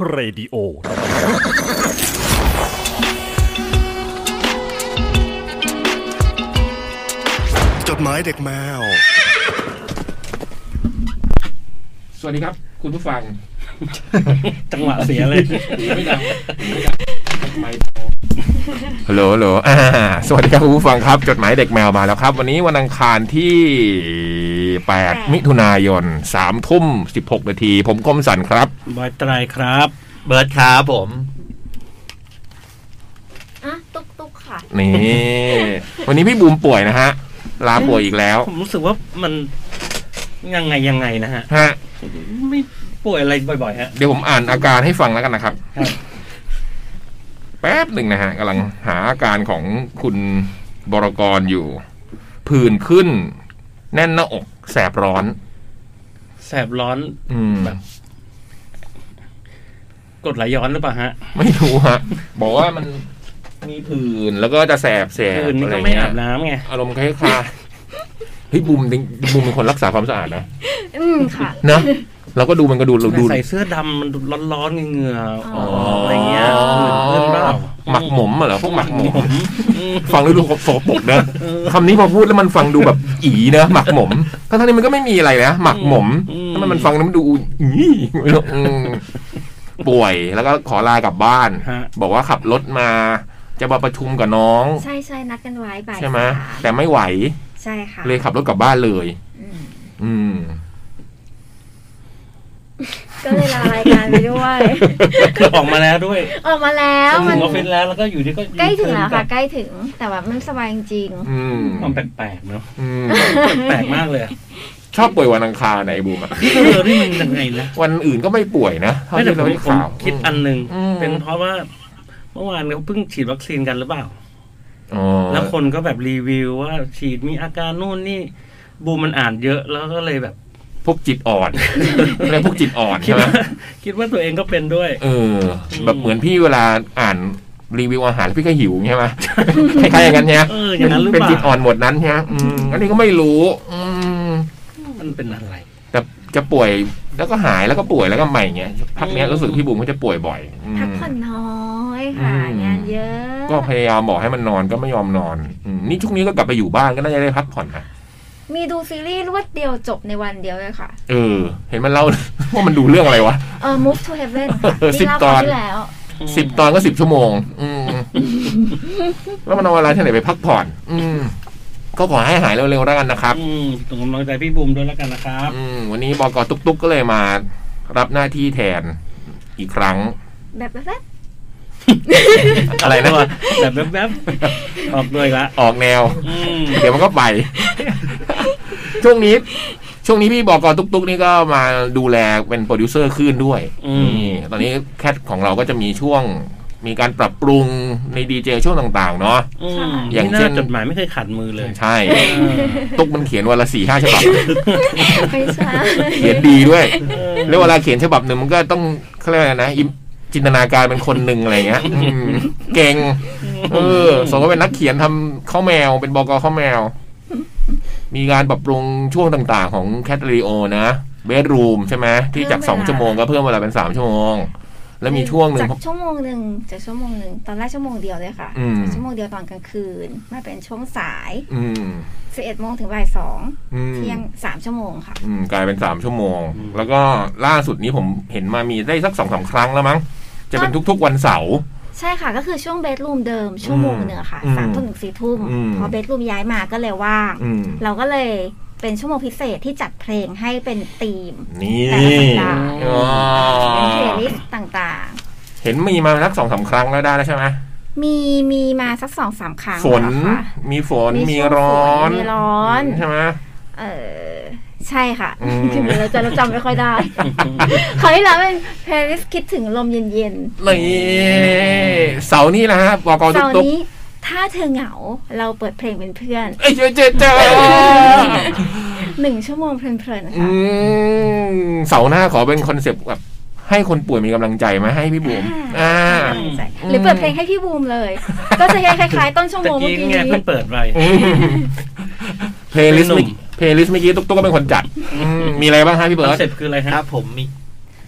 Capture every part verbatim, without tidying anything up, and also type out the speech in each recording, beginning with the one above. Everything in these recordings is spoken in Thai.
เรดิโอจดหมายเด็กแมวสวัสดีครับคุณผู้ฟังจังหวะเสียเลยไม่ดังไม่ดังไม่ฮัลโหลฮัลโหลอ่าสวัสดีครับคุณผู้ฟังครับจดหมายเด็กแมวมาแล้วครับวันนี้วันอังคารที่แปดมิถุนายนสามทุ่มสิบหกนาทีผมคมสันครับบอยไตรครับเบิร์ดครับผมอ่ะตุ๊กตุ๊กค่ะนี่วันนี้พี่บูมป่วยนะฮะลาป่วยอีกแล้วผมรู้สึกว่ามันยังไงยังไงนะฮะฮะไม่ป่วยอะไรบ่อยๆฮะเดี๋ยวผมอ่านอาการให้ฟังแล้วกันนะครับแป๊บหนึ่งนะฮะกำลังหาอาการของคุณบรกรอยู่ผื่นขึ้นแน่นหน้าอกแสบร้อนแสบร้อนอืมแบบกดไหลย้อนหรือเปล่าฮะไม่รู้ฮะบอกว่ามันมีผื่นแล้วก็จะแสบแสบผื่นนี่ก็ไม่อาบน้ำไงอารมณ์คล้ายๆเฮ้ยบูมบูมเป็นคนรักษาความสะอาดนะอืมค่ะนะเราก็ดูมันก็ดูเราดูใส่เสื้อดำมันร้อนๆเหงื่อออะไรเงี้ยเพื่อนเปล่าหมักหมมเหรอพวกหมักหมมฟังแล้วดูโสปกนะคำนี้พอพูดแล้วมันฟังดูแบบอีนะหมักหมมทั้งๆนี้มันก็ไม่มีอะไรนะหมักหมมถ้ามันมันฟังแล้วมันดูอีป่วยแล้วก็ขอลากลับบ้านบอกว่าขับรถมาจะมาประชุมกับน้องใช่ใช่นัดกันไว้บ่ายใช่ไหมแต่ไม่ไหวใช่ค่ะเลยขับรถกลับบ้านเลยอืมก็เลยลารายการไปด้วยคือออกมาแล้วด้วยออกมาแล้วมันออฟฟิศแล้วแล้วก็อยู่ที่ก็ใกล้ถึงแล้วค่ะใกล้ถึงแต่ว่ามันสบายจริงๆมันแปลกๆเนาะแปลกมากเลยชอบป่วยวันอังคารไหนบูมอ่ะเออนี่มันยังไงนะวันอื่นก็ไม่ป่วยนะไม่แต่ผมผมคิดอันนึงเป็นเพราะว่าเมื่อวานเขาเพิ่งฉีดวัคซีนกันหรือเปล่าแล้วคนก็แบบรีวิวว่าฉีดมีอาการนู่นนี่บูมมันอ่านเยอะแล้วก็เลยแบบพวกจิตอ่อนอะไรพวกจิตอ่อนใช่ไหมคิดว่าตัวเองก็เป็นด้วยเออแบบเหมือนพี่เวลาอ่านรีวิวอาหารพี่ก็หิวใช่ไหมคล้ายๆอย่างนั้นเนี่ยเป็นจิตอ่อนหมดนั้นใช่ไหมอันนี้ก็ไม่รู้มันเป็นอะไรแต่จะป่วยแล้วก็หายแล้วก็ป่วยแล้วก็ใหม่เงี้ยพักนี้รู้สึกพี่บุ๋มเขาจะป่วยบ่อยพักผ่อนน้อยค่ะงานเยอะก็พยายามบอกให้มันนอนก็ไม่ยอมนอนนี่ช่วงนี้ก็กลับไปอยู่บ้านก็น่าจะได้พักผ่อนนะมีดูซีรีส์รวดเดียวจบในวันเดียวเลยค่ะเออเห็นมันเล่าว่ามันดูเรื่องอะไรวะเออ Move to Heaven ค่ะที่เล่าตอนที่แล้วสิบตอนก็สิบชั่วโมงอืมแล้วมันเอาเวลาที่ไหนไปพักผ่อนอืมก็ขอให้หายเร็วๆแล้วกันนะครับอืมส่งกำลังใจพี่บูมด้วยแล้วกันนะครับอืมวันนี้บก.ตุ๊กตุ๊กก็เลยมารับหน้าที่แทนอีกครั้งแบบแบบอะไรนะแบบแบบแบบออกด้วยละออกแนวเดี๋ยวมันก็ไปช่วงนี้ช่วงนี้พี่บก.ตุ๊กตุ๊กนี่ก็มาดูแลเป็นโปรดิวเซอร์ขึ้นด้วยนี่ตอนนี้แคทของเราก็จะมีช่วงมีการปรับปรุงในดีเจช่วงต่างๆเนาะอย่างเช่นจดหมายไม่เคยขัดมือเลยใช่ตุ๊กมันเขียนวันละสี่ห้าฉบับไม่ใช่เขียนดีด้วยแล้วเวลาเขียนฉบับหนึ่งมันก็ต้องเขาเรียกอะไรนะจินตนาการเป็นคนหนึ่งอะไรเงี้ยเก่งเออสมก็เป็นนักเขียนทำข้าวแมวเป็นบก.ข้าวแมวมีการปรับปรุงช่วงต่างๆของแคทเรดิโอนะเบดรูมใช่ไหมที่จากสองชั่วโมงก็เพิ่มเวลาเป็นสามชั่วโมงแล้วมีช่วงหนึ่งจากชั่วโมงหนึ่งจากชั่วโมงหนึ่งตอนแรกชั่วโมงเดียวเลยค่ะชั่วโมงเดียวตอนกลางคืนมาเป็นช่วงสายสิบเอ็ดโมงถึงบ่ายสองเที่ยงสามชั่วโมงค่ะกลายเป็นสามชั่วโมงแล้วก็ล่าสุดนี้ผมเห็นมามีได้สักสองสามครั้งแล้วมั้งจะเป็นทุกๆวันเสาร์ใช่ค่ะก็คือช่วงเบดรูมเดิมชั่วโมงหนึ่งค่ะสามทุ่มถึงสี่ทุ่มพอเบดรูมย้ายมาก็เลยว่างเราก็เลยเป็นชั่วโมงพิเศษที่จัดเพลงให้เป็นธีมแต่ละสัปดาห์เป็นเพลย์ลิสต์ต่างๆเห็นมีมาสักสองสามครั้งแล้วได้แล้วใช่ไหมมีมีมาสักสองสามครั้งฝนมีฝนมีร้อนมีร้อนใช่ไหมเออใช่ค่ะคือเราจะเราจำไม่ค่อยได้คราวที่แล้วเป็นเพลย์ลิสต์คิดถึงลมเย็นๆนี่เสาร์นี้นะฮะบก.ตุ๊กตุ๊กถ้าเธอเหงาเราเปิดเพลงเป็นเพื่อนเอ้ยเจ๊เจ๊เจ๊หนึ่งชั่วโมงเพลินๆนะคะเสาร์หน้าขอเป็นคอนเซปต์แบบให้คนป่วยมีกำลังใจไหมให้พี่บูมอ่าหรือเปิดเพลงให้พี่บูมเลยก็จะคล้ายๆต้นชั่วโมงเมื่อกี้นี้เพิ่งเปิดไปเพลย์ลิสต์เพลย์ลิสต์เมื่อกี้ตุ๊กตุ๊กก็เป็นคนจัดมีอะไรบ้างฮะพี่เบิร์ดคอนเซปต์คืออะไรครับผมมี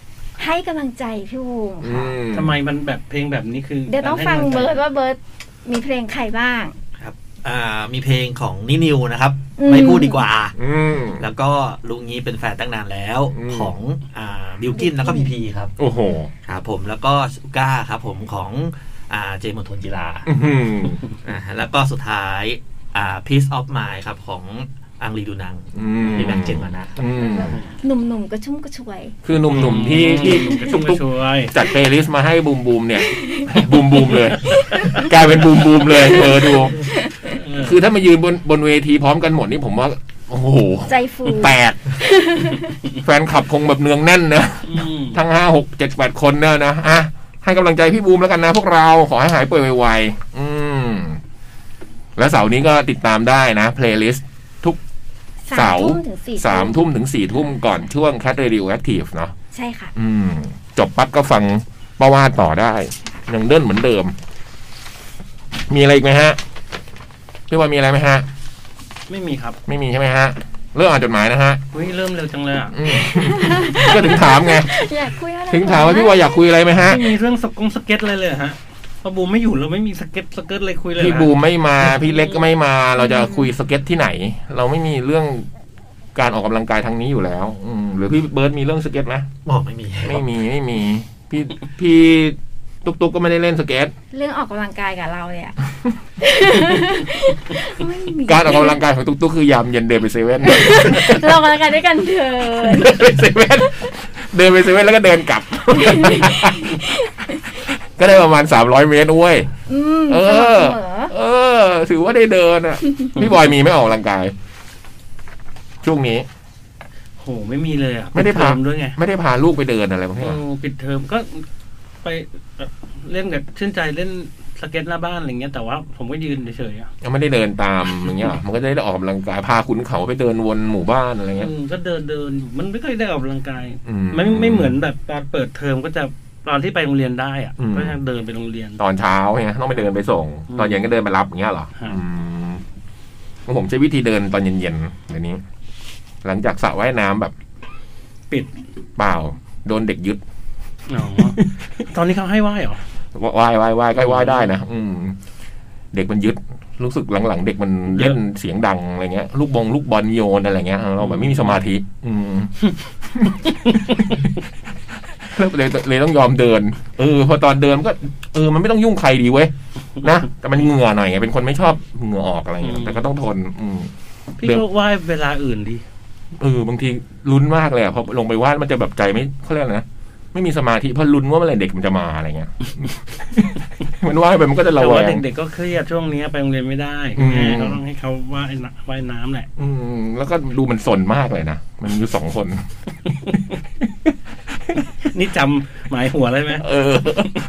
ให้กำลังใจพี่บูมค่ะทำไมมันแบบเพลงแบบนี้คือเดี๋ยวต้องฟังเบิร์ดว่าเบิร์ดมีเพลงใครบ้างครับอ่ามีเพลงของนินิวนะครับไม่พูดดีกว่าแล้วก็ลุงนี้เป็นแฟนตั้งนานแล้วของอ่าบิวกินแล้วก็พีพีครับโอ้โหครับผมแล้วก็ซูก้าครับผมของอ่าเจมส์ทนจิราอ่าแล้วก็สุดท้ายอ่า Peace of Mind ครับของอังรีดูนังในแบงค์เจนมานะหนุ่มๆก็ชุ่มกระชวยคือหนุ่มๆที่ที่ทุกๆจัดเพลย์ลิสต์มาให้บูมบูมเนี่ยบูมบูมเลยกลายเป็นบูมบูมเลยเออดูคือถ้ามายืนบนบนเวทีพร้อมกันหมดนี่ผมว่าโอ้โหใจฟูแปดแฟนคลับคงแบบเนืองแน่นนะทั้งห้าหกเจ็ดแปดคนเนี่ยนะอ่ะให้กำลังใจพี่บูมแล้วกันนะพวกเราขอให้หายป่วยไวๆอืมแล้วเสาร์นี้ก็ติดตามได้นะเพลย์ลิสต์ทุกเสาร์สามทุ่มถึงสี่ทุ่มก่อนช่วง Cat Radio Active เนาะใช่ค่ะอืมจบปั๊บก็ฟังประวาดต่อได้ยังเดินเหมือนเดิมมีอะไรอีกไหมฮะพี่ว่ามีอะไรไหมฮะไม่มีครับไม่มีใช่ไหมฮะเริ่มอ่านจดหมายนะฮะอุ้ยเริ่มเร็วจังเลยอ่ะก็ถึงถามไงอยากคุยอะไรถึงถามว่าพี่ว่าอยากคุยอะไรไหมฮะไม่มีเรื่องสกงสเก็ตอะไรเลยฮะพอบูมไม่อยู่เราไม่มีสเก็ตสเก็ตอะไรคุยเลยพี่บูมไม่มาพี่เล็กก็ไม่มาเราจะคุยสเก็ตที่ไหนเราไม่มีเรื่องการออกกำลังกายทางนี้อยู่แล้วหรือพี่เบิร์ดมีเรื่องสเก็ตไหมบอกไม่มีไม่มีไม่มีพี่พี่ตุ๊กตุ๊กก็ไม่ได้เล่นสเก็ตเรื่องออกกำลังกายกับเราเนี่ยการออกกำลังกายของตุ๊กตุ๊กคือยามเย็นเดินไปเซเว่นเราออกกำลังกายด้วยกันเดินเดินไปเซเว่นเดินไปเซเว่นแล้วก็เดินกลับก็ได้ประมาณสามร้อยเมตรด้วยเออเออถือว่าได้เดินอ่ะพี่บอยมีไม่ออกกำลังกายช่วงนี้โหไม่มีเลยอ่ะไม่ได้พาด้วยไงไม่ได้พาลูกไปเดินอะไรพวกนี้ปิดเทอมก็ไปเล่นกับชื่นใจเล่นสเก็ตหน้าบ้านอะไรเงี้ยแต่ว่าผมก็ยืนเฉยๆอ่ะยังไม่ได้เดินตามอย่างเงี้ยมันก็ได้ออกกำลังกายพาขุนเขาไปเดินวนหมู่บ้านอะไรเงี้ยก็เดินเดินมันไม่ค่อยได้ออกกำลังกายไม่ไม่เหมือนแบบตอนเปิดเทอมก็จะตอนที่ไปโรงเรียนได้อ่ะก็ยังเดินไปโรงเรียนตอนเช้าไงต้องไปเดินไปส่งตอนเย็นก็เดินไปรับอย่างเงี้ยเหรอผมใช้วิธีเดินตอนเย็นๆแบบนี้หลังจากสระว่ายน้ำแบบปิดเปล่าโดนเด็กยึดอ๋อตอนนี้เขาให้ว่ายเหรอว่ายว่ายว่ายก็ว่ายได้นะอืมเด็กมันยึดรู้สึกหลังๆเด็กมันเล่นเสียงดังอะไรเงี้ยลูกบงลูกบอลโยนอะไรเงี้ยเราแบบไม่มีสมาธิอืมเลยเลยต้องยอมเดินเออพอตอนเดินก็เออมันไม่ต้องยุ่งใครดีเว้ยนะแต่มันเหงื่อหน่อยไงเป็นคนไม่ชอบเหงื่อออกอะไรเงี้ยแต่ก็ต้องทนอืมพี่ก็ว่ายเวลาอื่นดีเออบางทีลุ้นมากเลยอ่ะพอลงไปว่ายมันจะแบบใจไม่เขาเรียกนะไม่มีสมาธิเพราะลุ้นว่าเมื่อไหร่เด็กมันจะมาอะไรเงี้ยมันว่ายไปมันก็จะระแวงแต่ว่าเด็กๆก็เครียดช่วงนี้ไปโรงเรียนไม่ได้แม่ก็ต้องให้เขาว่ายว่ายน้ำแหละอืมแล้วก็ดูมันสนมากเลยนะมันอยู่สองคนนี่จำหมายหัวเลยไหมเออ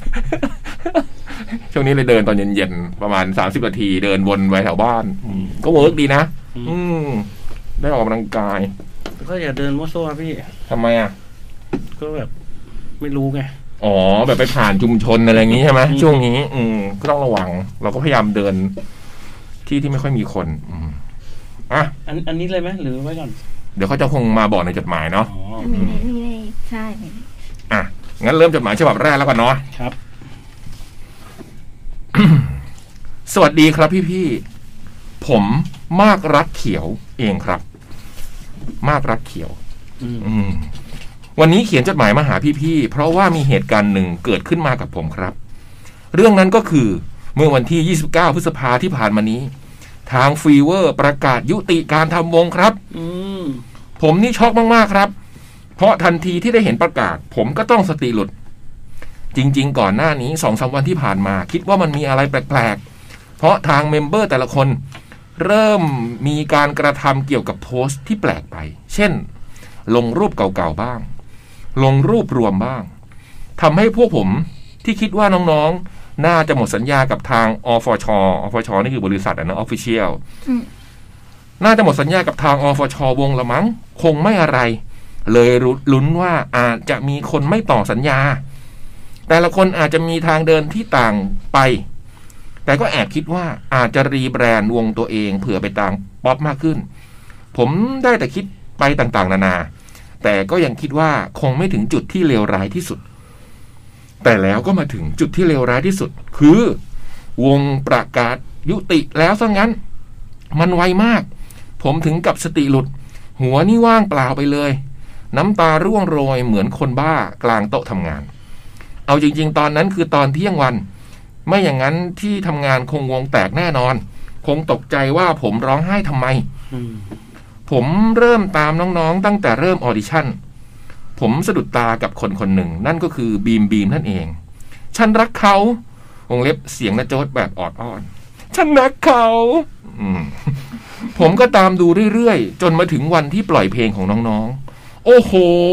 ช่วงนี้เลยเดินตอนเย็นๆประมาณสามสิบนาทีเดินวนไว้แถวบ้านก็เวิร์กดีนะอืมได้ออกกำลังกายก็อย่าเดินมั่วซั่วพี่ทำไมอ่ะก็แบบไม่รู้ไงอ๋อแบบไปผ่านชุมชนอะไรอย่างนี้ใช่ไหมช่วงนี้อืมก็ต้องระวังเราก็พยายามเดินที่ที่ไม่ค่อยมีคนอืมอ่ะอันอันนี้เลยไหมหรือไว้ก่อนเดี๋ยวเขาจะคงมาบอกในจดหมายเนาะอ๋อมีมีเลยใช่อ่ะงั้นเริ่มจดหมายฉบับแรกแล้วกันเนาะครับสวัสดีครับพี่ๆผมมากรักเขียวเองครับมากรักเขียวอืมวันนี้เขียนจดหมายมาหาพี่ๆเพราะว่ามีเหตุการณ์หนึ่งเกิดขึ้นมากับผมครับเรื่องนั้นก็คือเมื่อวันที่ยี่สิบเก้าพฤษภาที่ผ่านมานี้ทางฟีเวอร์ประกาศยุติการทำวงครับผมนี่ช็อกมากๆครับเพราะทันทีที่ได้เห็นประกาศผมก็ต้องสติหลุดจริงๆก่อนหน้านี้ สองสาม วันที่ผ่านมาคิดว่ามันมีอะไรแปลกๆเพราะทางเมมเบอร์แต่ละคนเริ่มมีการกระทำเกี่ยวกับโพสต์ที่แปลกไปเช่นลงรูปเก่าๆบ้างลงรูปรวมบ้างทำให้พวกผมที่คิดว่าน้องๆน่าจะหมดสัญญากับทางอฟชอฟชนี่คือบริษัทนะ Official น่าจะหมดสัญญากับทางอฟชวงละมั้งคงไม่อะไรเลยลุ้นว่าอาจจะมีคนไม่ต่อสัญญาแต่ละคนอาจจะมีทางเดินที่ต่างไปแต่ก็แอบคิดว่าอาจจะรีแบรนด์วงตัวเองเผื่อไปต่างป๊อปมากขึ้นผมได้แต่คิดไปต่างๆนานาแต่ก็ยังคิดว่าคงไม่ถึงจุดที่เลวร้ายที่สุดแต่แล้วก็มาถึงจุดที่เลวร้ายที่สุดคือวงประกาศยุติแล้วซะงั้นมันไวมากผมถึงกับสติหลุดหัวนี่ว่างเปล่าไปเลยน้ำตาร่วงโรยเหมือนคนบ้ากลางโต๊ะทำงานเอาจริงๆตอนนั้นคือตอนเที่ยงวันไม่อย่างนั้นที่ทำงานคงวงแตกแน่นอนคงตกใจว่าผมร้องไห้ทำไมผมเริ่มตามน้องๆตั้งแต่เริ่มออดิชั่นผมสะดุดตากับคนคนหนึ่งนั่นก็คือบีมบีมนั่นเองฉันรักเขาวงเล็บเสียงนะโจ๊ดแบบออดอ้อนฉันรักเขาผมก็ตามดูเรื่อยๆจนมาถึงวันที่ปล่อยเพลงของน้องๆโอ้โห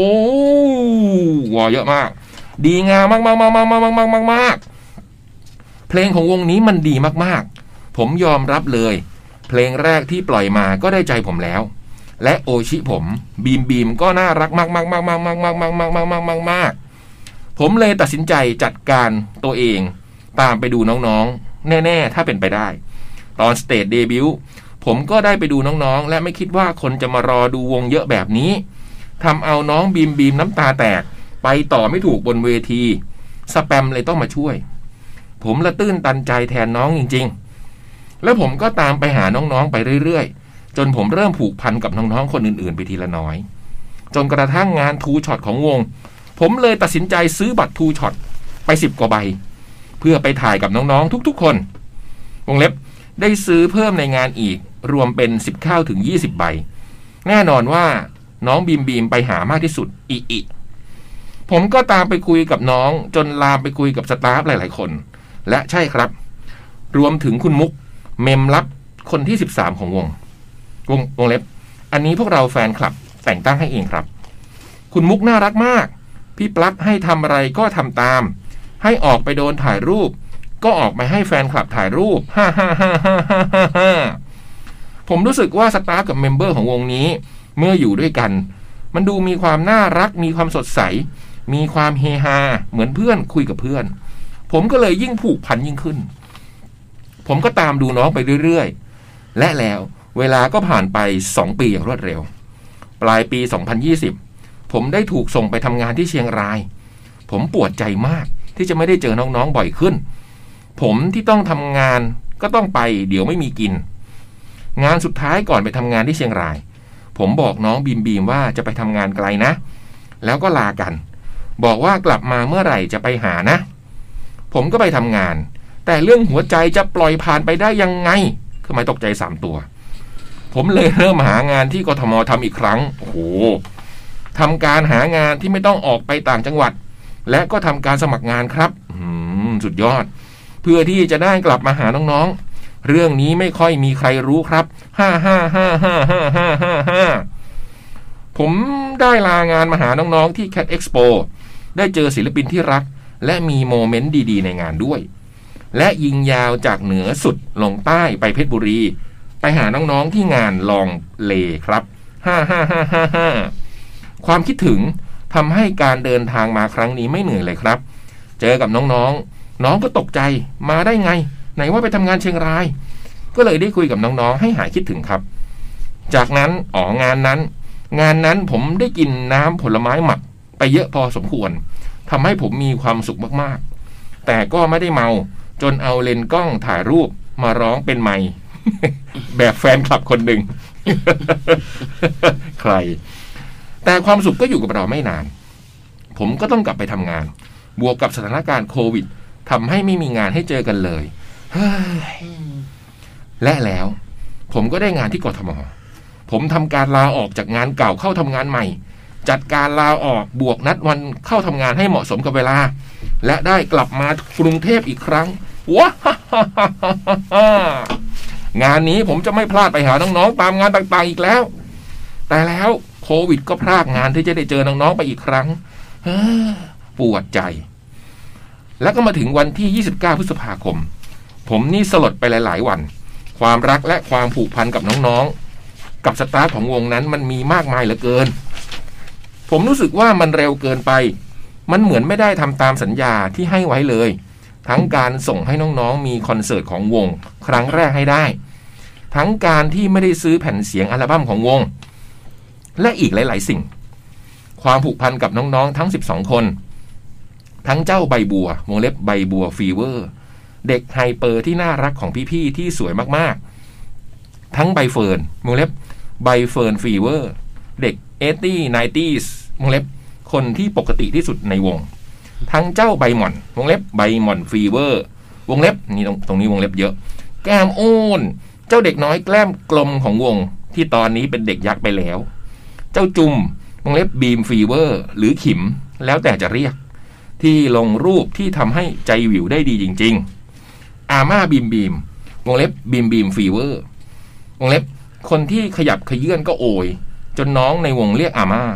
ว้าวเยอะมากดีงามมากมากมากมากมากมากมากมากเพลงของวงนี้มันดีมากๆผมยอมรับเลยเพลงแรกที่ปล่อยมาก็ได้ใจผมแล้วและโอชิผมบีมบีมก็น่ารักมากมากมากมากมากมากมากมากมากมากมากมากผมเลยตัดสินใจจัดการตัวเองตามไปดูน้องๆแน่ๆถ้าเป็นไปได้ตอนสเตจเดบิวต์ผมก็ได้ไปดูน้องๆและไม่คิดว่าคนจะมารอดูวงเยอะแบบนี้ทำเอาน้องบีมบีมน้ำตาแตกไปต่อไม่ถูกบนเวทีสแปมเลยต้องมาช่วยผมละตื้นตันใจแทนน้องจริงๆแล้วผมก็ตามไปหาน้องๆไปเรื่อยๆจนผมเริ่มผูกพันกับน้องๆคนอื่นๆไปทีละน้อยจนกระทั่งงานทูช็อตของวงผมเลยตัดสินใจซื้อบัตรทูช็อตไปสิบกว่าใบเพื่อไปถ่ายกับน้องๆทุกๆคนวงเล็บได้ซื้อเพิ่มในงานอีกรวมเป็นสิบเก้าถึงยี่สิบใบแน่นอนว่าน้องบีมบีมไปหามากที่สุดอีอีผมก็ตามไปคุยกับน้องจนลามไปคุยกับสตาฟหลายๆคนและใช่ครับรวมถึงคุณมุกเมมลับคนที่สิบสามของวงวงวงเล็บอันนี้พวกเราแฟนคลับแต่งตั้งให้เองครับคุณมุกน่ารักมากพี่ปลั๊กให้ทำอะไรก็ทำตามให้ออกไปโดนถ่ายรูปก็ออกมาให้แฟนคลับถ่ายรูปฮ่าฮ่าฮ่าฮ่าฮ่าฮ่าผมรู้สึกว่าสตาฟกับเมมเบอร์ของวงนี้เมื่ออยู่ด้วยกันมันดูมีความน่ารักมีความสดใสมีความเฮฮาเหมือนเพื่อนคุยกับเพื่อนผมก็เลยยิ่งผูกพันยิ่งขึ้นผมก็ตามดูน้องไปเรื่อยๆและแล้วเวลาก็ผ่านไปสองปีอย่างรวดเร็วปลายปีสองพันยี่สิบผมได้ถูกส่งไปทำงานที่เชียงรายผมปวดใจมากที่จะไม่ได้เจอน้องๆบ่อยขึ้นผมที่ต้องทำงานก็ต้องไปเดี๋ยวไม่มีกินงานสุดท้ายก่อนไปทำงานที่เชียงรายผมบอกน้องบีมบีมว่าจะไปทำงานไกลนะแล้วก็ลากันบอกว่ากลับมาเมื่อไหร่จะไปหานะผมก็ไปทำงานแต่เรื่องหัวใจจะปล่อยผ่านไปได้ยังไงคือหมายตกใจสามตัวผมเลยเริ่มหางานที่กทมทำอีกครั้งโอ้โหทำการหางานที่ไม่ต้องออกไปต่างจังหวัดและก็ทำการสมัครงานครับอืมสุดยอดเพื่อที่จะได้กลับมาหาน้องๆเรื่องนี้ไม่ค่อยมีใครรู้ครับฮ่าฮ่าฮ่าฮ่าฮ่าฮ่าฮ่าฮ่าผมได้ลางานมาหาน้องๆที่ Cat Expo ได้เจอศิลปินที่รักและมีโมเมนต์ดีๆในงานด้วยและยิงยาวจากเหนือสุดลงใต้ไปเพชรบุรีไปหาน้องๆที่งานลองเลครับฮ่าฮ่าฮ่าฮ่าฮ่าความคิดถึงทำให้การเดินทางมาครั้งนี้ไม่เหนื่อยเลยครับเจอกับน้องๆน้องก็ตกใจมาได้ไงไหนว่าไปทำงานเชียงรายก็เลยได้คุยกับน้องๆให้หายคิดถึงครับจากนั้นอ๋องานนั้นงานนั้นผมได้กินน้ำผลไม้หมักไปเยอะพอสมควรทำให้ผมมีความสุขมากๆแต่ก็ไม่ได้เมาจนเอาเลนส์กล้องถ่ายรูปมาร้องเป็นไมค์ แบบแฟนคลับคนหนึ่ง ใครแต่ความสุขก็อยู่กับเราไม่นานผมก็ต้องกลับไปทำงานบวกกับสถานการณ์โควิดทำให้ไม่มีงานให้เจอกันเลยและแล้วผมก็ได้งานที่กทมผมทำการลาออกจากงานเก่าเข้าทำงานใหม่จัดการลาออกบวกนัดวันเข้าทำงานให้เหมาะสมกับเวลาและได้กลับมากรุงเทพอีกครั้งว้างานนี้ผมจะไม่พลาดไปหาน้องๆตามงานต่างๆอีกแล้วแต่แล้วโควิดก็พรากงานที่จะได้เจอน้องๆไปอีกครั้งปวดใจแล้วก็มาถึงวันที่ยี่สิบเก้าพฤษภาคมผมนี่สลดไปหลายๆวันความรักและความผูกพันกับน้องๆกับสตาฟของวงนั้นมันมีมากมายเหลือเกินผมรู้สึกว่ามันเร็วเกินไปมันเหมือนไม่ได้ทำตามสัญญาที่ให้ไว้เลยทั้งการส่งให้น้องๆมีคอนเสิร์ตของวงครั้งแรกให้ได้ทั้งการที่ไม่ได้ซื้อแผ่นเสียงอัลบั้มของวงและอีกหลายๆสิ่งความผูกพันกับน้องๆทั้งสิบสองคนทั้งเจ้าใบบัววงเล็บใบบัวฟีเวอร์เด็กไฮเปอร์ที่น่ารักของพี่ๆที่สวยมากๆทั้งใบเฟิร์นวงเล็บใบเฟิร์นฟีเวอร์เด็กเอทตี้ไนตี้วงเล็บคนที่ปกติที่สุดในวงทั้งเจ้าใบหม่อนวงเล็บใบหม่อนฟีเวอร์วงเล็บนี่ตรงตรงนี้วงเล็บเยอะแก้มโอนเจ้าเด็กน้อยแกล้มกลมของวงที่ตอนนี้เป็นเด็กยักษ์ไปแล้วเจ้าจุ่มวงเล็บบีมฟีเวอร์หรือขิมแล้วแต่จะเรียกที่ลงรูปที่ทำให้ใจวิวได้ดีจริงๆอาม่าบีมบีมวงเล็บบีมบีมฟีเวอร์วงเล็บคนที่ขยับขยื่นก็โอยจนน้องในวงเรียกอาม่า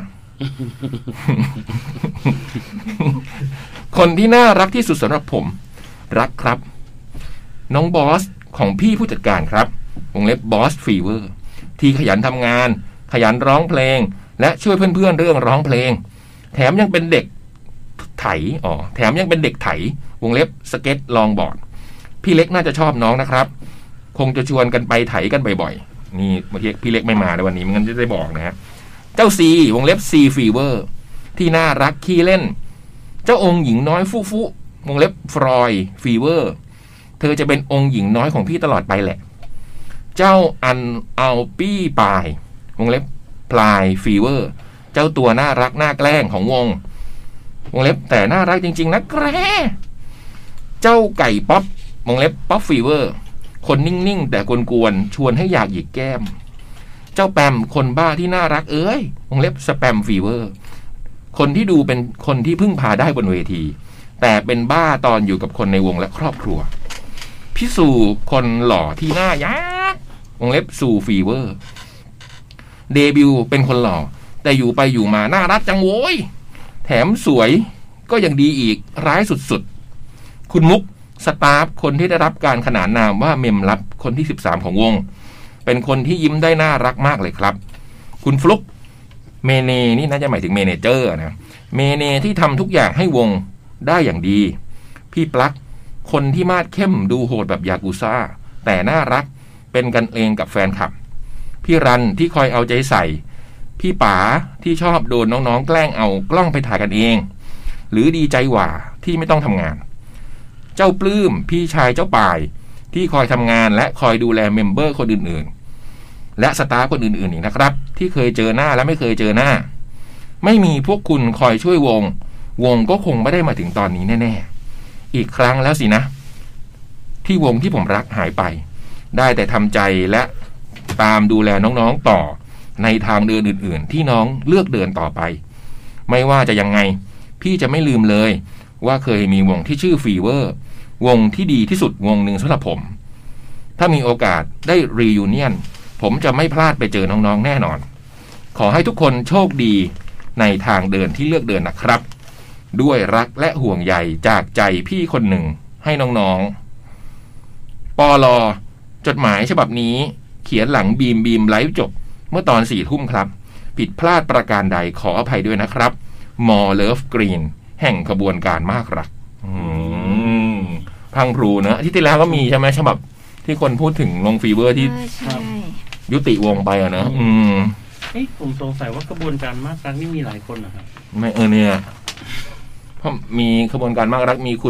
คนที่น่ารักที่สุดสำหรับผมรักครับน้องบอสของพี่ผู้จัดการครับวงเล็บบอสฟีเวอร์ที่ขยันทำงานขยันร้องเพลงและช่วยเพื่อนๆเรื่องร้องเพลงแถมยังเป็นเด็กไถอ๋อแถมยังเป็นเด็กไถวงเล็บสเก็ตลองบอร์ดพี่เล็กน่าจะชอบน้องนะครับคงจะชวนกันไปไถกันบ่อยๆนี่เมื่อกี้พี่เล็กไม่มาในวันนี้มันจะได้บอกนะฮะเจ้าซีวงเล็บซีฟีเวอร์ที่น่ารักขี้เล่นเจ้าองค์หญิงน้อยฟุฟุวงเล็บฟรอยฟีเวอร์เธอจะเป็นองค์หญิงน้อยของพี่ตลอดไปแหละเจ้าอันอัลปี้ปายวงเล็บพลายฟีเวอร์เจ้าตัวน่ารักน่าแกล้งของวงวงเล็บแต่น่ารักจริงๆนะแกรเจ้าไก่ป๊อปวงเล็บป๊อปฟีเวอร์คนนิ่งๆแต่กวนๆชวนให้อยากหยิกแก้มเจ้าแปมคนบ้าที่น่ารักเอ้ยวงเล็บสแปมฟีเวอร์คนที่ดูเป็นคนที่พึ่งพาได้บนเวทีแต่เป็นบ้าตอนอยู่กับคนในวงและครอบครัวพี่สู่คนหล่อที่น่ายักวงเล็บสู่ฟีเวอร์เดบิวเป็นคนหล่อแต่อยู่ไปอยู่มาน่ารักจังโว้ยแถมสวยก็ยังดีอีกร้ายสุดๆคุณมุกสตาฟคนที่ได้รับการขนานนามว่าเมมลับคนที่สิบสามของวงเป็นคนที่ยิ้มได้น่ารักมากเลยครับคุณฟลุกเมเนนี่น่าจะหมายถึงเมเนเจอร์นะเมเนที่ทำทุกอย่างให้วงได้อย่างดีพี่ปลั๊กคนที่มาดเข้มดูโหดแบบยากุซ่าแต่น่ารักเป็นกันเองกับแฟนคลับพี่รันที่คอยเอาใจใส่พี่ป๋าที่ชอบโดนน้องๆแกล้งเอากล้องไปถ่ายกันเองหรือดีใจหว่าที่ไม่ต้องทำงานเจ้าปลื้มพี่ชายเจ้าป่ายที่คอยทำงานและคอยดูแลเมมเบอร์คนอื่นๆและสตาฟคนอื่นๆอีกนะครับที่เคยเจอหน้าและไม่เคยเจอหน้าไม่มีพวกคุณคอยช่วยวงวงก็คงไม่ได้มาถึงตอนนี้แน่ๆอีกครั้งแล้วสินะที่วงที่ผมรักหายไปได้แต่ทำใจและตามดูแลน้องๆต่อในทางเดินอื่นๆที่น้องเลือกเดินต่อไปไม่ว่าจะยังไงพี่จะไม่ลืมเลยว่าเคยมีวงที่ชื่อฟีเวอร์วงที่ดีที่สุดวงหนึ่งสำหรับผมถ้ามีโอกาสได้รียูเนียนผมจะไม่พลาดไปเจอน้องๆแน่นอนขอให้ทุกคนโชคดีในทางเดินที่เลือกเดินนะครับด้วยรักและห่วงใยจากใจพี่คนหนึ่งให้น้องๆปลอจดหมายฉบับนี้เขียนหลังบีมบีมไลฟ์จบเมื่อตอนสี่ทุ่มครับผิดพลาดประการใดขออภัยด้วยนะครับมอเลิฟกรีนแห่งขบวนการมากรักพังพลูเนอะที่ที่แล้วก็มีใช่ไหมฉบับที่คนพูดถึงวงฟีเวอร์ที่ยุติวงไปอะเนอะอืมเอ้ยผมสงสัยว่ากระบวนการมากรักนี่มีหลายคนนะครับไม่เออเนี่ยเพราะมีขบวนการมากรักมีคุณ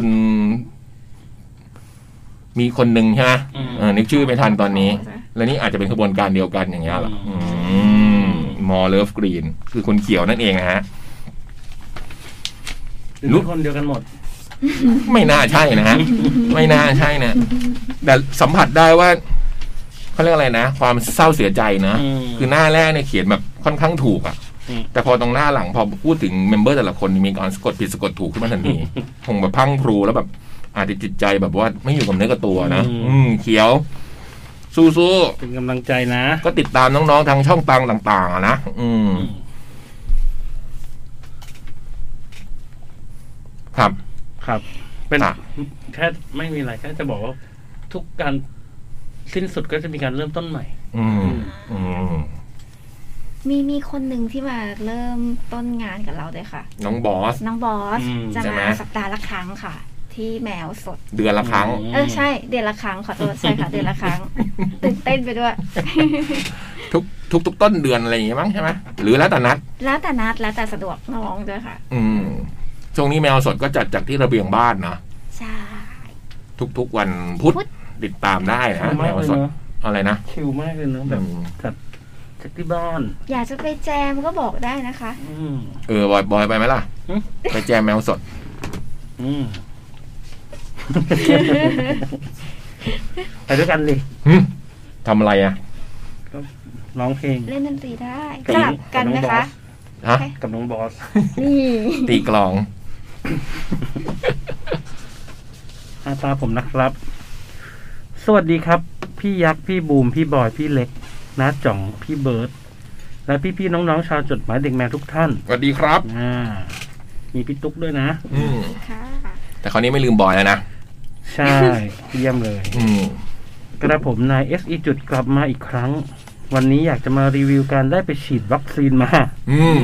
มีคนหนึ่งใช่ไหมเออนึกชื่อไม่ทันตอนนี้แล้วนี่อาจจะเป็นขบวนการเดียวกันอย่างเงี้ยหรอมอเลิฟกรีนคือคนเขียวนั่นเองนะฮะรู้คนเดียวกันหมดไม่น่าใช่นะฮะไม่น่าใช่นะแต่สัมผัสได้ว่าเขาเรียกอะไรนะความเศร้าเสียใจนะคือหน้าแรกเนี่ยเขียนแบบค่อนข้างถูกอ่ะแต่พอตรงหน้าหลังพอพูดถึงเมมเบอร์แต่ละคนมีการสะกดผิดสะกดถูกขึ้นมาทันทีคงแบบพังพลูแล้วแบบอาจจะจิตใจแบบว่าไม่อยู่กับเนื้อกับตัวนะอืมเขียวสู้ๆเป็นกำลังใจนะก็ติดตามน้องๆทางช่องต่างๆนะอืมครับครับเป็นแค่ไม่มีอะไรแค่จะบอกว่าทุกการสิ้นสุดก็จะมีการเริ่มต้นใหม่อืมอืมมีมีคนหนึ่งที่มาเริ่มต้นงานกับเราเลยค่ะน้องบอสน้องบอสจะมาสัปดาห์ละครั้งค่ะที่แมวสดเดือนละครั้งเออใช่เดือนละครั้งขอโทษใช่ค่ะเดือนละครั้งตื่นเต้นไปด้วยทุกทุกทุกต้นเดือนอะไรอย่างเงี้ยมั้งใช่ไหมหรือแล้วแต่นัดแล้วแต่นัดแล้วแต่สะดวกน้องด้วยค่ะอืมช่วงนี้แมวสดก็จัดจากที่ระเบียงบ้านเนาะใช่ทุกๆวันพุธติดตามได้นะแมวสดอะไรนะชิลมากเลยเนาะแบบจัดจากที่บ้านอยากจะไปแจมก็บอกได้นะคะเออบอยบอยไปไหมล่ะไปแจมแมวสดไปด้วยกันดิทำอะไรอ่ะก็ร้องเพลงเล่นดนตรีได้สลับกันไหมคะฮะกับน้องบอสนี่ตีกลองอาตาผมนะครับสวัสดีครับพี่ยักษ์พี่บูมพี่บอยพี่เล็กน้าจ่องพี่เบิร์ดและพี่ๆน้องๆชาวจดหมายเด็กแมวทุกท่านสวัสดีครับอ่ามีพี่ตุ๊กด้วยนะอืมค่ะแต่คราวนี้ไม่ลืมบอยแล้วนะใช่เยี่ยมเลยอืมกระผมนาย เอส อี จุดกลับมาอีกครั้งวันนี้อยากจะมารีวิวการได้ไปฉีดวัคซีนมาอืม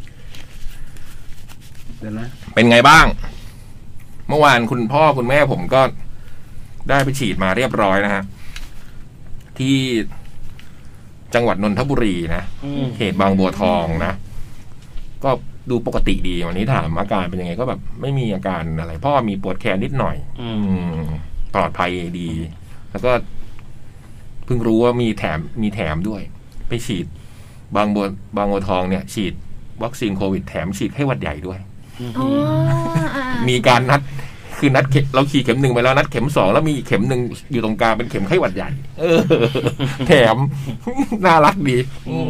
เดี๋ยวนะเป็นไงบ้างเมื่อวานคุณพ่อคุณแม่ผมก็ได้ไปฉีดมาเรียบร้อยนะฮะที่จังหวัดนนทบุรีนะเขตบางบัวทองนะก็ดูปกติดีวันนี้ถามอาการเป็นยังไงก็แบบไม่มีอาการอะไรพ่อมีปวดแขนนิดหน่อยอืมปลอดภัยดีแล้วก็เพิ่งรู้ว่ามีแถมมีแถมด้วยไปฉีดบางบัวบางบัวทองเนี่ยฉีดวัคซีนโควิดแถมฉีดให้หวัดใหญ่ด้วยมีการนัดคือนัดเราขี่เข็มหนึ่งไปแล้วนัดเข็มสองแล้วมีเข็มหนึ่งอยู่ตรงกลางเป็นเข็มไข้หวัดใหญ่เออแถมน่ารักดี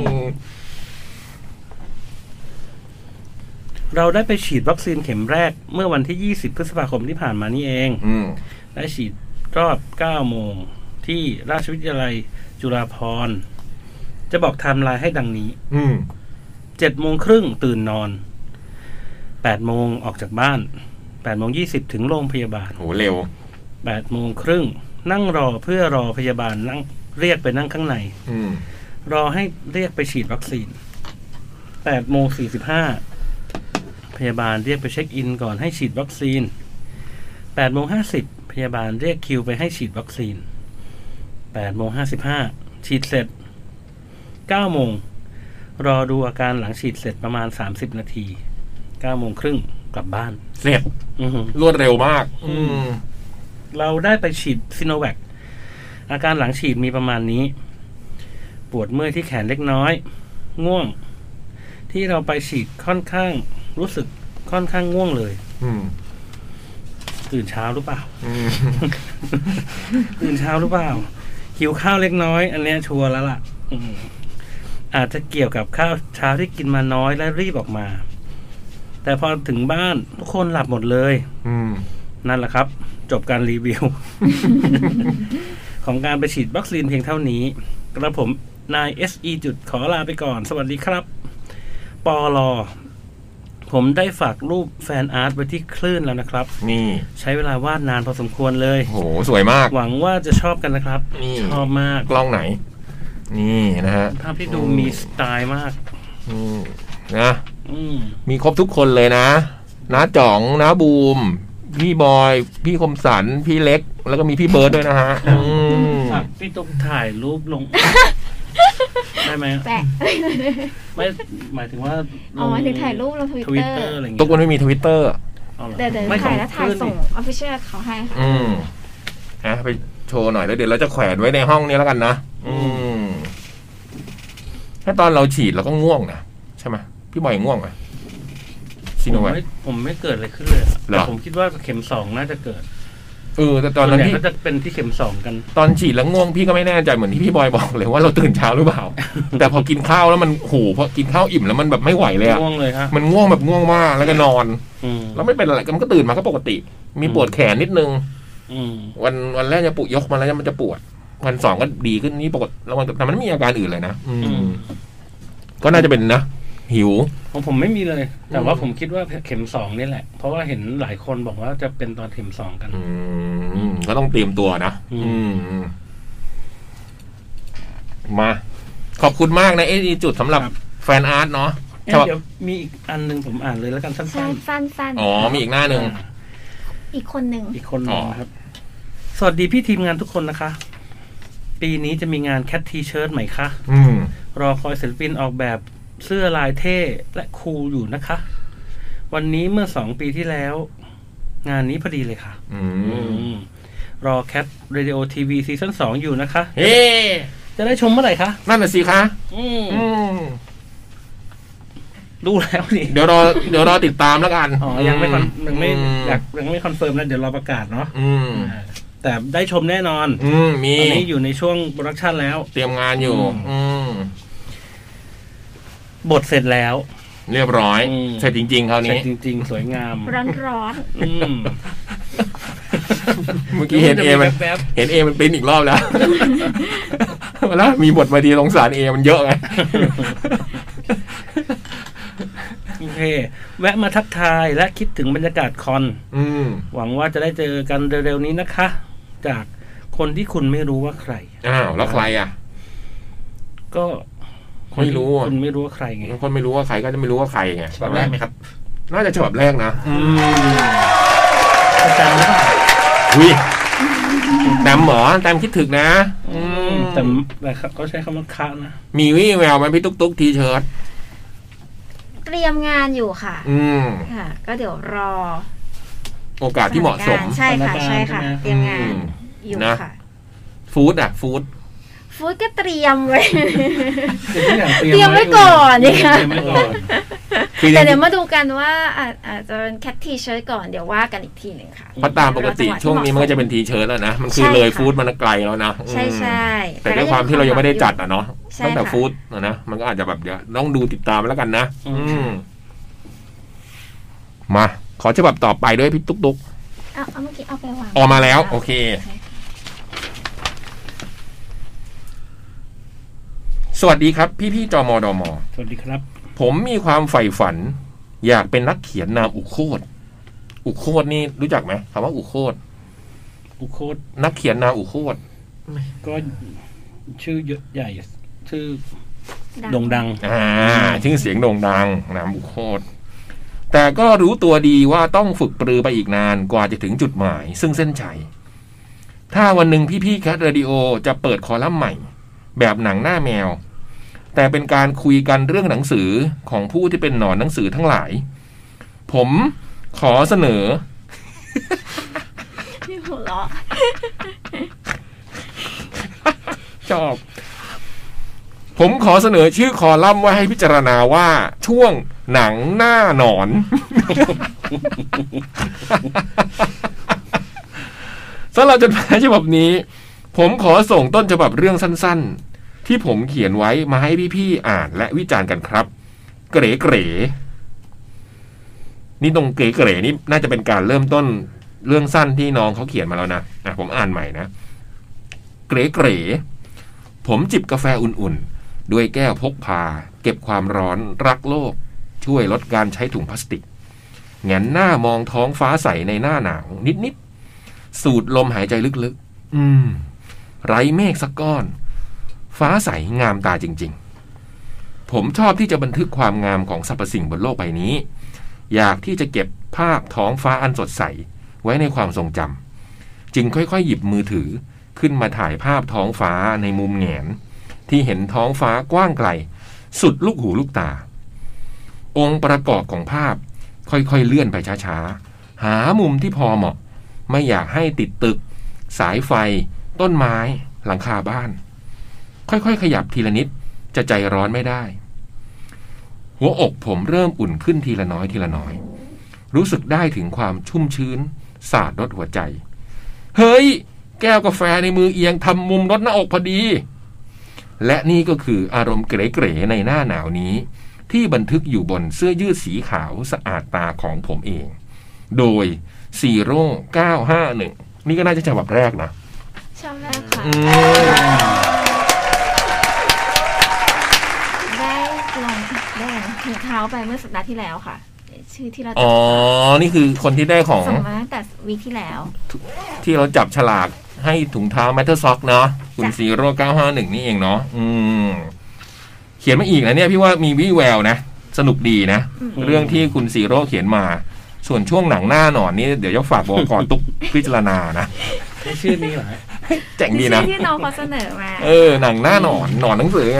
เราได้ไปฉีดวัคซีนเข็มแรกเมื่อวันที่ยี่สิบพฤษภาคมที่ผ่านมานี่เองได้ฉีดรอบเก้าโมงที่ราชวิทยาลัยจุฬาภรณ์จะบอกไทม์ไลน์ให้ดังนี้เจ็ดโมงครึ่งตื่นนอนแปดโมงออกจากบ้านแปดโมงยี่สิบถึงโรงพยาบาลโหเร็วแปดโมงครึ่งนั่งรอเพื่อรอพยาบาลนั่งเรียกไปนั่งข้างในรอให้เรียกไปฉีดวัคซีนแปดโมงสี่สิบห้าพยาบาลเรียกไปเช็คอินก่อนให้ฉีดวัคซีนแปดโมงห้าสิบพยาบาลเรียกคิวไปให้ฉีดวัคซีนแปดโมงห้าสิบห้าฉีดเสร็จเก้าโมงรอดูอาการหลังฉีดเสร็จประมาณสามสิบนาทีเก้าโมงครึ่งกลับบ้านเสร็จรวดเร็วมากเราได้ไปฉีดซิโนแวคอาการหลังฉีดมีประมาณนี้ปวดเมื่อยที่แขนเล็กน้อยง่วงที่เราไปฉีดค่อนข้างรู้สึกค่อนข้างง่วงเลยตื่นเช้าหรือเปล่าตื่นเช้าหรือเปล่าหิวข้าวเล็กน้อยอันนี้ชัวร์แล้วล่ะอาจจะเกี่ยวกับข้าวเช้าที่กินมาน้อยและรีบออกมาแต่พอถึงบ้านทุกคนหลับหมดเลยนั่นแหละครับจบการรีวิว ของการไปฉีดวัคซีนเพียงเท่านี้กระผมนาย เอส อี จุดขอลาไปก่อนสวัสดีครับปลผมได้ฝากรูปแฟนอาร์ตไว้ที่คลื่นแล้วนะครับนี่ใช้เวลาวาดนานพอสมควรเลยโหสวยมากหวังว่าจะชอบกันนะครับชอบมากกล้องไหนนี่นะฮะภาพที่ดูมีสไตล์มากนะมีครบทุกคนเลยนะน้าจ่องน้าบูมพี่บอยพี่คมสันพี่เล็กแล้วก็มีพี่เบิร์ดด้วยนะฮะพี่ตุ๊กถ่ายรูปลงได้ไหมแปะไม่หมายถึงว่าอ๋อหมายถึงถ่ายรูปลงทวิตเตอร์ตุ๊กมันไม่มีทวิตเตอร์เดี๋ยวเดี๋ยวถ่ายแล้วถ่ายส่งออฟฟิเชียลเขาให้ค่ะอืมฮะไปโชว์หน่อยแล้วเดี๋ยวเราจะแขวนไว้ในห้องนี้แล้วกันนะอืมถ้าตอนเราฉีดเราก็ง่วงนะใช่ไหมพี่บอยง่วงไหมซิโนแวคผมไม่เกิดอะไรขึ้นเลยแต่ผมคิดว่าเข็มสองน่าจะเกิดเออแต่ตอนนั้นพี่ก็จะเป็นที่เข็มสองกันตอนฉีดแล้วง่วงพี่ก็ไม่แน่ใจเหมือนที่พี่บอยบอกเลยว่าเราตื่นเช้าหรือเปล่า แต่พอกินข้าวแล้วมันโหพอกินข้าวอิ่มแล้วมันแบบไม่ไหวเลยอะง่วงเลยครับมันง่วงแบบง่วงมากแล้วก็นอนแล้วไม่เป็นอะไรมันก็ตื่นมาก็ปกติมีปวดแขนนิดนึงวันวันแรกจะปวดยกมาแล้วมันจะปวดวันสองก็ดีขึ้นนี่ปกติแล้วมันแต่มันไม่มีอาการอื่นเลยนะก็น่าจะเป็นนะหิวของผมไม่มีเลยแต่ว่าผมคิดว่าเข็มสองนี่แหละเพราะว่าเห็นหลายคนบอกว่าจะเป็นตอนเข็มสองกันก็ต้องเตรียมตัวนะมาขอบคุณมากนะเอไอจุดสำหรับแฟนอาร์ตเนาะเดี๋ยวมีอีกอันหนึ่งผมอ่านเลยแล้วกันสั้นๆสั้นๆอ๋อมีอีกหน้าหนึ่งอีกคนหนึ่งอีกคนนึงครับสวัสดีพี่ทีมงานทุกคนนะคะปีนี้จะมีงานแคททีเชิร์ตไหมคะรอคอยศิลปินออกแบบเสื้อลายเท่และคูลอยู่นะคะ วันนี้เมื่อสองปีที่แล้วงานนี้พอดีเลยค่ะอืมรอแคทเรดิโอทีวีซีซั่นสองอยู่นะคะเฮ้จะได้ชมเมื่อไหร่คะนั่นน่ะสิคะอืมอืมดูแล้วนี่เดี๋ยวรอเดี๋ยวรอติดตามแล้วกันอ๋อยังไม่คอนยังไม่อืมอยากยังไม่คอนเฟิร์มนะเดี๋ยวรอประกาศเนาะอืมอ่าแต่ได้ชมแน่นอนอืมมีตอนนี้อยู่ในช่วงโปรดักชันแล้วเตรียมงานอยู่อืมอืมบทเสร็จแล้วเรียบร้อยอืมเสร็จจริงๆคราวเสร็จนี้จริงๆ สวยงามร้อนร้อนอืมเมื่อกี้เห็นเอมันแป๊บเห็นเอมันเป็นอีกรอบแล้ว แล้วมีบทมาดีสงสารเอมันเยอะไงโอเค แวะมาทักทายและคิดถึงบรรยากาศคอนอืมหวังว่าจะได้เจอกันเร็วๆนี้นะคะ จากคนที่คุณไม่รู้ว่าใครอ้าวแล้วใครอ่ะก็คนไม่รู้ที่อะคุณไม่รู้ว่าใครไงคนไม่รู้ว่าใครก็จะไม่รู้ว่าใครไงฉบับแรกไหมครับน่าจะฉบับแรกนะอืมประจำหรือเปล่าอุ้ยแตมเหรอแตมคิดถึงนะ อืมแต่แต่เขาใช้คำว่าคะนะมีวี่แววไหมพี่ตุ๊กตุ๊กทีเชิร์ตเตรียมงานอยู่ค่ะอืมค่ะ ก็เดี๋ยวรอโอกาสที่เหมาะสมใช่ค่ะใช่ค่ะ เตรียมงานอยู่นะค่ะฟู้ดอ่ะฟู้ดฟู้ดก็เตรียมไว้ทุกอย่างเตรียมไว้ก่อนนี่ค่ะเตรียมไว้ก่อนคือแต่เดี๋ยวมาดูกันว่าอาจอาจจะเป็นแคททีเชิร์ตก่อนเดี๋ยวว่ากันอีกทีหนึ่งค่ะเพราะตามปกติช่วงนี้มันก็จะเป็นทีเชิร์ตแล้วนะ มันคือเลยฟู้ดมันไกลแล้วนะใช่ใช่แต่ด้วยความที่เรายังไม่ได้จัดอ่ะเนาะใช่ตั้งแต่ค่ะฟู้ดอะนะมันก็อาจจะแบบเดี๋ยวต้องดูติดตามแล้วกันนะอืมอืมมาขอฉบับต่อไปด้วยพี่ตุ๊กตุ๊กเอาเอาเมื่อกี้เอาไปวางออกมาแล้ว โอเค สวัสดีครับ พี่พี่ๆจมดมสวัสดีครับผมมีความใฝ่ฝัน อยากเป็นนักเขียนนามอุโคตอุโคตนี่รู้จักไหมคำว่าอุโคตอุโคตนักเขียนนามอุโคตก็ชื่อเยอะใหญ่ ชื่อโด่งดังอ่าชื่อเสียงโด่งดังนามอุโคตแต่ก็รู้ตัวดีว่าต้องฝึกปรือไปอีกนานกว่าจะถึงจุดหมาย ซึ่งเส้นชัยถ้าวันหนึ่งพี่ๆแคทเรดิโอจะเปิดคอลัมน์ใหม่ แบบหนังหน้าแมว แต่เป็นการคุยกันเรื่องหนังสือของผู้ที่เป็นหนอนหนังสือทั้งหลาย ผมขอเสนอที่หัวเราะชอบ ผมขอเสนอชื่อคอลัมน์ไว้ให้พิจารณาว่าช่วงหนังหน้าหนอน สำหรับจดหมายฉบับนี้ ผมขอส่งต้นฉบับเรื่องสั้นๆ ที่ผมเขียนไว้มาให้พี่ๆอ่านและวิจารณ์กันครับ เก๋เก๋นี่ตรงเก๋เก๋นี่น่าจะเป็นการเริ่มต้นเรื่องสั้นที่น้องเขาเขียนมาแล้วนะอ่ะผมอ่านใหม่นะ เก๋เก๋ผมจิบกาแฟอุ่นๆด้วยแก้วพกพาเก็บความร้อนรักโลกช่วยลดการใช้ถุงพลาสติกแงนหน้ามองท้องฟ้าใสในหน้าหนาวนิดๆสูดลมหายใจลึกๆอืมไร้เมฆสักก้อนฟ้าใสงามตาจริงๆผมชอบที่จะบันทึกความงามของสรรพสิ่งบนโลกใบนี้อยากที่จะเก็บภาพท้องฟ้าอันสดใสไว้ในความทรงจำจึงค่อยๆหยิบมือถือขึ้นมาถ่ายภาพท้องฟ้าในมุมแหงนที่เห็นท้องฟ้ากว้างไกลสุดลูกหูลูกตาองค์ประกอบของภาพค่อยๆเลื่อนไปช้าๆหามุมที่พอเหมาะไม่อยากให้ติดตึกสายไฟต้นไม้หลังคาบ้านค่อยๆขยับทีละนิดจะใจร้อนไม่ได้หัวอกผมเริ่มอุ่นขึ้นทีละน้อยทีละน้อยรู้สึกได้ถึงความชุ่มชื้นสาดรดหัวใจเฮ้ยแก้วกาแฟในมือเอียงทำมุมรดหน้าอกพอดีและนี่ก็คืออารมณ์เก๋ๆในหน้าหนาวนี้ที่บันทึกอยู่บนเสื้อยืดสีขาวสะอาดตาของผมเองโดยซีโร่เก้าห้าหนึ่งนี่ก็น่าจะฉบับแรกนะชอบมากค่ะอืมได้ลองได้ถุงเท้าไปเมื่อสัปดาห์ที่แล้วค่ะ ชื่อที่เราอ๋อนี่คือคนที่ได้ของส่งมาตั้งแต่วีคที่แล้วที่เราจับฉลากให้ถุงเท้าแมทเทอร์ซ็อกเนาะคุณจ้ะซีโร่เก้าห้าหนึ่งนี่เองเนาะอืมเขียนมาอีกนะเนี่ยพี่ว่ามีวี่แววนะสนุกดีนะ เรื่องที่คุณซีโร่เขียนมาส่วนช่วงหนังหน้าหนอนนี่เดี๋ยวจะฝากบอกก่อนตุ๊กพิจารณานะใช้ชื่อนี้เหรอเจ๋งดีนะที่น้องเขาเสนอมาเออหนังหน้าหนอนหนอนหนังสือไง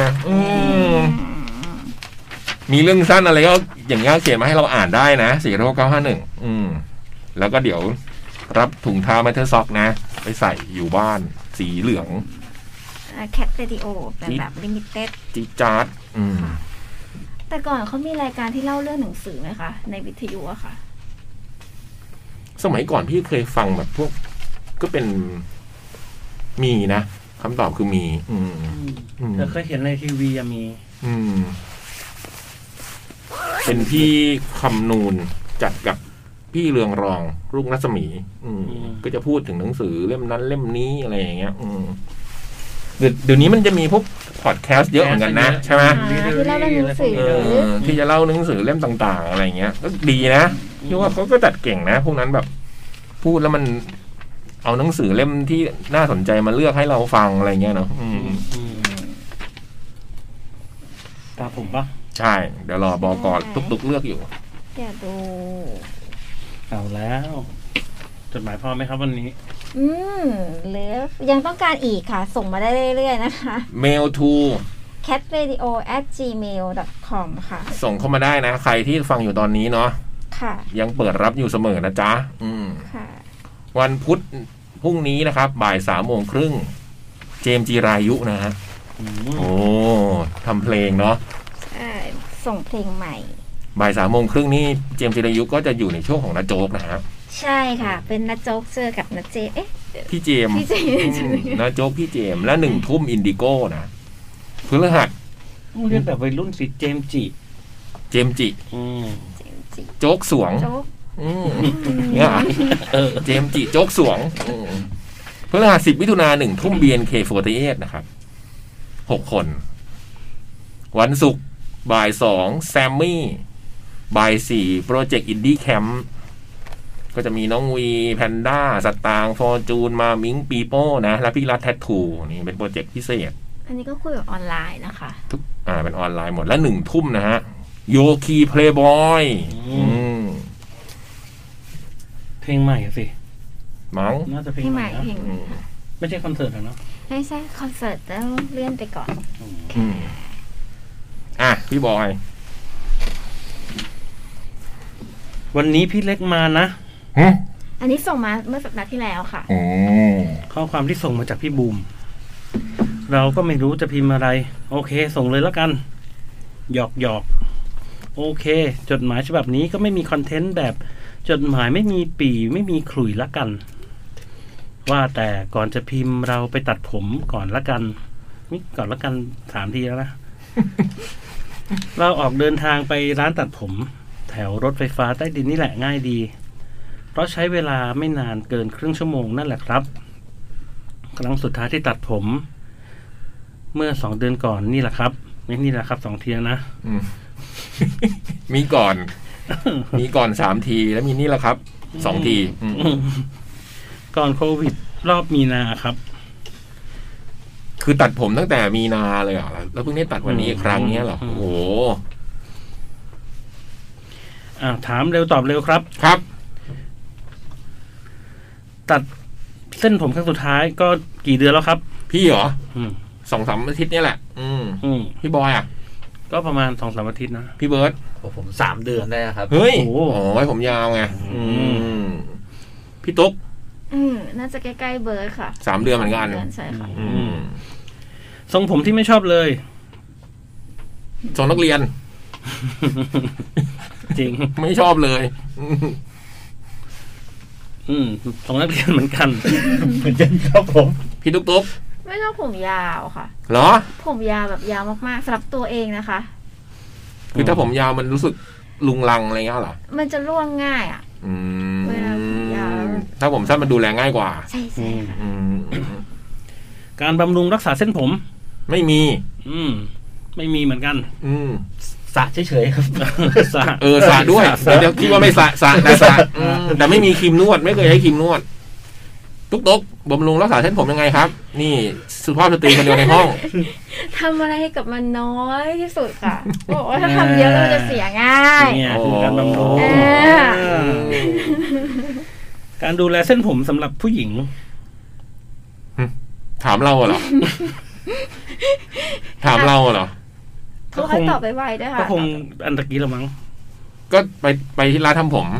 มีเรื่องสั้นอะไรก็อย่างเงี้ยเขียนมาให้เราอ่านได้นะสี่โรคเก้าห้าหนึ่งอืมแล้วก็เดี๋ยวรับถุงเท้าแมทเทอร์ซ็อกนะไปใส่อยู่บ้านสีเหลืองแคทเรดิโอเป็นแบบลิมิเต็ดจีจาร์ดอืมแต่ก่อนเขามีรายการที่เล่าเรื่องหนังสือไหมคะในวิทยุอะค่ะสมัยก่อนพี่เคยฟังแบบพวกก็เป็นมีนะคำตอบคือมีอืมแต่เคยเห็นในทีวีมีอืมเป็นพี่คำนูนจัดกับพี่เรืองรองรุ่งรัศมี อืมก็จะพูดถึงหนังสือเล่มนั้นเล่มนี้อะไรอย่างเงี้ยอืมเดี๋ยวเดี๋ยวนี้มันจะมีพวกพอดแคสต์เยอะเหมือนกันนะใช่ไหมที่เล่าเรื่องหนังสือที่จะเล่าหนังสือเล่มต่างๆอะไรเงี้ยก็ดีนะพี่ว่าเขาก็จัดเก่งนะพวกนั้นแบบพูดแล้วมันเอาหนังสือเล่มที่น่าสนใจมาเลือกให้เราฟังอะไรเงี้ยเนาะตาผมปะใช่เดี๋ยวรอบอกรตุกๆเลือกอยู่เดี๋ยวดูเอาแล้วจดหมายพอไหมครับวันนี้อืมเหลือยังต้องการอีกค่ะส่งมาได้เรื่อยๆนะคะ mail to แคทเรดิโอ แอท จีเมล ดอท คอม ค่ะส่งเข้ามาได้นะใครที่ฟังอยู่ตอนนี้เนาะค่ะยังเปิดรับอยู่เสมอนะจ๊ะอืมค่ะวันพุธพรุ่งนี้นะครับบ่ายสามโมงครึ่งเจมส์จีรายุนะฮะโอ้ทำเพลงเนาะใช่ส่งเพลงใหม่บ่ายสามโมงครึ่งนี่เจมส์จีรายุก็จะอยู่ในช่วงของน้าโจ๊กนะฮะใช่ค่ะเป็นน้าโจ๊กเจอกับน้าเจเอ๊ะพี่เจมพี่เจมน้าโจ๊กพี่เจมและหนึ่งทุ่มอินดิโก้นะพฤหัสเรียกแบบวัยรุ่นสิเจมจิเจมจิโจ๊กสวงเนี่ยเจมจิโจ๊กสวงพฤหัสสิบมิถุนาหนึ่งทุ่ม บี เอ็น เค สี่สิบแปด นะครับหกคนวันศุกร์บ่ายสองแซมมี่บ่ายสี่โปรเจกต์อินดี้แคมป์ก็จะมีน้องวีแพนด้าสตางฟอร์จูนมามิงปีโป้นะและพี่รัฐแทททูนี่เป็นโปรเจกต์พิเศษอันนี้ก็คุยแบบออนไลน์นะคะทุกอ่าเป็นออนไลน์หมดแล้วหนึ่งทุ่มนะฮะโยคีเพลย์บอยเพลงใหม่สิมั้งน่าจะเพลงใหม่เพลงไม่ใช่คอนเสิร์ตหรอเนาะไม่ใช่คอนเสิร์ตแล้วเลื่อนไปก่อนอ่ะพี่บอยวันนี้พี่เล็กมานะอันนี้ส่งมาเมื่อสัปดาห์ที่แล้วค่ะข้อความที่ส่งมาจากพี่บูมเราก็ไม่รู้จะพิมพ์อะไรโอเคส่งเลยแล้วกันหยอกหยอกโอเคจดหมายฉบับนี้ก็ไม่มีคอนเทนต์แบบจดหมายไม่มีปีไม่มีขลุ่ยละกันว่าแต่ก่อนจะพิมพ์เราไปตัดผมก่อนละกันนี่ก่อนละกันสามทีแล้วนะ เราออกเดินทางไปร้านตัดผมแถวรถไฟฟ้าใต้ดินนี่แหละง่ายดีเพราะใช้เวลาไม่นานเกินครึ่งชั่วโมงนั่นแหละครับครั้งสุดท้ายที่ตัดผมเมื่อสองเดือนก่อนนี่แหละครับนี่นี่แหละครับสองทีนะมีก่อน มีก่อนสามทีแล้วมีนี่แหละครับสองทีก่อนโควิดรอบมีนาครับคือตัดผมตั้งแต่มีนาเลยเหรอแล้วเพิ่งได้ตัดวันนี้ครั้งนี้เหรอโอ้โหอ่าถามเร็วตอบเร็วครับครับตัดเส้นผมครั้งสุดท้ายก็กี่เดือนแล้วครับพี่เหรอสองสามอาทิตย์นี่แหละอืมอืมพี่บอยอ่ะก็ประมาณสองสามอาทิตย์นะพี่เบิร์ตผมสามเดือนได้ครับเฮ้ยโอ้ไว้ผมยาวไงอืมพี่ตุ๊กอืมน่าจะใกล้ๆเบิร์ตค่ะสามเดือนเหมือนกันใช่ค่ะอืมทรงผมที่ไม่ชอบเลยทรงนักเรียนจริงไม่ชอบเลยอืมทรงนักเรียนเหมือนกันเหมือนกันครับผมพี่ตุ๊กตุ๊กไม่ชอบผมยาวค่ะเหรอผมยาวแบบยาวมากๆสำหรับตัวเองนะคะคือถ้าผมยาวมันรู้สึกลุงลังอะไรเงี้ยเหรอมันจะร่วงง่ายอ่ะเวลาผมยาวถ้าผมสั้นมันดูแลง่ายกว่าใช่ใช่การบำรุงรักษาเส้นผมไม่มีอืมไม่มีเหมือนกันอืมสระเฉยๆครับสระเออสระด้วยเดี๋ยวคิดว่าไม่สระสระแต่สระแต่ไม่มีครีมนวดไม่เคยใช้ครีมนวดตุ๊กตุ๊กบำรุงรักษาเส้นผมยังไงครับนี่สุภาพสตรีคนเดียวในห้องทำอะไรให้กับมันน้อยที่สุดค่ะบอกว่าถ้าทำเยอะเราจะเสียง่ายเนี่ยคือการบำรุงการดูแลเส้นผมสำหรับผู้หญิงถามเราเหรอ ถามเราเหรอก็คงตอบไปไวด้วยค่ะก็คงอันตะกี้ละมั้งก็ไปไปที่ร้านทำผม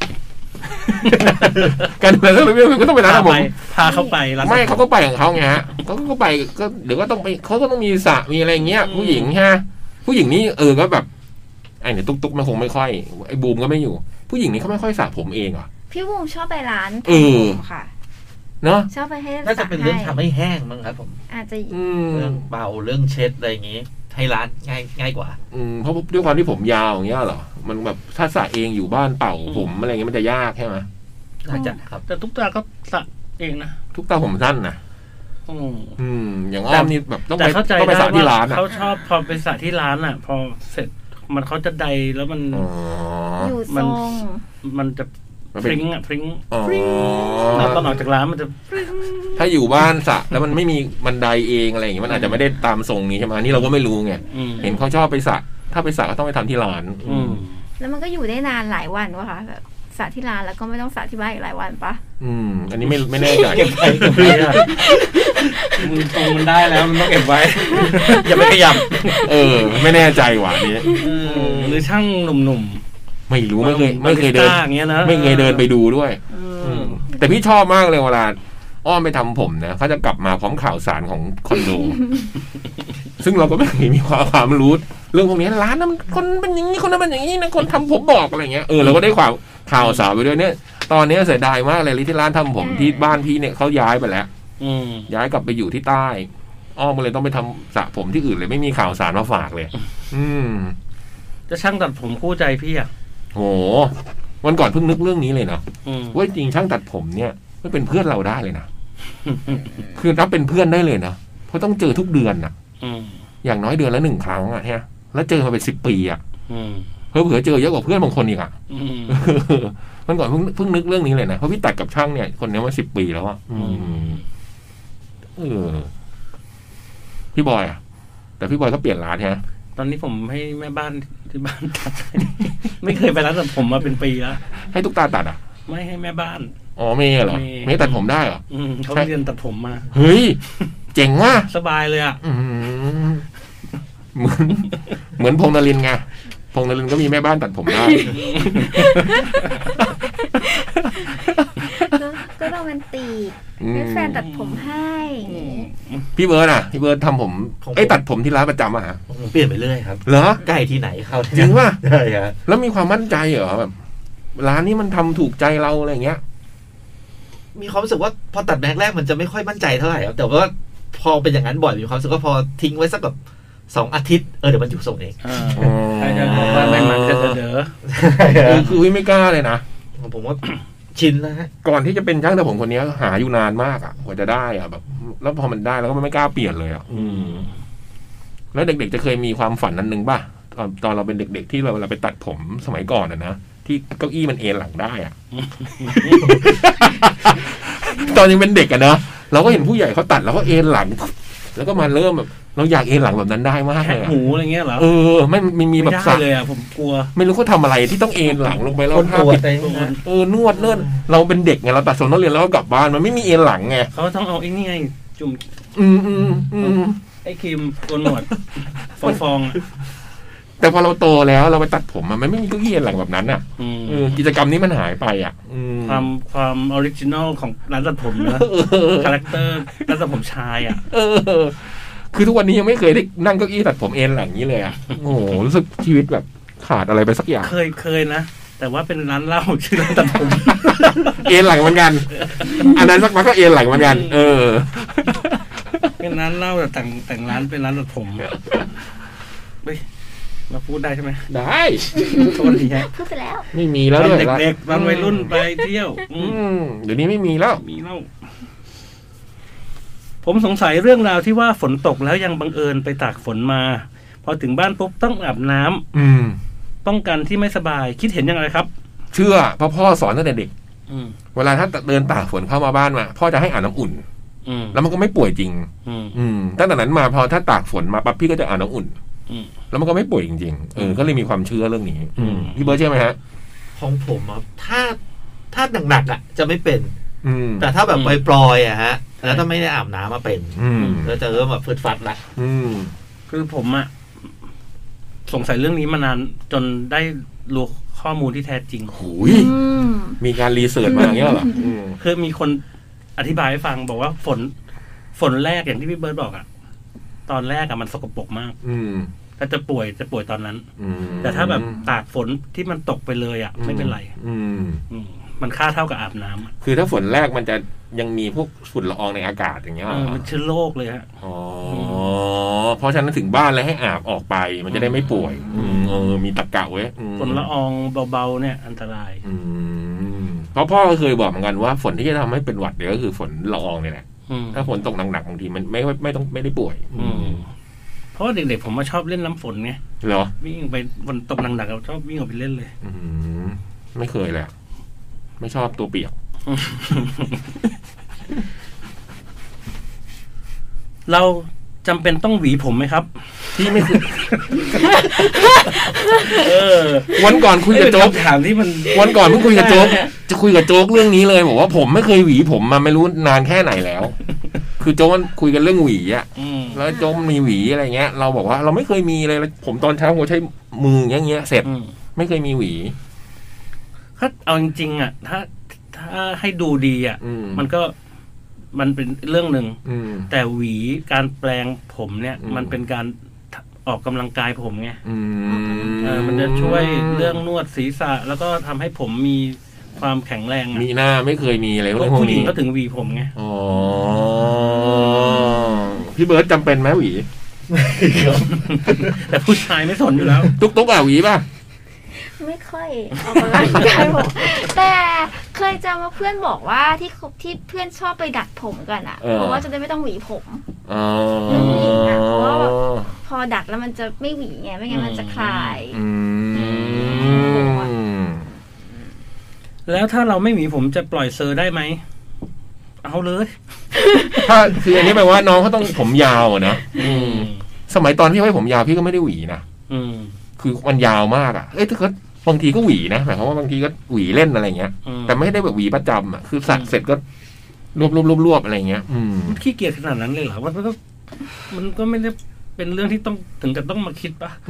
กันไปแล้วก็ต้องไปร้านทำผมพาเขาไปร้านไม่เขาก็ไปของเขาไงฮะเขาก็ไปก็เดี๋ยวก็ต้องไปเขาก็ต้องมีสระมีอะไรเงี้ยผู้หญิงฮะผู้หญิงนี่เออก็แบบไอ้เนี่ยตุ๊กตุ๊กมันคงไม่ค่อยไอ้บูมก็ไม่อยู่ผู้หญิงนี่เขาไม่ค่อยสระผมเองเหรอพี่บูมชอบไปร้านเออค่ะเนาะชอบไปให้น่าจะเป็นเรื่องทำให้แห้งมั้งครับผมอาจจะเรื่องเบาเรื่องเช็ดอะไรอย่างงี้ให้ร้านง่ายง่ายกว่าอืมเพราะด้วยความที่ผมยาวอย่างเงี้ยเหรอมันแบบถ้าสระเองอยู่บ้านเป่าผมอะไรเงี้ยมันจะยากใช่ไหมน่าจะครับแต่ทุกตาก็สระเองนะทุกตาผมสั้นนะอืมอย่างอ้อมนี่แบบต้องไปต้องไปสระที่ร้านอ่ะเขาชอบพอไปสระที่ร้านอ่ะพอเสร็จมันเขาจะใดแล้วมันอยู่ทรงมันจะพริ้งอ่ะพริ้งพริ้งแล้วตอนออกจากร้านมันจะถ้าอยู่บ้านสระแล้วมันไม่มีบันไดเองอะไรอย่างเงี้ยมันอาจจะไม่ได้ตามทรงนี้ใช่ไหมนี่เราก็ไม่รู้ไงเห็นเขาชอบไปสระถ้าไปสระก็ต้องไปทำที่ร้านแล้วมันก็อยู่ได้นานหลายวันวะคะแบบสระที่ร้านแล้วก็ไม่ต้องสระที่บ้านอีกหลายวันปะอืมอันนี้ไม่ไม่แน่ใจเก็บไว้เก็บไว้อะมึงตรงมันได้แล้วมันต้องเก็บไว้อย่าไปขยับเออไม่แน่ใจว่ะนี้หรือช่างหนุ่มๆไม่รู้ไม่เคยไม่เคยเดินไม่เคยเดินไปดูด้วยแต่พี่ชอบมากเลยเวลาอ้อมไปทำผมนะเขาจะกลับมาพร้อมข่าวสารของคอนโดซึ่งเราก็ไม่เคยมีความความรู้เรื่องพวกนี้ร้านนั้นคนเป็นอย่างนี้คนนั้นเป็นอย่างนี้นะคนทำผมบอกอะไรเงี้ยเออเราก็ได้ความข่าวสารไปด้วยเนี่ยตอนนี้เสียดายมากเลยที่ร้านทำผมที่บ้านพี่เนี่ยเขาย้ายไปแล้วย้ายกลับไปอยู่ที่ใต้อ้อมเลยต้องไปทำสระผมที่อื่นเลยไม่มีข่าวสารมาฝากเลยอืมจะช่างตัดผมคู่ใจพี่อ่ะโหวันก่อนเพิ่งนึกเรื่องนี้เลยนะว่าจริงช่างตัดผมเนี่ยไม่เป็นเพื่อนเราได้เลยนะคือรับเป็นเพื่อนได้เลยนะเพราะต้องเจอทุกเดือนนะอย่างน้อยเดือนละหนึ่งครั้งอ่ะฮะแล้วเจอมาเป็นสิบปีอ่ะเผื่อเผื่อเจอเยอะกว่าเพื่อนบางคนอีกอ่ะมันก่อนเพิ่งเพิ่งนึกเรื่องนี้เลยนะเพราะพี่ตัดกับช่างเนี่ยคนนี้มาสิบปีแล้วอ่ะเออพี่บอยอ่ะแต่พี่บอยก็เปลี่ยนร้านฮะตอนนี้ผมให้แม่บ้านที่บ้านตัดไม่เคยไปร้านตัดผมมาเป็นปีแล้วให้ตุ๊กตาตัดอ่ะไม่ให้แม่บ้านอ๋อเมย์เหรอเมย์ตัดผมได้เหรอเขาเรียนตัดผมมาเฮ้ยเจ๋งว่ะสบายเลยอ่ะเหมือนเหมือนพงษ์นรินทร์ไงพงษ์นรินทร์ก็มีแม่บ้านตัดผมได้ก็โรแมนติกให้แฟนตัดผมให้พี่เบิร์ดอ่ะพี่เบิร์ดทำผมไอ้ตัดผมที่ร้านประจำอ่ะเปลี่ยนไปเรื่อยครับเหรอใกล้ที่ไหนเข้าจริงป่ะใช่ครับแล้วมีความมั่นใจเหรอแบบร้านนี้มันทำถูกใจเราอะไรเงี้ยมีความรู้สึกว่าพอตัดแรกๆมันจะไม่ค่อยมั่นใจเท่าไหร่แต่ว่าพอเป็นอย่างนั้นบ่อยมีความรู้สึกว่าพอทิ้งไว้สักแบบสองอาทิตย์เออเดี๋ยวมันอยู่ทรงเองใช่จะบอกว่าไม่มันจะเด๋อคือไม่กล้าเลยนะผมว่าชินแล้วฮะก่อนที่จะเป็นช่างแต่ผมคนนี้หาอยู่นานมากอ่ะกว่าจะได้อ่ะแบบแล้วพอมันได้แล้วก็ไม่กล้าเปลี่ยนเลยอ่ะแล้วเด็กๆจะเคยมีความฝันนั้นนึงป่ะตอนตอนเราเป็นเด็กๆที่เราเวลาไปตัดผมสมัยก่อนอ่ะนะที่เก้าอี้มันเอนหลังได้อ่ะตอนยังเป็นเด็กอ่ะนะเราก็เห็นผู้ใหญ่เขาตัดแล้วก็เอนหลังแล้วก็มาเริ่มแบบเราอยากเอนหลังแบบนั้นได้มากเลยหูอะไรเงี้ยเหรอเออไม่ไม่มีแบบสักเลยอ่ะผมกลัวไม่รู้เขาทำอะไรที่ต้องเอนหลังลงไปแล้วผ้าปิดเออนวดเนิ่นเราเป็นเด็กไงเราตัดทรงนักเรียนแล้วก็กลับบ้านมันไม่มีเอนหลังไงเขาต้องเอาไอ้นี่ไงจุ่มอืมอืมอืมไอ้ครีมโกนหนวดฟองๆแต่พอเราโตแล้วเราไปตัดผมมันไม่มีเก้าอี้เอนหลังแบบนั้นอ่ะกิจกรรมนี้มันหายไปอ่ะความความออริจินอลของร้านตัดผมนะคาแรคเตอร์ร้านตัดผมชายอ่ะคือทุกวันนี้ยังไม่เคยได้นั่งเก้าอี้ตัดผมเอนหลังนี้เลยอ่ะโอ้โหรู้สึกชีวิตแบบขาดอะไรไปสักอย่างเคยเคยนะแต่ว่าเป็นร้านเหล้าชื่อร้านตัดผมเอนหลังเหมือนกันอันนั้นสักพักก็เอนหลังเหมือนกันเออเป็นร้านเหล้าแต่แต่งแต่งร้านเป็นร้านตัดผมเฮ้ยมาพูดได้ใช่ไหมได้โทษทีฮะพูดไปแล้วไม่มีแล้วด้วยเด็กๆตอนวัยรุ่นไปเที่ยวเดี๋ยวนี้ไม่มีแล้วมีเหล้าผมสงสัยเรื่องราวที่ว่าฝนตกแล้วยังบังเอิญไปตากฝนมาพอถึงบ้านปุ๊บต้องอาบน้ำอืมป้องกันที่ไม่สบายคิดเห็นยังไงครับเชื่อเพราะพ่อสอนตั้งแต่เด็กเวลาถ้าเดินตากฝนเข้ามาบ้านมาพ่อจะให้อาบน้ำอุ่นแล้วมันก็ไม่ป่วยจริงอืมตั้งแต่นั้นมาพอถ้าตากฝนมาปั๊บพี่ก็จะอาบน้ำอุ่นแล้วมันก็ไม่ป่วยจริงๆเออก็เลยมีความเชื่อเรื่องนี้พี่เบิร์ดเชื่อไหมฮะของผมอ่ะถ้าถ้าหนักๆอ่ะจะไม่เป็นแต่ถ้าแบบปล่อยๆอ่ะฮะแล้วถ้าไม่ได้อาบน้ำมาเป็นก็จะเริ่มแบบฟืดฟัดละคือผมอะสงสัยเรื่องนี้มานานจนได้รู้ข้อมูลที่แท้จริงโอ้ยมีการรีเสิร์ชมาอย่างเงี้ยเหรอคือมีคนอธิบายให้ฟังบอกว่าฝนฝนแรกอย่างที่พี่เบิร์ดบอกอะตอนแรกอะมันสกปรกมากถ้าจะป่วยจะป่วยตอนนั้นแต่ถ้าแบบตากฝนที่มันตกไปเลยอะไม่เป็นไรมันค่าเท่ากับอาบน้ำคือถ้าฝนแรกมันจะยังมีพวกฝุ่นละอองในอากาศอย่างเงี้ยมันเชื้อโรคเลยฮะอ๋อเพราะฉะนั้นถึงบ้านแล้วให้อาบออกไปมันจะได้ไม่ป่วยเออมีตะกะไว้ฝนละอองเบาๆเนี่ยอันตรายเพราะพ่อเคยบอกเหมือนกันว่าฝนที่จะทำให้เป็นหวัดเดี๋ยวก็คือฝนละอองนี่แหละถ้าฝนตกหนักๆบางทีมันไม่ไม่ต้องไม่ได้ป่วยเพราะเด็กๆผมมาชอบเล่นน้ำฝนไงเหรอวิ่งไปฝนตกหนักๆเราชอบวิ่งออกไปเล่นเลยไม่เคยเลยไม่ชอบตัวเปียกเราจำเป็นต้องหวีผมไหมครับที่ไม่คือวันก่อนคุยกับโจ๊กถามที่มันวันก่อนเพิ่งคุยกับโจ๊กจะคุยกับโจ๊กเรื่องนี้เลยบอกว่าผมไม่เคยหวีผมมาไม่รู้นานแค่ไหนแล้วคือโจ๊กคุยกันเรื่องหวีอ่ะแล้วโจ๊กมีหวีอะไรเงี้ยเราบอกว่าเราไม่เคยมีเลยผมตอนเช้าผมใช้มืออย่างเงี้ยเสร็จไม่เคยมีหวีถ้าเอาจริงๆอ่ะถ้าถ้าให้ดูดีอ่ะมันก็มันเป็นเรื่องหนึ่งแต่หวีการแปลงผมเนี่ยมันเป็นการออกกำลังกายผมไงมันจะช่วยเรื่องนวดศีรษะแล้วก็ทำให้ผมมีความแข็งแรงมีหน้าไม่เคยมีอะไรพวกนี้ผู้หญิงก็ถึงหวีผมไงอ๋อพี่เบิร์ดจำเป็นไหมหวีแต่ผู้ชายไม่สนอยู่แล้วตุ๊กตุ๊กอ่ะหวีป่ะไม่ค่อยออกกำลังกายผมแต่เคยจำว่าเพื่อนบอกว่าที่ที่เพื่อนชอบไปดัดผมกันอ่ะเพราะว่าจะได้ไม่ต้องหวีผมเรื่องผู้หญิงอ่ะเพราะว่าพอดัดแล้วมันจะไม่หวีไงไม่งั้นมันจะคลายแล้วถ้าเราไม่หวีผมจะปล่อยเซอร์ได้ไหมเอาเลยถ้าคืออันนี้แปลว่าน้องเขาต้องผมยาวนะสมัยตอนพี่ให้ผมยาวพี่ก็ไม่ได้หวีนะคือมันยาวมากอ่ะเอ้ยถ้าเกิดบางทีก็หวีนะหมายความว่าบางทีก็หวีเล่นอะไรเงี้ยแต่ไม่ได้แบบหวีประจำอ่ะคือสักเสร็จก็รวบรวบรวบรวบอะไรเงี้ยมันขี้เกียจขนาดนั้นเลยเหรอมันก็มันก็ไม่ได้เป็นเรื่องที่ต้องถึงกับต้องมาคิดปะ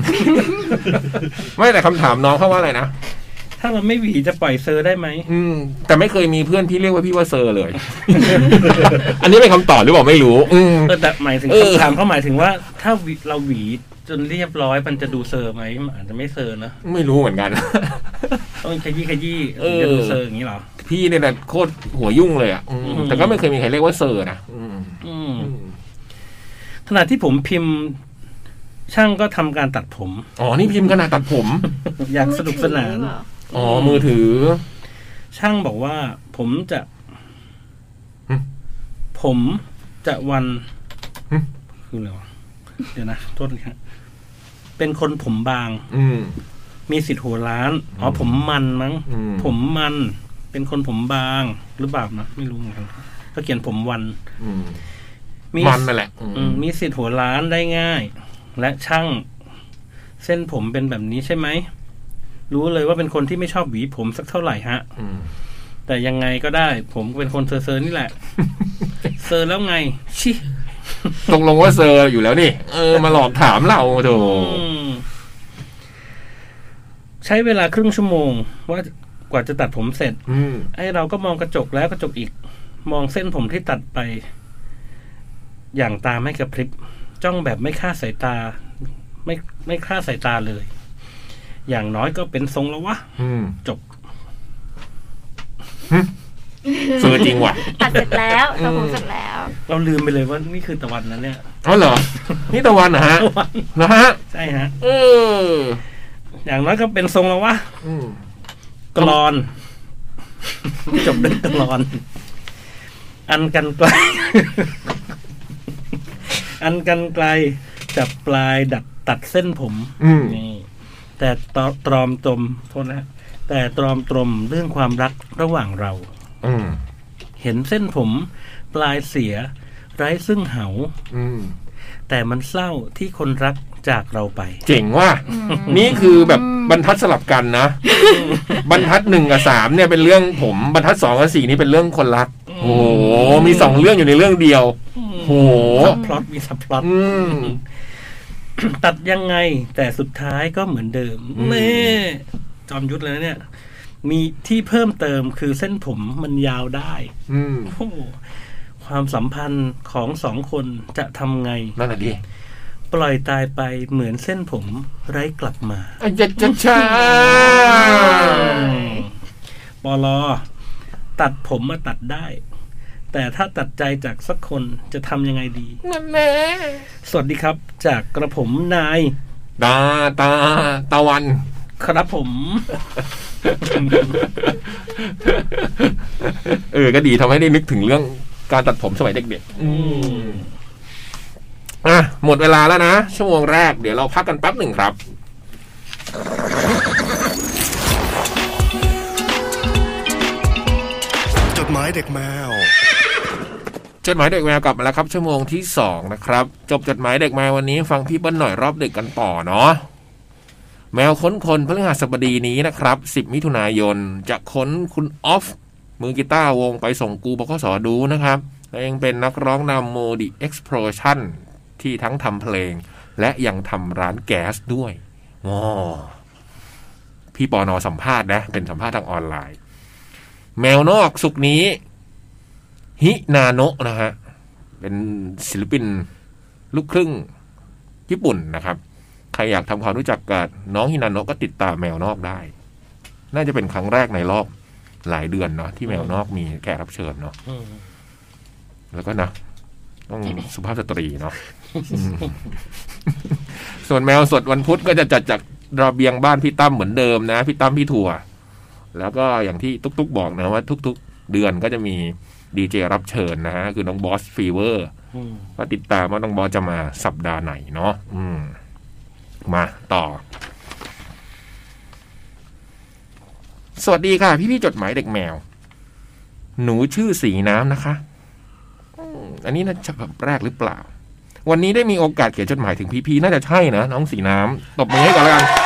ไม่แต่คำถามน้องเขาว่าอะไรนะถ้าเราไม่หวีจะปล่อยเซอร์ได้ไหมอืมแต่ไม่เคยมีเพื่อนที่เรียกว่าพี่ว่าเซอร์เลยอันนี้เป็นคำตอบหรือเปล่าไม่รู้อืเออแต่หมายถึงคำถามเขาหมายถึงว่าถ้าเราหวีจนเรียบร้อยมันจะดูเซอร์ไหมอาจจะไม่เซอร์นะไม่รู้เหมือนกันต้องขยี้ขยี้จะดูเซอร์อย่างนี้เหรอพี่เนี่ยนะโคตรหัวยุ่งเลยอ่ะแต่ก็ไม่เคยมีใครเรียกว่าเซอร์นะขณะที่ผมพิมพ์ช่างก็ทำการตัดผมอ๋อนี่พิมพ์ขนาดตัดผมอยากสนุกสนานอ๋อมือถือช่างบอกว่าผมจะผมจะวันคืออะไรวะเดี๋ยวนะโทษนะครับเป็นคนผมบางมีสิทธิ์หัวล้านอ๋อผมมันมั้งผมมันเป็นคนผมบางหรือเปล่านะไม่รู้เหมือนกันก็เขียนผมวันมันนั่นแหละมีสิทธิ์หัวล้านได้ง่ายและช่างเส้นผมเป็นแบบนี้ใช่ไหมรู้เลยว่าเป็นคนที่ไม่ชอบหวีผมสักเท่าไหร่ฮะแต่ยังไงก็ได้ผมเป็นคนเซอร์เซอร์นี่แหละเซอร์แล้วไงชิตกลงว่าเซอร์อยู่แล้วนี่เออมาหลอกถามเราโถใช้เวลาครึ่งชั่วโมงว่ากว่าจะตัดผมเสร็จไอ้เราก็มองกระจกแล้วกระจกอีกมองเส้นผมที่ตัดไปอย่างตาไม่กระพริบจ้องแบบไม่คลาดสายตาไม่ไม่คลาดสายตาเลยอย่างน้อยก็เป็นทรงแล้ววะจบเซอร์จริงว่ะตัดเสร็จแล้วตัดผมเสร็จแล้วเราลืมไปเลยว่านี่คือตะวันนั้นเนี่ยอ๋อเหรอนี่ตะวันนะฮะนะฮะใช่ฮะเอออย่างน้อยก็เป็นทรงแล้ววะกลอนจบด้วยกลอนอันกันไกลอันกันไกลจับปลายดัดตัดเส้นผมนี่แต่ตรอมตรมโทษนะแต่ตรอมตรมเรื่องความรักระหว่างเราเห็นเส้นผมปลายเสียไร้ซึ่งเหาแต่มันเศร้าที่คนรักจากเราไปเจ๋งว่ะนี่คือแบบบรรทัดสลับกันนะบรรทัดหนึ่งกับสามเนี่ยเป็นเรื่องผมบรรทัดสองกับสี่นี่เป็นเรื่องคนรักโอ้โหมีสองเรื่องอยู่ในเรื่องเดียวโอ้โหซับพล็อตมีซับพล็อตตัดยังไงแต่สุดท้ายก็เหมือนเดิมแม่จอมยุทธเลยเนี่ยมีที่เพิ่มเติมคือเส้นผมมันยาวได้โอ้ความสัมพันธ์ของสองคนจะทำไงนั่นแหละดิปล่อยตายไปเหมือนเส้นผมไร้กลับมาจะจะใช่ปลอตัดผมมาตัดได้แต่ถ้าตัดใจจากสักคนจะทำยังไงดีนั่นแหละสวัสดีครับจากกระผมนายตาตาตะวันครับผมเออก็ดีทำให้ได้นึกถึงเรื่องการตัดผมสมัยเด็กๆอืมอ่ะหมดเวลาแล้วนะชั่วโมงแรกเดี๋ยวเราพักกันแป๊บหนึ่งครับจดหมายเด็กแมวจดหมายเด็กแมวกลับมาแล้วครับชั่วโมงที่สองนะครับจบจดหมายเด็กแมววันนี้ฟังพี่เปิ้ลหน่อยรอบดึกกันต่อเนาะแมวค้นคนพฤหัสบดีนี้นะครับสิบมิถุนายนจะค้นคุณออฟมือกีตาร์วงไปส่งกูบกสดูนะครับและยังเป็นนักร้องนำโมดิเอ็กซ์โพรชั่นที่ทั้งทำเพลงและยังทำร้านแก๊สด้วยอ๋อพี่ปอนอสัมภาษณ์นะเป็นสัมภาษณ์ทางออนไลน์แมวนอกสุกนี้ฮินาโนะนะฮะเป็นศิลปินลูกครึ่งญี่ปุ่นนะครับใครอยากทำความรู้จักกับน้องฮินาโนะก็ติดตามแมวนอกได้น่าจะเป็นครั้งแรกในรอบหลายเดือนเนาะที่แมวนอกมีแขกรับเชิญเนาะแล้วก็นะต้องสุภาพสตรีเนาะส่วนแมวสดวันพุธก็จะจัดจากระเบียงบ้านพี่ตั้มเหมือนเดิมนะพี่ตั้มพี่ถั่วแล้วก็อย่างที่ตุ๊กๆบอกนะว่าทุกๆเดือนก็จะมีดีเจรับเชิญนะฮะคือน้องบอสฟีเวอร์ก็ติดตามว่าน้องบอสจะมาสัปดาห์ไหนเนาะอืมมาต่อสวัสดีค่ะพี่ๆจดหมายเด็กแมวหนูชื่อสีน้ำนะคะอันนี้น่าจะแบบแรกหรือเปล่าวันนี้ได้มีโอกาสเขียนจดหมายถึงพี่ๆน่าจะใช่นะน้องสีน้ำตบมือให้ก่อนแล้วกัน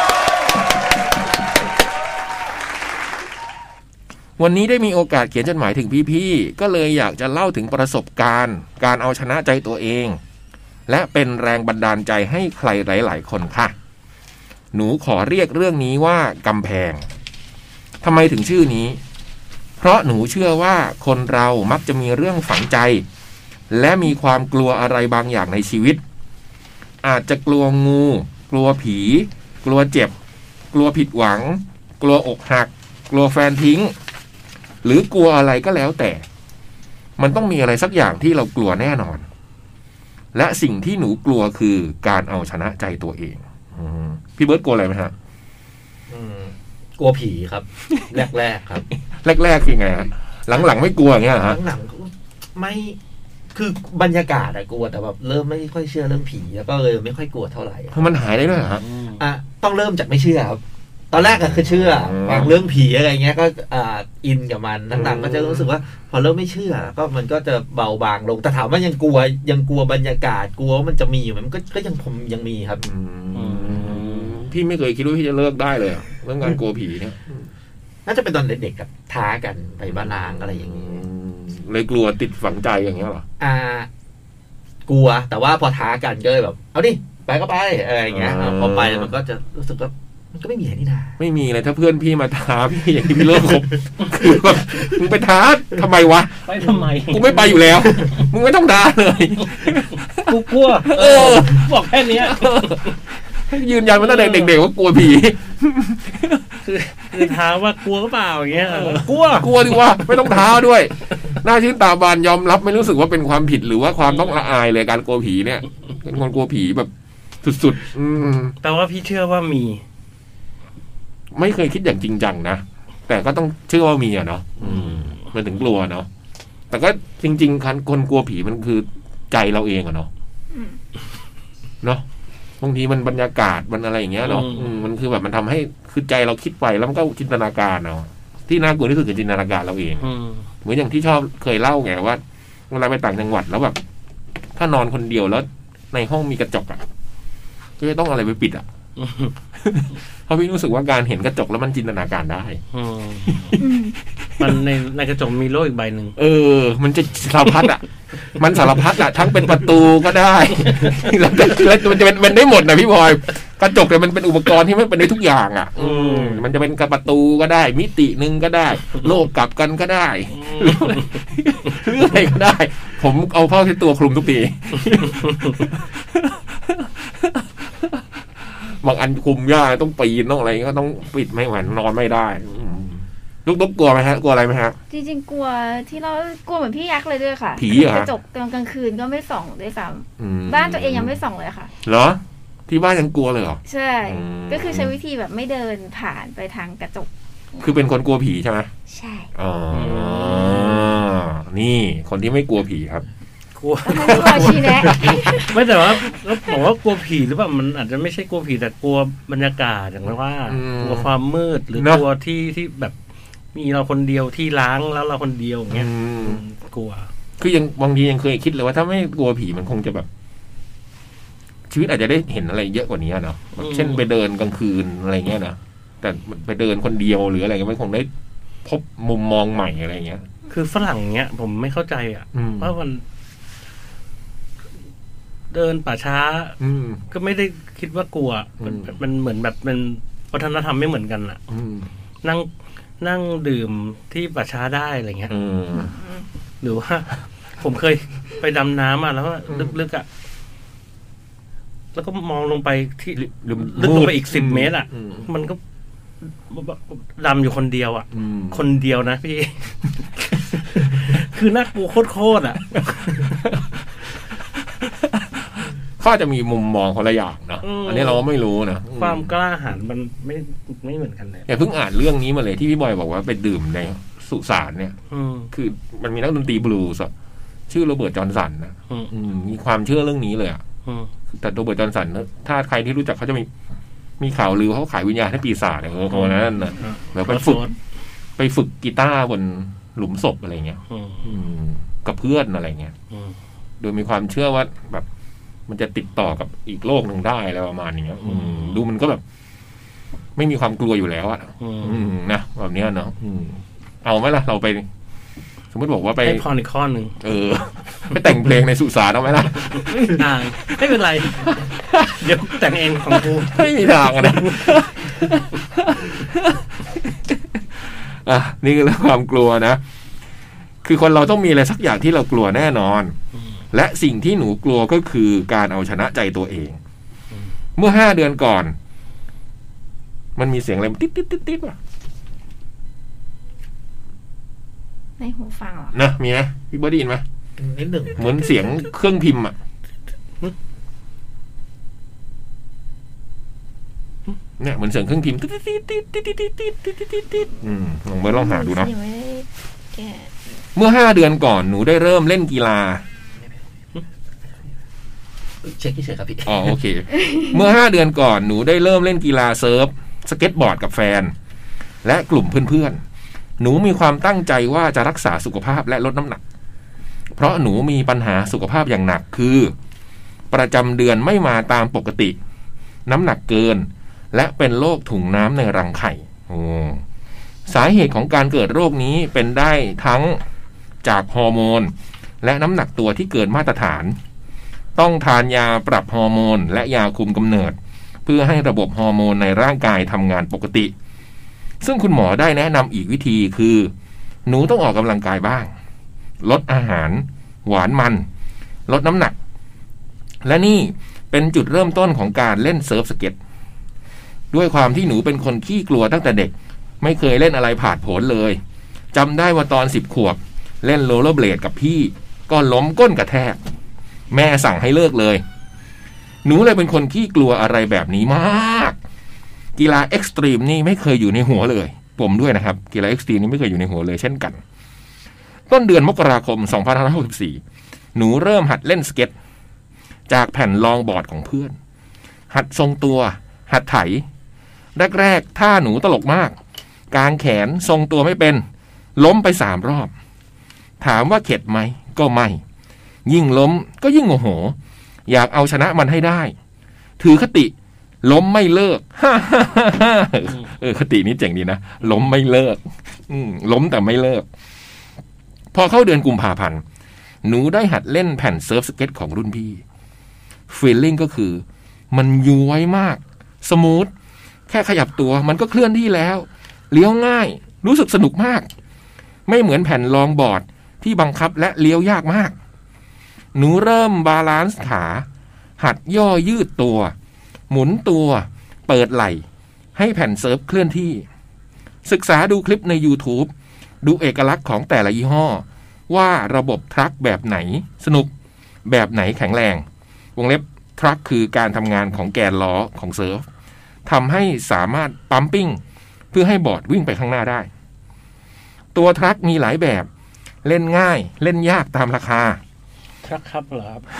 วันนี้ได้มีโอกาสเขียนจดหมายถึงพี่ๆก็เลยอยากจะเล่าถึงประสบการณ์การเอาชนะใจตัวเองและเป็นแรงบันดาลใจให้ใครหลายๆคนค่ะหนูขอเรียกเรื่องนี้ว่ากำแพงทำไมถึงชื่อนี้เพราะหนูเชื่อว่าคนเรามักจะมีเรื่องฝังใจและมีความกลัวอะไรบางอย่างในชีวิตอาจจะกลัวงูกลัวผีกลัวเจ็บกลัวผิดหวังกลัวอกหักกลัวแฟนทิ้งหรือกลัวอะไรก็แล้วแต่มันต้องมีอะไรสักอย่างที่เรากลัวแน่นอนและสิ่งที่หนูกลัวคือการเอาชนะใจตัวเองพี่เบิร์ตกลัวอะไรไหมฮะกลัวผีครับแรกๆครับแรกๆคือไงฮะหลังๆไม่กลัวอย่างเงี้ยฮะหลังๆไม่คือบรรยากาศอะกลัวแต่แบบเริ่มไม่ค่อยเชื่อเรื่องผีแล้วก็เลยไม่ค่อยกลัวเท่าไหร่มันหายได้ด้วยเหรอฮะอ่ะต้องเริ่มจากไม่เชื่อครับตอนแรกอะคือเชื่อฟังเรื่องผีอะไรเงี้ยก็อ่าอินกับมันหลังๆก็จะรู้สึกว่าพอเริ่มไม่เชื่อก็มันก็จะเบาบางลงแต่ถามว่ายังกลัวยังกลัวบรรยากาศกลัวว่ามันจะมีอยู่มันก็ก็ยังผมยังมีครับพี่ไม่เคยคิดว่าพี่จะเลิกได้เลยเรื่องการกลัวผีเนี่ยน่าจะเป็นตอนเด็กๆกับท้ากันไปบ้านล้างอะไรอย่างนี้เลยกลัวติดฝังใจอย่างเงี้ยหรออ่ากลัวแต่ว่าพอท้ากันก็เลยแบบเอาดิไปก็ไปอะไรอย่างเงี้ยพอไปมันก็จะรู้สึกว่ามันก็ไม่มีอะไรนี่นาไม่มีเลยถ้าเพื่อนพี่มาท้าพี่อย่างที่พี่เลิกคบคือแบบมึงไปท้าทำไมวะไปทำไมกูไม่ไปอยู่แล้วมึงไม่ต้องท้าเลยกูกลัวเออบอกแค่นี้ยืนยันมาตั้งแต่เด็กๆว่ากลัวผีคือคือท้าว่ากลัวเปล่าอย่างเงี้ยกลัวกลัวดิว่าไม่ต้องท้าด้วยหน้าชื่นตาบานยอมรับไม่รู้สึกว่าเป็นความผิดหรือว่าความต้องละอายเลยการกลัวผีเนี่ยเป็นคนกลัวผีแบบสุดๆอืมแต่ว่าพี่เชื่อว่ามีไม่เคยคิดอย่างจริงจังนะแต่ก็ต้องเชื่อว่ามีอ่ะเนาะมันถึงกลัวเนาะแต่ก็จริงๆคันคนกลัวผีมันคือใจเราเองอะเนาะเนาะบางทีมันบรรยากาศมันอะไรอย่างเงี้ยเนาะมันคือแบบมันทำให้คือใจเราคิดไปแล้วมันก็จินตนาการเนาะที่น่ากลัวที่สุดคือจินตนาการเราเองเหมือนอย่างที่ชอบเคยเล่าไงว่าเวลาไปต่างจังหวัดแล้วแบบถ้านอนคนเดียวแล้วในห้องมีกระจกอ่ะก็จะต้องอะไรไปปิดอ่ะเพราะพี่รู้สึกว่าการเห็นกระจกแล้วมันจินตนาการได้มันในในกระจกมีโลกอีกใบหนึ่งเออมันจะสารพัดอ่ะมันสารพัดอ่ะทั้งเป็นประตูก็ได้แล้วแล้วมันจะเป็นเป็นได้หมดนะพี่บอยกระจกเนี่ยมันเป็นอุปกรณ์ที่มันเป็นได้ทุกอย่างอ่ะอืมมันจะเป็นกระประตูก็ได้มิตินึงก็ได้โลกกลับกันก็ได้หรืออะไรก็ได้ผมเอาผ้าเช็ดตัวคลุมทุกทีบางอันคุมยากต้องปีนต้องอะไรก็ต้องปิดไม่ไหวนอนไม่ได้ลูกตุ๊กกลัวไหมฮะกลัวอะไรไหมฮะจริงๆกลัวที่เรากลัวเหมือนพี่ยักษ์เลยด้วยค่ะผีเหรอกระจกกลางคืนก็ไม่ส่องด้วยซ้ำบ้านตัวเองยังไม่ส่องเลยค่ะเหรอที่บ้านยังกลัวเลยเหรอใช่ก็คือใช้วิธีแบบไม่เดินผ่านไปทางกระจกคือเป็นคนกลัวผีใช่ไหมใช่อ๋อนี่คนที่ไม่กลัวผีครับกลัวกลัวชีแนะไม่แต่ว่าบอกว่ากลัวผีหรือเปล่ามันอาจจะไม่ใช่กลัวผีแต่กลัวบรรยากาศอย่างว่ากลัวความมืดหรือกลัวที่ที่แบบมีเราคนเดียวที่ล้างแล้วเราคนเดียวอย่างเงี้ยกลัวคือยังบางทียังเคยคิดเลยว่าถ้าไม่กลัวผีมันคงจะแบบชีวิตอาจจะได้เห็นอะไรเยอะกว่านี้เนาะเช่นไปเดินกลางคืนอะไรเงี้ยนะแต่ไปเดินคนเดียวหรืออะไรเงี้ยมันคงได้พบมุมมองใหม่อะไรเงี้ยคือฝรั่งเงี้ยผมไม่เข้าใจอ่ะว่ามันเดินป่าช้าก็ไม่ได้คิดว่ากลัวมันมันเหมือนแบบเป็นวัฒนธรรมไม่เหมือนกันอ่ะนั่งนั่งดื่มที่ป่าช้าได้อะไรเงี้ยหรือว่าผมเคยไปดำน้ำอ่ะแล้วก็ลึกๆอ่ะแล้วก็มองลงไปที่ลึกลงไปอีกสิบเมตรอ่ะมันก็ดำอยู่คนเดียวอ่ะคนเดียวนะพี่คือน่ากลัวโคตรๆอ่ะเขาจะมีมุมมองคนละอย่างเนาะอันนี้เราก็ไม่รู้นะความกล้าหาญมันไม่ไม่เหมือนกันเลยอย่าเพิ่งอ่านเรื่องนี้มาเลยที่พี่บอยบอกว่าไปดื่มในสุสานเนี่ยคือมันมีนักดนตรีบลูส์ชื่อโรเบิร์ตจอห์นสันนะมีความเชื่อเรื่องนี้เลยอ่ะแต่โรเบิร์ตจอห์นสันถ้าใครที่รู้จักเขาจะมีมีข่าวลือเขาขายวิญญาณให้ปีศาจอะไรคนนั้นน่ะแล้วไปฝึกไปฝึกกีตาร์บนหลุมศพอะไรเงี้ยกับเพื่อนอะไรเงี้ยโดยมีความเชื่อว่าแบบมันจะติดต่อกับอีกโลกหนึ่งได้อะไรประมาณนี้ดูมันก็แบบไม่มีความกลัวอยู่แล้วอ่ะนะแบบนี้เนาะเอาไหมล่ะเราไปสมมติบอกว่าไปให้พรอีกข้อหนึ่งเออไปแต่งเพลงในสุสานเอาไหมล่ะไม่มีทางไม่เป็นไรเดี๋ยวแต่งเองของกูไม่มีทางนะอ่ะนี่คือเรื่องความกลัวนะคือคนเราต้องมีอะไรสักอย่างที่เรากลัวแน่นอนและสิ่งที่หนูกลัวก็คือการเอาชนะใจตัวเองเมื่อห้าเดือนก่อนมันมีเสียงอะไรติ๊ดติ๊ดติ๊ดติ๊ดว่ะในหูฟังเหรอนะมีไหมพี่เบิร์ดได้ยินไหมนิดหนึ่งเหมือนเสียงเครื่องพิมพ์อ่ะเนี่ยเหมือนเสียงเครื่องพิมพ์ติ๊ดติ๊ดติ๊ดติ๊ดติ๊ดติ๊ดติ๊ดติ๊ดติ๊ดติ๊ดอืมลองเบิร์ดลองหาดูนะเมื่อห้าเดือนก่อนหนูได้เริ่มเล่นกีฬาเช็คเฉยครับพี่อ๋อโอเคเมื่อห้าเดือนก่อนหนูได้เริ่มเล่นกีฬาเซิร์ฟสเก็ตบอร์ดกับแฟนและกลุ่มเพื่อนๆหนูมีความตั้งใจว่าจะรักษาสุขภาพและลดน้ำหนักเพราะหนูมีปัญหาสุขภาพอย่างหนักคือประจำเดือนไม่มาตามปกติน้ำหนักเกินและเป็นโรคถุงน้ำในรังไข่โอ้สาเหตุของการเกิดโรคนี้เป็นได้ทั้งจากฮอร์โมนและน้ำหนักตัวที่เกินมาตรฐานต้องทานยาปรับฮอร์โมนและยาคุมกำเนิดเพื่อให้ระบบฮอร์โมนในร่างกายทำงานปกติซึ่งคุณหมอได้แนะนำอีกวิธีคือหนูต้องออกกำลังกายบ้างลดอาหารหวานมันลดน้ำหนักและนี่เป็นจุดเริ่มต้นของการเล่นเซิร์ฟสเก็ตด้วยความที่หนูเป็นคนขี้กลัวตั้งแต่เด็กไม่เคยเล่นอะไรผาดโผนเลยจำได้ว่าตอนสิบขวบเล่นโรลเลอร์เบลดกับพี่ก็ล้มก้นกระแทกแม่สั่งให้เลิกเลยหนูเลยเป็นคนขี้กลัวอะไรแบบนี้มากกีฬาเอ็กซ์ตรีมนี่ไม่เคยอยู่ในหัวเลยผมด้วยนะครับกีฬาเอ็กซ์ตรีมนี่ไม่เคยอยู่ในหัวเลยเช่นกันต้นเดือนมกราคมสองพันห้าร้อยหกสิบสี่หนูเริ่มหัดเล่นสเก็ตจากแผ่นลองบอร์ดของเพื่อนหัดทรงตัวหัดไถแรกๆท่าหนูตลกมากกางแขนทรงตัวไม่เป็นล้มไปสามรอบถามว่าเข็ดไหมก็ไม่ยิ่งล้มก็ยิ่งโมโหอยากเอาชนะมันให้ได้ถือคติล้มไม่เลิก เออคตินี้เจ๋งดีนะล้มไม่เลิกอืมล้มแต่ไม่เลิกพอเข้าเดือนกุมภาพันธ์หนูได้หัดเล่นแผ่นเซิร์ฟสเก็ตของรุ่นพี่ฟีลลิ่งก็คือมันย้วยมากสมูทแค่ขยับตัวมันก็เคลื่อนที่แล้วเลี้ยวง่ายรู้สึกสนุกมากไม่เหมือนแผ่นลองบอร์ดที่บังคับและเลี้ยวยากมากหนูเริ่มบาลานซ์ขาหัดย่อยืดตัวหมุนตัวเปิดไหล่ให้แผ่นเซิร์ฟเคลื่อนที่ศึกษาดูคลิปใน YouTube ดูเอกลักษณ์ของแต่ละยี่ห้อว่าระบบทรัคแบบไหนสนุกแบบไหนแข็งแรงวงเล็บทรัคคือการทำงานของแกนล้อของเซิร์ฟทำให้สามารถปั๊มปิ้งเพื่อให้บอร์ดวิ่งไปข้างหน้าได้ตัวทรัคมีหลายแบบเล่นง่ายเล่นยากตามราคาทรัคครับเหรอครับ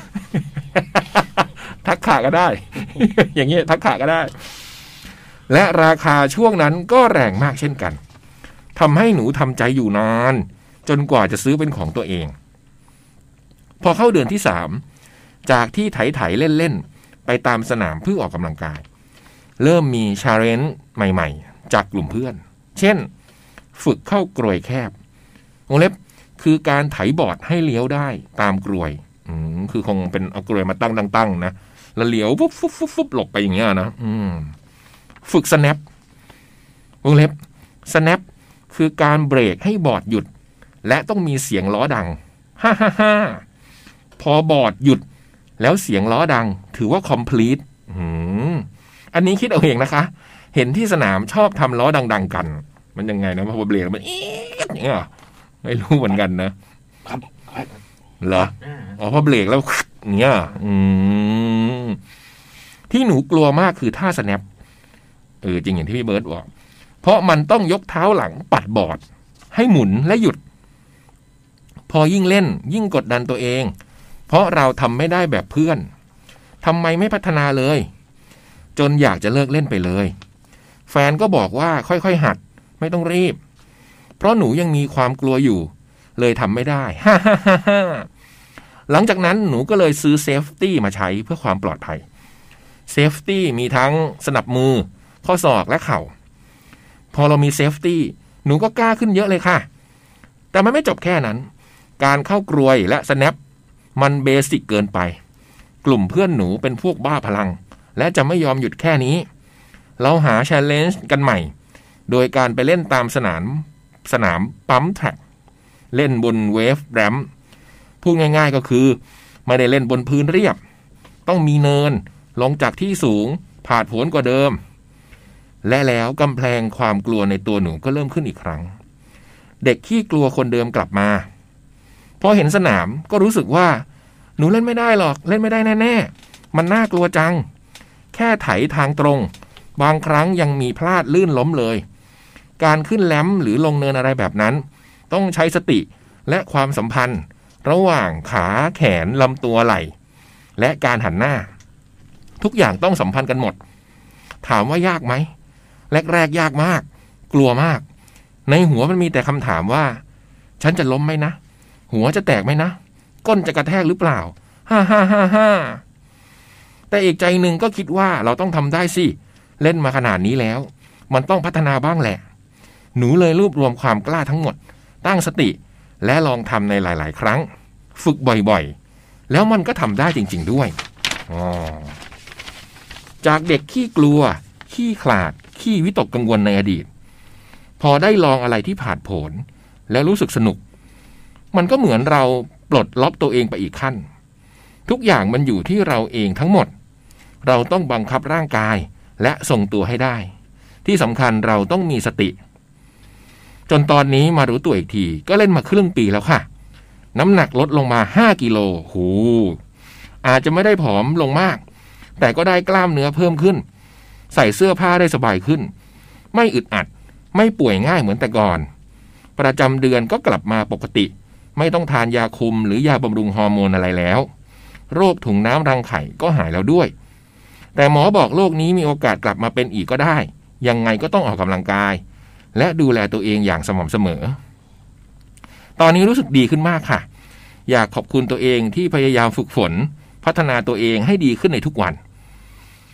ทักขาก็ได้ อย่างเงี้ยทักขาก็ได้และราคาช่วงนั้นก็แรงมากเช่นกันทำให้หนูทำใจอยู่นานจนกว่าจะซื้อเป็นของตัวเองพอเข้าเดือนที่สามจากที่ไถๆเล่นๆไปตามสนามเพื่อออกกำลังกายเริ่มมีชาเลนจ์ใหม่ๆจากกลุ่มเพื่อนเช่นฝึกเข้ากรวยแคบวงเล็บคือการไถบอร์ดให้เลี้ยวได้ตามกรวยอืมคือคงเป็นเอากรวยมาตั้งตั้งๆนะแล้วเลี้ยวฟุบฟุบฟุบฟุบหลบไปอย่างเงี้ยนะอืมฝึกสแนปวงเล็บสแนปคือการเบรกให้บอร์ดหยุดและต้องมีเสียงล้อดังฮ่าฮ่าฮ่าพอบอร์ดหยุดแล้วเสียงล้อดังถือว่า complete อืมอันนี้คิดเอาเองนะคะเห็นที่สนามชอบทำล้อดังๆกันมันยังไงนะพอเบรกมันอี๊ดอย่างเงี้ยไม่รู้เหมือนกันนะครับเหรออ๋อพอเบรกแล้วเงี้ยอืมที่หนูกลัวมากคือท่าสแนปเออจริงอย่างที่พี่เบิร์ดบอกเพราะมันต้องยกเท้าหลังปัดบอร์ดให้หมุนและหยุดพอยิ่งเล่นยิ่งกดดันตัวเองเพราะเราทำไม่ได้แบบเพื่อนทำไมไม่พัฒนาเลยจนอยากจะเลิกเล่นไปเลยแฟนก็บอกว่าค่อยๆหัดไม่ต้องรีบเพราะหนูยังมีความกลัวอยู่เลยทำไม่ได้ฮ่าฮ่าฮ่าฮ่าหลังจากนั้นหนูก็เลยซื้อเซฟตี้มาใช้เพื่อความปลอดภัยเซฟตี้มีทั้งสนับมือข้อศอกและเข่าพอเรามีเซฟตี้หนูก็กล้าขึ้นเยอะเลยค่ะแต่มันไม่จบแค่นั้นการเข้ากรวยและสแนปมันเบสิกเกินไปกลุ่มเพื่อนหนูเป็นพวกบ้าพลังและจะไม่ยอมหยุดแค่นี้เราหา challenge กันใหม่โดยการไปเล่นตามสนามสนามปั๊มแทร็กเล่นบนเวฟแรมพูดง่ายๆก็คือไม่ได้เล่นบนพื้นเรียบต้องมีเนินลงจากที่สูงผาดโผนกว่าเดิมและแล้วกำแพงความกลัวในตัวหนูก็เริ่มขึ้นอีกครั้งเด็กขี้กลัวคนเดิมกลับมาพอเห็นสนามก็รู้สึกว่าหนูเล่นไม่ได้หรอกเล่นไม่ได้แน่ๆมันน่ากลัวจังแค่ไถทางตรงบางครั้งยังมีพลาดลื่นล้มเลยการขึ้นแลมหรือลงเนินอะไรแบบนั้นต้องใช้สติและความสัมพันธ์ระหว่างขาแขนลำตัวไหล่และการหันหน้าทุกอย่างต้องสัมพันธ์กันหมดถามว่ายากไหมแรกๆยากมากกลัวมากในหัวมันมีแต่คำถามว่าฉันจะล้มไหมนะหัวจะแตกไหมนะก้นจะกระแทกหรือเปล่าฮ่าฮ่าฮ่าฮ่าแต่อีกใจหนึ่งก็คิดว่าเราต้องทำได้สิเล่นมาขนาดนี้แล้วมันต้องพัฒนาบ้างแหละหนูเลยรวบรวมความกล้าทั้งหมดตั้งสติและลองทำในหลายๆครั้งฝึกบ่อยๆแล้วมันก็ทำได้จริงๆด้วยอ๋อจากเด็กขี้กลัวขี้ขลาดขี้วิตกกังวลในอดีตพอได้ลองอะไรที่ผ่านผลแล้วรู้สึกสนุกมันก็เหมือนเราปลดล็อกตัวเองไปอีกขั้นทุกอย่างมันอยู่ที่เราเองทั้งหมดเราต้องบังคับร่างกายและทรงตัวให้ได้ที่สำคัญเราต้องมีสติจนตอนนี้มารู้ตัวอีกทีก็เล่นมาครึ่งปีแล้วค่ะน้ำหนักลดลงมาห้ากิโลโหอาจจะไม่ได้ผอมลงมากแต่ก็ได้กล้ามเนื้อเพิ่มขึ้นใส่เสื้อผ้าได้สบายขึ้นไม่อึดอัดไม่ป่วยง่ายเหมือนแต่ก่อนประจำเดือนก็กลับมาปกติไม่ต้องทานยาคุมหรือยาบำรุงฮอร์โมนอะไรแล้วโรคถุงน้ำรังไข่ก็หายแล้วด้วยแต่หมอบอกโรคนี้มีโอกาสกลับมาเป็นอีกก็ได้ยังไงก็ต้องออกกำลังกายและดูแลตัวเองอย่างสม่ำเสมอตอนนี้รู้สึกดีขึ้นมากค่ะอยากขอบคุณตัวเองที่พยายามฝึกฝนพัฒนาตัวเองให้ดีขึ้นในทุกวันท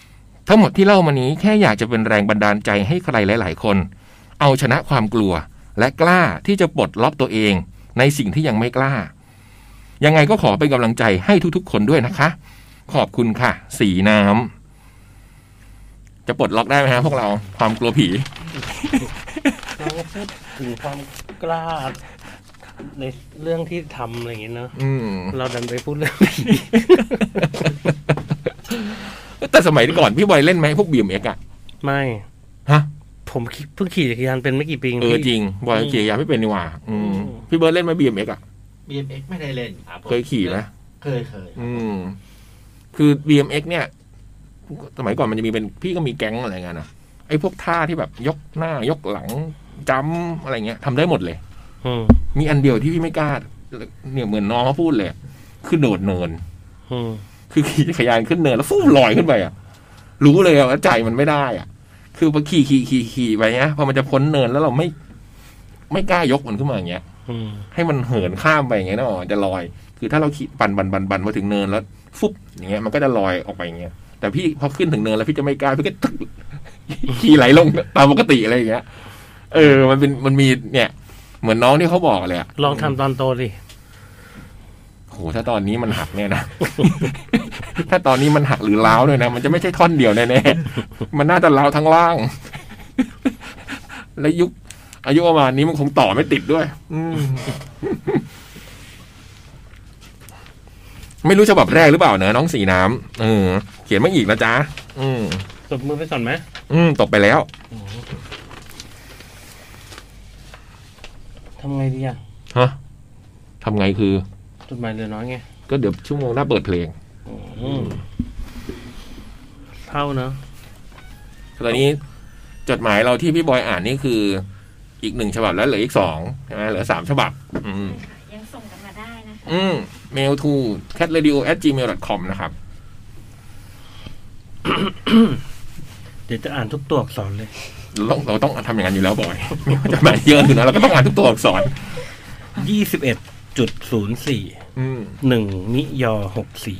ทั้งหมดที่เล่ามานี้แค่อยากจะเป็นแรงบันดาลใจให้ใครหลายๆคนเอาชนะความกลัวและกล้าที่จะปลดล็อกตัวเองในสิ่งที่ยังไม่กล้ายังไงก็ขอเป็นกำลังใจให้ทุกๆคนด้วยนะคะขอบคุณค่ะสีน้ำจะปลดล็อกได้ไหมฮะพวกเราความกลัวผีเราก็พูดถึงความกล้าในเรื่องที่ทำอะไรอย่างเงี้ยเนอะเราดันไปพูดเรื่องผีแต่สมัยก่อนพี่บอยเล่นไหมพวก บี เอ็ม เอ็กซ์ อ่ะไม่ฮะผมเพิ่งขี่จักรยานเป็นไม่กี่ปีเออจริงบอยขี่จักรยานไม่เป็นนี่หว่าอืมพี่เบิร์ดเล่นไหม บี เอ็ม เอ็กซ์ อ่ะบี เอ็ม เอ็กซ์ ไม่ได้เล่นครับเคยขี่ไหมเคยเคยอืมคือ บี เอ็ม เอ็กซ์ เนี่ยสมัยก่อนมันจะมีเป็นพี่ก็มีแก๊งอะไรเงี้ยนะไอ้พวกท่าที่แบบยกหน้ายกหลังจัมอะไรเงี้ยทำได้หมดเลยมีอันเดียวที่พี่ไม่กล้าเนี่ยเหมือนน้องเขาพูดเลยคือโดดเนินคือขี่จักรยานขึ้นเนินแล้วฟู่ลอยขึ้นไปอ่ะรู้เลยว่าใจมันไม่ได้อ่ะคือพอขี่ขี่ขี่ขี่ไปเนี้ยพอมันจะพ้นเนินแล้วเราไม่ไม่กล้ายกมันขึ้นมาอย่างเงี้ยให้มันเหินข้ามไปอย่างเงี้ยนะอ๋อจะลอยคือถ้าเราขี่ปั่นบันบันบันมาถึงเนินแล้วฟุบอย่างเงี้ยมันก็จะลอยออกไปอย่างเงี้ยแต่พี่พอขึ้นถึงเนินแล้วพี่จะไม่กล้าพี่ก็ขี่ไหลลงตามปกติอะไรอย่างเงี้ยเออมันเป็นมันมีเนี่ยเหมือนน้องที่เขาบอกเลยอะลองทำตอนโตดิโหถ้าตอนนี้มันหักเนี่ยนะถ้าตอนนี้มันหักหรือล้าวด้วยนะมันจะไม่ใช่ท่อนเดียวแน่ๆมันน่าจะล้าวทั้งล่างและยุคอายุประมาณนี้มันคงต่อไม่ติดด้วยไม่รู้ฉบับแรกหรือเปล่าเนอะน้องสีน้ำเออเขียนมาอีกนะจ๊ะอืมตบมือไปก่อนไหมอืมตบไปแล้วทำไงดีอ่ะฮะทำไงคือจดหมายเหลือน้อยไงก็เดี๋ยวชั่วโมงหน้าเปิดเพลงเท่าเนอะตอนนี้จดหมายเราที่พี่บอยอ่านนี่คืออีกหนึ่งฉบับแล้วเหลืออีกสองใช่ไหมเหลือสามฉบับอืมยังส่งกันมาได้นะอืม mail to cat radio at gmail dot com นะครับเดี๋ยวจะอ่านทุกตัวอักษรเลยเราเราต้องทำอย่างนั้นอยู่แล้วบ่อยไม่ว่าจะหมายเยอะถึงนะเราก็ต้องอ่านทุกตัวอักษรยี่สิบเอ็ดจุดศูนย์สี่หนึ่งมิยอหกสี่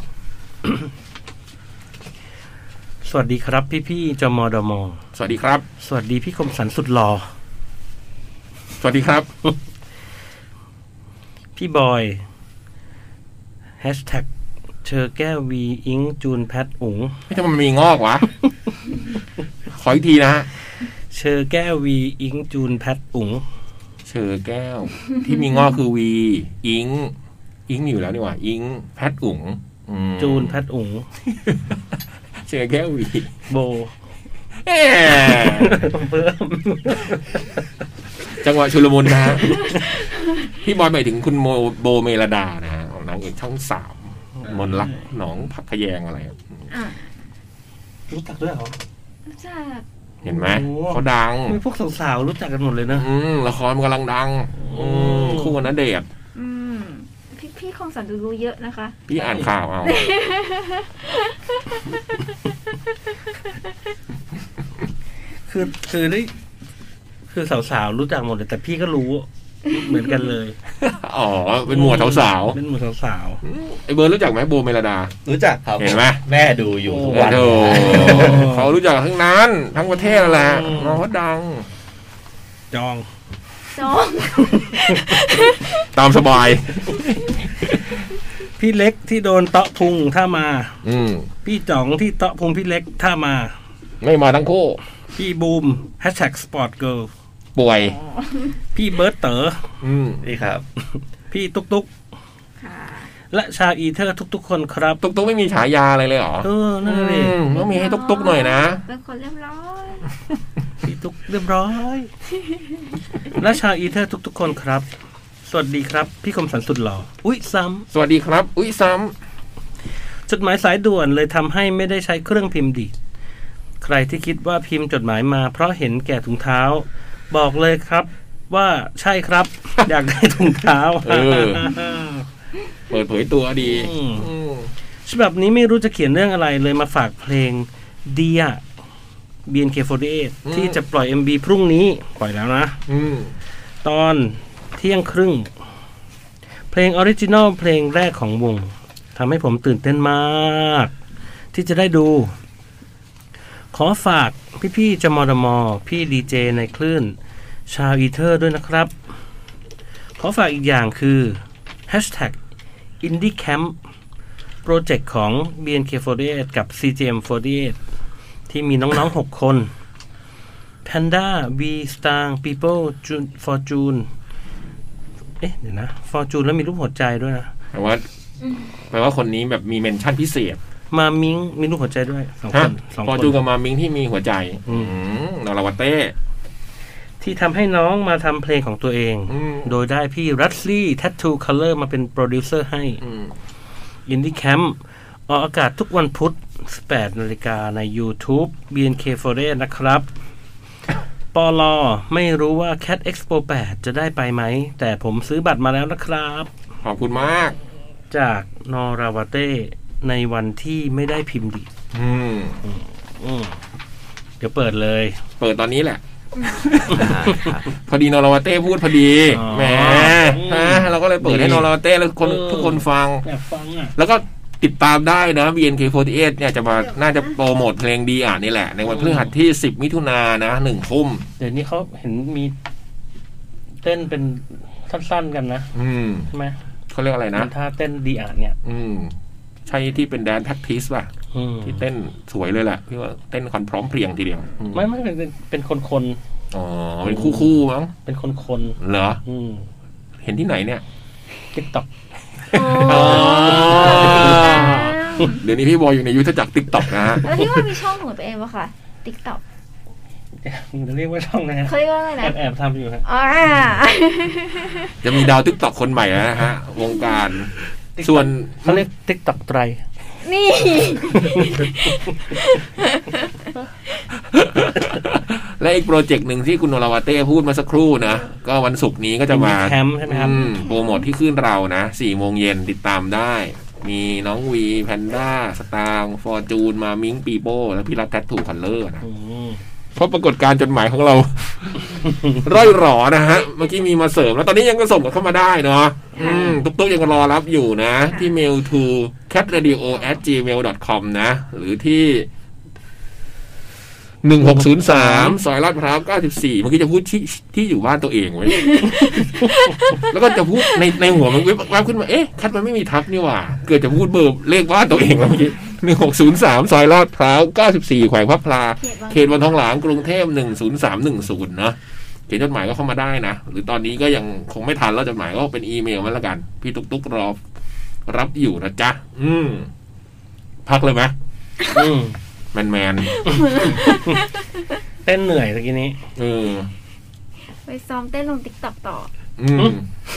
สวัสดีครับพี่พี่จมดมสวัสดีครับสวัสดีพี่คมสันสุดหล่อสวัสดีครับพี่บอยแฮชแท็กเชอแก้ววีอิงจูนแพทอุ๋งไม่ใช่มันมีงอกวะขออีกทีนะฮะเชอแก้ววีอิงจูนแพทอุ๋งเชอแก้วที่มีงอกคือวีอิงอิงอยู่แล้วนี่หว่าอิงแพทอุ๋งจูนแพทอุ๋งเชอแก้ววีโบเอ๊เพิ่มจังหวะชุลมุนนะพี่บอยหมายถึงคุณโมโบเมลดานะฮะของนางเอกช่องสามมนลักหนองผักขยงอะไรรู้จักด้วยเหรอรู้จักเห็นไหมเขาดังมีพวกสาวๆรู้จักกันหมดเลยนะอืมละครมันกำลังดังคู่กันนะเดชอืมพี่พี่คงสันดูรู้เยอะนะคะพี่อ่านข่าวเอาคือคือได้คือสาวๆรู้จักหมดเลยแต่พี่ก็รู้เหมือนกันเลยอ๋อเป็นหมวดสาวๆเป็นหมวดสาวๆไอ้เบิร์ดรู้จักไหมโบเมลดารู้จักครับเห็นไหมแม่ดูอยู่ทุกวันเขารู้จักทั้งนั้นทั้งประเทศแหละน้องเขาดังจองจองตามสบายพี่เล็กที่โดนเตาะพุงถ้ามาอืมพี่จ่องที่เตาะพุงพี่เล็กถ้ามาไม่มาทั้งคู่พี่บูมแฮชแท็กสปอร์ตเกิร์ลป่วยพี่เบิร์ตเต๋ออืมนี่ครับพี่ตุ๊กตุ๊กและชาวอีเทอร์ทุกๆคนครับตุ๊กตุ๊กไม่มีฉายาอะไรเลยเหรอเออนั่นเลยต้องมีให้ตุ๊กตุ๊กหน่อยนะเป็นคนเรียบร้อยพี่ตุ๊กเรียบร้อยและชาวอีเทอร์ทุกๆคนครับสวัสดีครับพี่คมสันสุดหล่ออุ้ยซ้ำสวัสดีครับอุ้ยซ้ำจดหมายสายด่วนเลยทำให้ไม่ได้ใช้เครื่องพิมพ์ดีดใครที่คิดว่าพิมพ์จดหมายมาเพราะเห็นแก่ถุงเท้าบอกเลยครับว่าใช่ครับอยากได้ถุงเท้าเออเปิดเผยตัวดีฉบับนี้ไม่รู้จะเขียนเรื่องอะไรเลยมาฝากเพลง Dia บี เอ็น เค สี่สิบแปด ที่จะปล่อย เอ็ม วี พรุ่งนี้ปล่อยแล้วนะตอนเที่ยงครึ่งเพลงออริจินอลเพลงแรกของวงทำให้ผมตื่นเต้นมากที่จะได้ดูขอฝากพี่ๆจมดมพี่ดีเจในคลื่นชาวอีเทอร์ด้วยนะครับขอฝากอีกอย่างคือ แฮชแท็ก อินดี้แคมป์ โปรเจกต์ของ บี เอ็น เค สี่สิบแปด กับ ซี เจ เอ็ม สี่สิบแปด ที่มีน้องๆ หก คน Panda V Star People June Fortune เอ๊ะเดี๋ยวนะ Fortune แล้วมีรูปหัวใจด้วยนะแปลว่าแปลว่าคนนี้แบบมีเมนชั่นพิเศษมามิงมีรูปหัวใจด้วยสองคนสองคน Fortune กับมามิงที่มีหัวใจอืมนรวเต้ที่ทำให้น้องมาทำเพลงของตัวเองโดยได้พี่รัสลี่ Tattoo Color มาเป็นโปรดิวเซอร์ให้ Indie Camp ออกอากาศทุกวันพุธ สิบแปดนาฬิกาใน YouTube บี เอ็น เค สี่สิบแปด นะครับปลอไม่รู้ว่า Cat Expo แปดจะได้ไปไหมแต่ผมซื้อบัตรมาแล้วนะครับขอบคุณมากจากนราวเต้ในวันที่ไม่ได้พิมพ์ดีอืมอืมเดี๋ยวเปิดเลยเปิดตอนนี้แหละพอดีนราวเต้พูดพอดีแหมฮะเราก็เลยเปิดให้นราวเต้แล้วคนทุกคนฟังอยากฟังอ่ะแล้วก็ติดตามได้นะ บี เอ็น เค สี่สิบแปด เนี่ยจะมาน่าจะโปรโมทเพลงดีอ่ะนี่แหละในวันพฤหัสที่สิบมิถุนายนนะหนึ่งทุ่มเดี๋ยวนี้เขาเห็นมีเต้นเป็นสั้นๆกันนะอืมใช่ไหมเขาเรียกอะไรนะท่าเต้นดีอ่ะเนี่ยอืมใช่ที่เป็นแดนแพ็กทิสป่ะที่เต้นสวยเลยแหละพี่ว่าเต้นคอนพร้อมเพรียงทีเดียวไม่ไม่เป็นเป็นคนๆอ๋อเป็นคู่ๆมั้งเป็นคนๆเหรอเห็นที่ไหนเนี่ย TikTok เดี๋ยวนี้พี่บอยอยู่ในยุทธจักร TikTok นะฮะแล้วที่ว่ามีช่องของตัวเองป่ะคะ TikTok จะเรียกว่าช่องนะฮะเขาเรียกว่าอะไรนะแอบๆทำอยู่ฮะจะมีดาว TikTok คนใหม่นะฮะวงการส่วนเขาเรียก TikTok ไตรนี่และอีกโปรเจกต์หนึ่งที่คุณนราวเต้พูดมาสักครู่นะก็วันศุกร์นี้ก็จะมาแคมป์ใช่ไหมครับโปรโมทที่ขึ้นเรานะสี่โมงเย็นติดตามได้มีน้องวีแพนด้าสตางค์ฟอร์จูนมามิงปีโป้และพี่รักแทททูคัลเลอร์นะเพราะปรากฏการจดหมายของเราร่อยหรอนะฮะเมื่อกี้มีมาเสริมแล้วตอนนี้ยังก็ส่งเข้ามาได้เนาะตุ๊กๆยังรอรับอยู่นะที่เมล to แคทเรดิโอ แอท จีเมล ดอท คอม นะหรือที่หนึ่งหกศูนย์สามซอยลาดพร้าวเก้าสิบสี่เมื่อกี้จะพูดที่ที่อยู่บ้านตัวเองไว้ แล้วก็จะพูดในในหัวมันแวบขึ้นมาเอ๊ะคัดมันไม่มีทับนี่หว่าเกิดจะพูดเบอร์เลขบ้านตัวเองแล้วเมื่อกี้หนึ่งหกศูนย์สามซอยลาดพร้าวเก้าสิบสี่แขวงพระพลาเขตวังทองหลางกรุงเทพหนึ่งศูนย์สามหนึ่งศูนย์นะเขียนจดหมายก็เข้ามาได้นะหรือตอนนี้ก็ยังคงไม่ทันแล้วจดหมายก็เป็นอีเมลมาแล้วกันพี่ตุ๊กตุ๊กรอรับอยู่นะจ๊ะอืมพักเลยไหมอืมแมนแมนเต้นเหนื่อยตะกี้นี้เออไปซ้อมเต้นลง TikTok ต่ออืม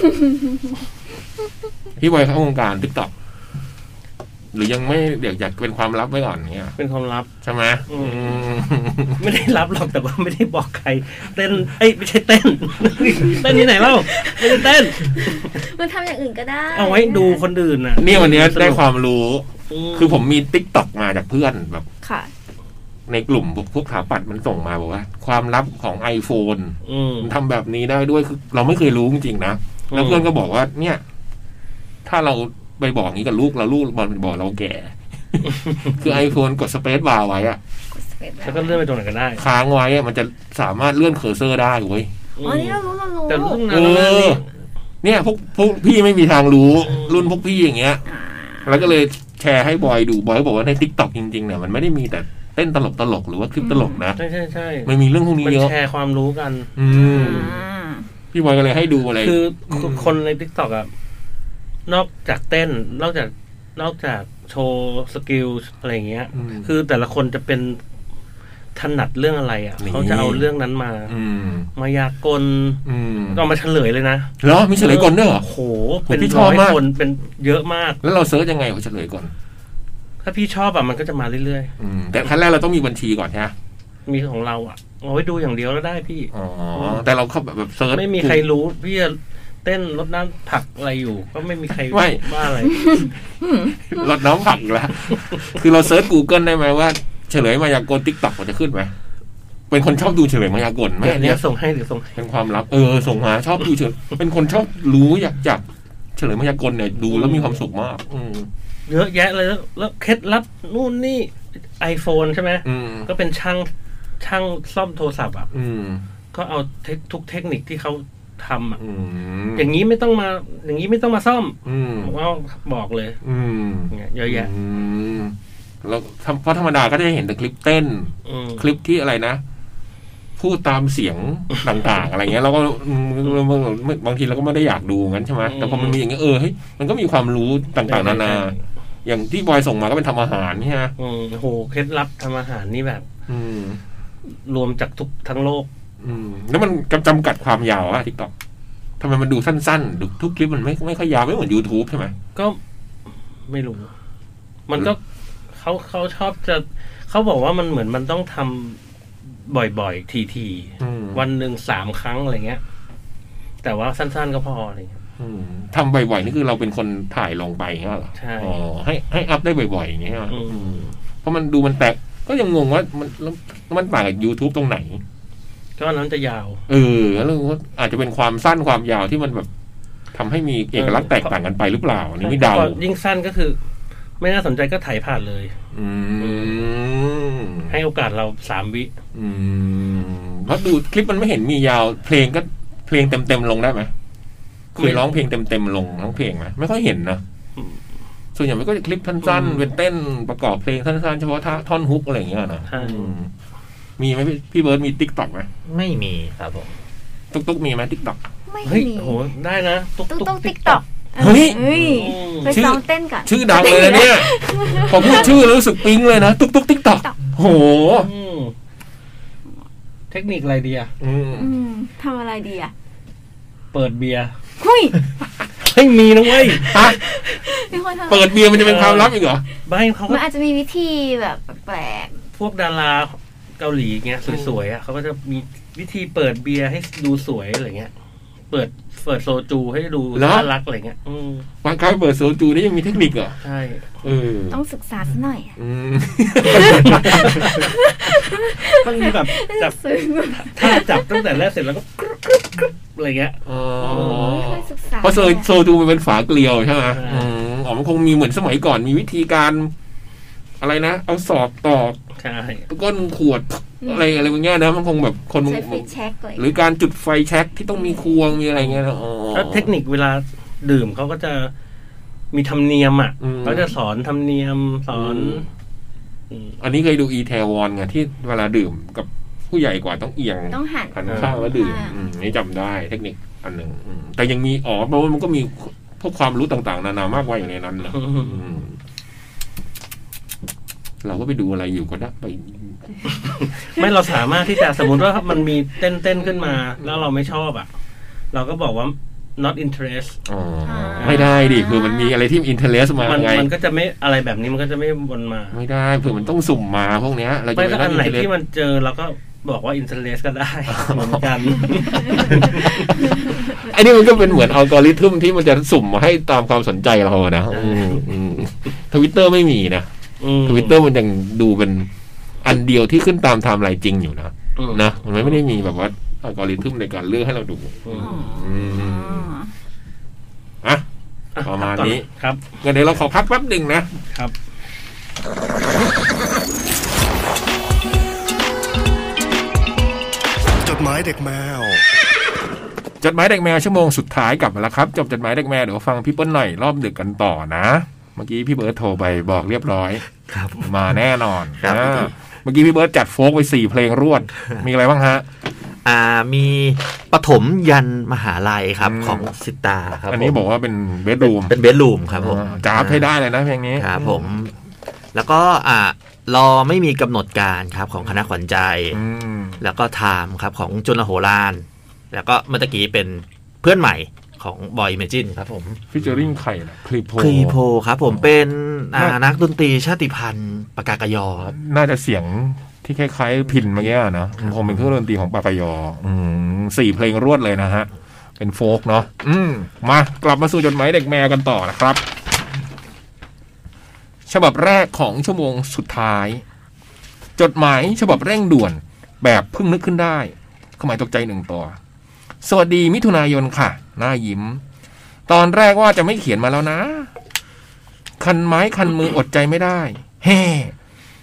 พี่บอยเข้าวงการ TikTok หรือยังไม่เดี๋ยวอยากเป็นความลับไว้ก่อนเงี้ยเป็นความลับใช่ไหมไม่ได้ลับหรอกแต่ว่าไม่ได้บอกใครเต้นเอ้ยไม่ใช่เต้นเต้นที่ไหนเล่าไม่ได้เต้นมันทำอย่างอื่นก็ได้เอาไว้ดูคนอื่นน่ะนี่วันนี้ได้ความรู้คือผมมี TikTok มาจากเพื่อนแบบค่ะในกลุ่มพวกขาปัดมันส่งมาบอกว่าความลับของ iPhone มันทำแบบนี้ได้ด้วยคือเราไม่เคยรู้จริงๆนะแล้วเพื่อนก็บอกว่าเนี่ยถ้าเราไปบอกงี้กับลูกเราลูกบอลบอกเราแก่คือ iPhone กดสเปซบาร์ไว้อะแล้วก็เลื่อนไปตรงไหนก็ได้ค้างไว้มันจะสามารถเลื่อนเคอร์เซอร์ได้เว้ยอ๋อนี่เรารู้เรารู้แต่รุ่นนั้นเนี่ยพวกพวกพี่ไม่มีทางรู้รุ่นพวกพี่อย่างเงี้ยแล้วก็เลยแชร์ให้บอยดูบอยบอกว่าใน TikTok จริงๆเนี่ยมันไม่ได้มีแต่เต้นตลกตลกหรือว่าคลิปตลกนะใช่ใช่ใช่มันมีเรื่องพวกนี้เยอะแชร์ความรู้กันอืมพี่บอยก็เลยให้ดูอะไรคือคนใน TikTok อ่ะนอกจากเต้นนอกจากนอกจากโชว์สกิลอะไรเงี้ยคือแต่ละคนจะเป็นถนัดเรื่องอะไรอ่ะเขาจะเอาเรื่องนั้นมามายากลเอามาเฉลยเลยนะเหรอมีเฉลยกลด้วยเหรอโอ้โหเป็นร้อยคนเป็นเยอะมากแล้วเราเซิร์ชยังไงว่าเฉลยกลถ้าพี่ชอบอ่ะมันก็จะมาเรื่อยๆแต่ขั้นแรกเราต้องมีบัญชีก่อนใช่ไหมมีของเราอ่ะเอาไว้ดูอย่างเดียวแล้วได้พี่อ๋อแต่เราเข้าแบบเซิร์ชไม่มีใครรู้พี่จะเต้นรดน้ำผักอะไรอยู่ก็ไม่มีใครว่าอะไรรดน้ำผักแล้วคือเราเซิร์ช Google ได้ไหมว่าเฉลยมายากล TikTok มันจะขึ้นไหมเป็นคนชอบดูเฉลยมายากลไหมเนี่ยส่งให้หรือส่งเป็นความลับเออส่งมาชอบดูเฉลยเป็นคนชอบรู้อยากจับเฉลยมายากลเนี่ยดูแล้วมีความสุขมากเยอะแยะเลยแล้วเคล็ดลับนู่นนี่ iPhone ใช่ไหมมก็เป็นช่างช่างซ่อมโทรศัพท์อ่ะอืมก็เอาทุกเทคนิคที่เขาทำอ่ะอืมอย่างนี้ไม่ต้องมาอย่างนี้ไม่ต้องมาซ่อมอืมว่าบอกเลยอืมเยอะแยะอืมแล้วเพราะธรรมดาก็จะเห็นแต่คลิปเต้นคลิปที่อะไรนะพูดตามเสียงต่างๆอะไรเงี้ยเราก็บางทีเราก็ไม่ได้อยากดูงั้นใช่ไหมแต่พอมันมีอย่างเงี้ยเออเฮ้ยมันก็มีความรู้ต่างๆนานาอย่างที่บอยส่งมาก็เป็นทำอาหารใช่ไหมอืมโหเคล็ดลับทำอาหารนี่แบบอืมรวมจากทุกทั้งโลกอืมแล้วมันจำกัดความยาวอะทิกตอกทำไมมันดูสั้นๆดูทุกคลิปมันไม่ไม่ค่อยยาวไม่เหมือน YouTube ใช่ไหมก็ไม่รู้มันก็เขาเขาชอบจะเขาบอกว่ามันเหมือนมันต้องทำบ่อยๆทีๆวันหนึ่งสามครั้งอะไรเงี้ยแต่ว่าสั้นๆก็พออะไรเงี้ยทำบ่อยๆนี่คือเราเป็นคนถ่ายลงไปเงี้ยเหรอใช่อ๋อให้ให้อัพได้บ่อยๆอย่างเงี้ยเพราะมันดูมันแตกก็ยังงงว่ามันมันต่างกับ YouTube ตรงไหนก็นั้นจะยาวเออแล้วว่าอาจจะเป็นความสั้นความยาวที่มันแบบทำให้มีเอกลักษณ์แตกต่างกันไปหรือเปล่านี่ไม่เดายิ่งสั้นก็คือไม่น่าสนใจก็ถ่ายผ่านเลยอืมให้โอกาสเราสามวิอืมเพราะดูคลิปมันไม่เห็นมียาวเพลงก็เพลงเต็มๆลงได้ไหมเคยร้องเพลงเต็มๆลงทั้งเพลงไหมไม่ค่อยเห็นนะส่วนใหญ่มันก็จะคลิปสั้นๆเป็นเต้นประกอบเพลงสั้นๆเฉพาะท่อนฮุกอะไรอย่างเงี้ยนะมีไหมพี่เบิร์ดมี TikTok ไหมไม่มีครับผมตุ๊กๆมีไหม TikTok ไม่มีโหได้นะตุ๊กตุ๊ก TikTok เฮ้ยไปซ้อมเต้นก่อนชื่อดังเลยนะเนี่ยพอพูดชื่อรู้สึกปิ๊งเลยนะตุ๊กๆ TikTok โหเทคนิคอะไรดีอ่ะทำอะไรดีอ่ะเปิดเบียร์เฮ้ยไม่มีนะเว้ยฮะเปิดเบียร์มันจะเป็นความลับอีกเหรอไม่เขามันอาจจะมีวิธีแบบแปลกพวกดาราเกาหลีเงี้ยสวยๆอ่ะเขาก็จะมีวิธีเปิดเบียร์ให้ดูสวยอะไรเงี้ยเปิดเปิดโซจูให้ดูน่ารักอะไรเงี้ยบางครั้งเปิดโซจูนี่ยังมีเทคนิคเหรอใช่เออต้องศึกษาสักหน่อยต้องแบบจับถ้าจับตั้งแต่แรกเสร็จแล้วก็อะไรเงี้ยอ๋อเพราะโซจูมันเป็นฝาเกลียวใช่ไหมอ๋อมันคงมีเหมือนสมัยก่อนมีวิธีการอะไรนะเอาสอบตอกก้นขวดอะไรอะไรแบบเงี้ยนะมันคงแบบคนหรือการจุดไฟแช็กที่ต้องมีควงมีอะไรเงี้ยนะอ๋อแล้วเทคนิคเวลาดื่มเขาก็จะมีธรรมเนียมอ่ะเขาจะสอนธรรมเนียมสอนอันนี้เคยดูอีแทวอนไงที่เวลาดื่มกับผู้ใหญ่กว่าต้องเอียงต้องหันหันข้างแล้วดื่มนี่จำได้เทคนิคอันหนึ่งแต่ยังมีอ๋อเพราะว่ามันก็มีพวกความรู้ต่างๆนานามากมายอยู่ในนั้นนะเราก็ไปดูอะไรอยู่ก็ได้ไปไม่เราสามารถที่จะสมมติว่ามันมีเต้นเต้นขึ้นมาแล้วเราไม่ชอบอ่ะเราก็บอกว่า not interest อ๋อไม่ได้ดิคือมันมีอะไรที่ interest มาไงมันก็จะไม่อะไรแบบนี้มันก็จะไม่วนมาไม่ได้เผื่อมันต้องสุ่มมาพวกเนี้ยเราจะไม่อันไหนที่มันเจอเราก็บอกว่า interest ก็ได้เหมือนกันไอ้นี่มันก็เป็นเหมือนอัลกอริทึมที่มันจะสุ่มมาให้ตามความสนใจเรานะทวิตเตอร์ไม่มีนะทวิตเตอร์มันยังดูเป็นอันเดียวที่ขึ้นตามไทม์ไลน์จริงอยู่นะนะมันไม่ได้มีแบบว่าอัลกอริทึมในการเลือกให้เราดูอ่ะประมาณนี้ครับงั้นเดี๋ยวเราขอพักแป๊บหนึ่งนะครับจดหมายเด็กแมวจดหมายเด็กแมวชั่วโมงสุดท้ายกลับมาแล้วครับจบจดหมายเด็กแมวเดี๋ยวฟังพี่เปิ้ลหน่อยรอบดึกกันต่อนะเมื่อกี้พี่เบิร์ดโทรไปบอกเรียบร้อยครับมาแน่นอนครับเมื่อกี้พี่เบิร์ดจัดโฟกไปสี่เพลงรวดมีอะไรบ้างฮะอ่ามีปฐมยันมหาลัยครับของสิตาครับอันนี้บอกว่าเป็นเบดรูมเป็นเบดรูมครับผมจ้าบให้ได้เลยนะเพลงนี้ครับผมแล้วก็อ่ารอไม่มีกำหนดการครับของคณะขวัญใจแล้วก็ไทม์ครับของจุลโหราณแล้วก็เมื่อกี้เป็นเพื่อนใหม่ของบอยเมจินครับผมฟิชเจอริงใครนะคลีโพคลีโพครับผมเป็นนักดนตรีชาติพันธุ์ปากากยอครับน่าจะเสียงที่คล้ายๆพินเมื่อกี้นะคงเป็นเครื่องดนตรีของปากากยอสี่เพลงรวดเลยนะฮะเป็นโฟกเนาะมากลับมาสู่จดหมายเด็กแมวกันต่อนะครับฉบับแรกของชั่วโมงสุดท้ายจดหมายฉบับเร่งด่วนแบบเพิ่งนึกขึ้นได้ขมายตกใจหนึ่งตัวสวัสดีมิถุนายนค่ะหน้ายิ้มตอนแรกว่าจะไม่เขียนมาแล้วนะคันไม้คันมืออดใจไม่ได้เฮ่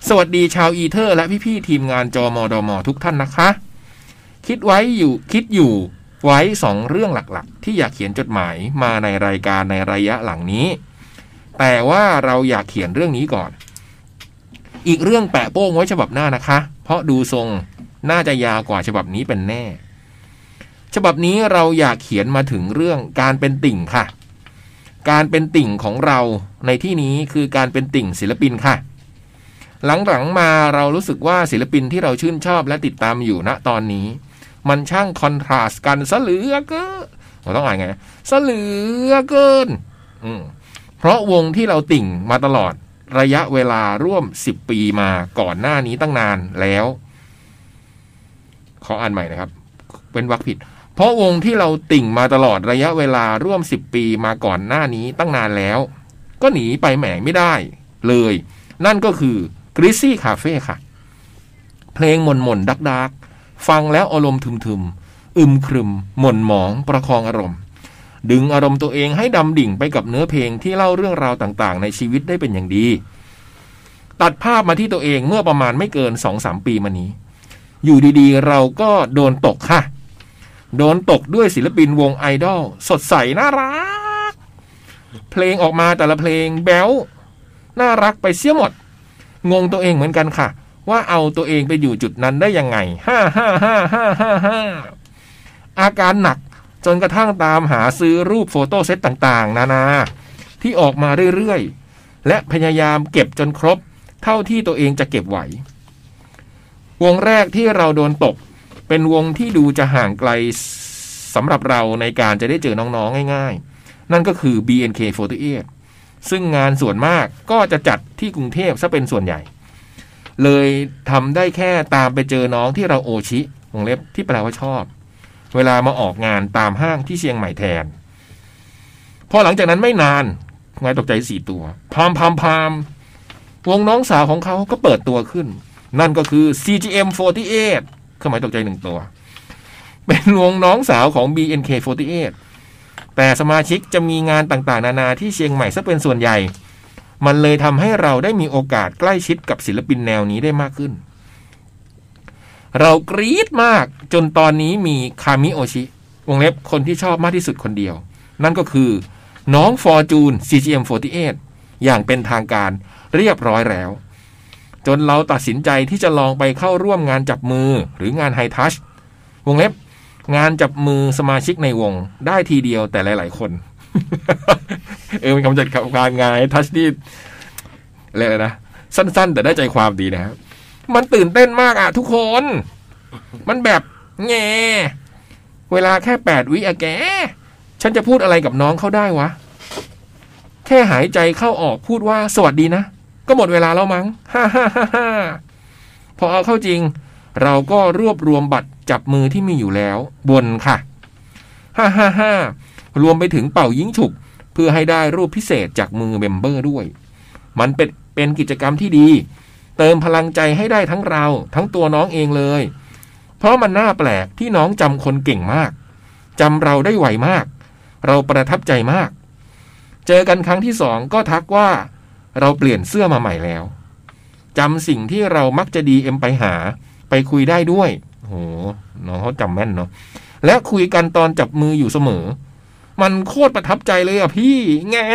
สวัสดีชาวอีเทอร์และพี่ๆทีมงานจมดมทุกท่านนะคะคิดไว้อยู่คิดอยู่ไว้สองเรื่องหลักๆที่อยากเขียนจดหมายมาในรายการในระยะหลังนี้แต่ว่าเราอยากเขียนเรื่องนี้ก่อนอีกเรื่องแปะโป้งไว้ฉบับหน้านะคะเพราะดูทรงน่าจะยาวกว่าฉบับนี้เป็นแน่ฉบับนี้เราอยากเขียนมาถึงเรื่องการเป็นติ่งค่ะการเป็นติ่งของเราในที่นี้คือการเป็นติ่งศิลปินค่ะหลังๆมาเรารู้สึกว่าศิลปินที่เราชื่นชอบและติดตามอยู่ณตอนนี้มันช่างคอนทราสต์กันซะเหลือเกินเราต้องอ่านไงซะเหลือเกินอืมเพราะวงที่เราติ่งมาตลอดระยะเวลาร่วมสิบปีมาก่อนหน้านี้ตั้งนานแล้วขออ่านใหม่นะครับเป็นวรรคผิดเพราะวงที่เราติ่งมาตลอดระยะเวลาร่วมสิบปีมาก่อนหน้านี้ตั้งนานแล้วก็หนีไปแหมไม่ได้เลยนั่นก็คือกริซซี่คาเฟ่ค่ะเพลงหม่นหม่นดักดักฟังแล้วอารมณ์ทึมๆอึมครึมหม่นหมองประคองอารมณ์ดึงอารมณ์ตัวเองให้ดำดิ่งไปกับเนื้อเพลงที่เล่าเรื่องราวต่างๆในชีวิตได้เป็นอย่างดีตัดภาพมาที่ตัวเองเมื่อประมาณไม่เกิน สองถึงสาม ปีมานี้อยู่ดีๆเราก็โดนตกค่ะโดนตกด้วยศิลปินวงไอดอลสดใสน่ารักเพลงออกมาแต่ละเพลงแบ๊วน่ารักไปเสียหมดงงตัวเองเหมือนกันค่ะว่าเอาตัวเองไปอยู่จุดนั้นได้ยังไงฮ่าฮ่าฮ่าฮ่าฮ่าฮ่าอาการหนักจนกระทั่งตามหาซื้อรูปโฟโต้เซตต่างๆนานาที่ออกมาเรื่อยๆและพยายามเก็บจนครบเท่าที่ตัวเองจะเก็บไหววงแรกที่เราโดนตกเป็นวงที่ดูจะห่างไกลสำหรับเราในการจะได้เจอน้องๆง่ายๆนั่นก็คือ บี เอ็น เค สี่สิบแปด ซึ่งงานส่วนมากก็จะจัดที่กรุงเทพซะเป็นส่วนใหญ่เลยทำได้แค่ตามไปเจอน้องที่เราโอชิวงเล็บที่แปลว่าชอบเวลามาออกงานตามห้างที่เชียงใหม่แทนพอหลังจากนั้นไม่นานงานตกใจสี่ตัวพามพามพามวงน้องสาวของเขาก็เปิดตัวขึ้นนั่นก็คือ ซี จี เอ็ม สี่สิบแปด เครื่องหมายตกใจหนึ่งตัวเป็นวงน้องสาวของ บี เอ็น เค สี่สิบแปด แต่สมาชิกจะมีงานต่างๆนานาที่เชียงใหม่ซะเป็นส่วนใหญ่มันเลยทำให้เราได้มีโอกาสใกล้ชิดกับศิลปินแนวนี้ได้มากขึ้นเรากรี๊ดมากจนตอนนี้มีคามิโอชิวงเล็บคนที่ชอบมากที่สุดคนเดียวนั่นก็คือน้องฟอร์จูน ซี จี เอ็ม สี่สิบแปด อย่างเป็นทางการเรียบร้อยแล้วจนเราตัดสินใจที่จะลองไปเข้าร่วมงานจับมือหรืองานไฮทัชวงเล็บงานจับมือสมาชิกในวงได้ทีเดียวแต่หลายๆคน เออเป็นคำจัดการงานไฮทัชที่อะไรนะสั้นๆแต่ได้ใจความดีนะครับมันตื่นเต้นมากอ่ะทุกคนมันแบบแง่เวลาแค่แปดวิอะแกฉันจะพูดอะไรกับน้องเขาได้วะแค่หายใจเข้าออกพูดว่าสวัสดีนะก็หมดเวลาแล้วมั้งฮ่าฮ่าฮ่าฮ่าพอเอาเข้าจริงเราก็รวบรวมบัตรจับมือที่มีอยู่แล้วบนค่ะฮ่าฮ่าฮ่ารวมไปถึงเป่ายิงฉุบเพื่อให้ได้รูปพิเศษจากมือเมมเบอร์ด้วยมันเป็นเป็นกิจกรรมที่ดีเติมพลังใจให้ได้ทั้งเราทั้งตัวน้องเองเลยเพราะมันน่าแปลกที่น้องจำคนเก่งมากจำเราได้ไวมากเราประทับใจมากเจอกันครั้งที่สองก็ทักว่าเราเปลี่ยนเสื้อมาใหม่แล้วจำสิ่งที่เรามักจะ ดี เอ็ม ไปหาไปคุยได้ด้วยโหน้องเขาจำแม่นเนาะและคุยกันตอนจับมืออยู่เสมอมันโคตรประทับใจเลยอ่ะพี่แง่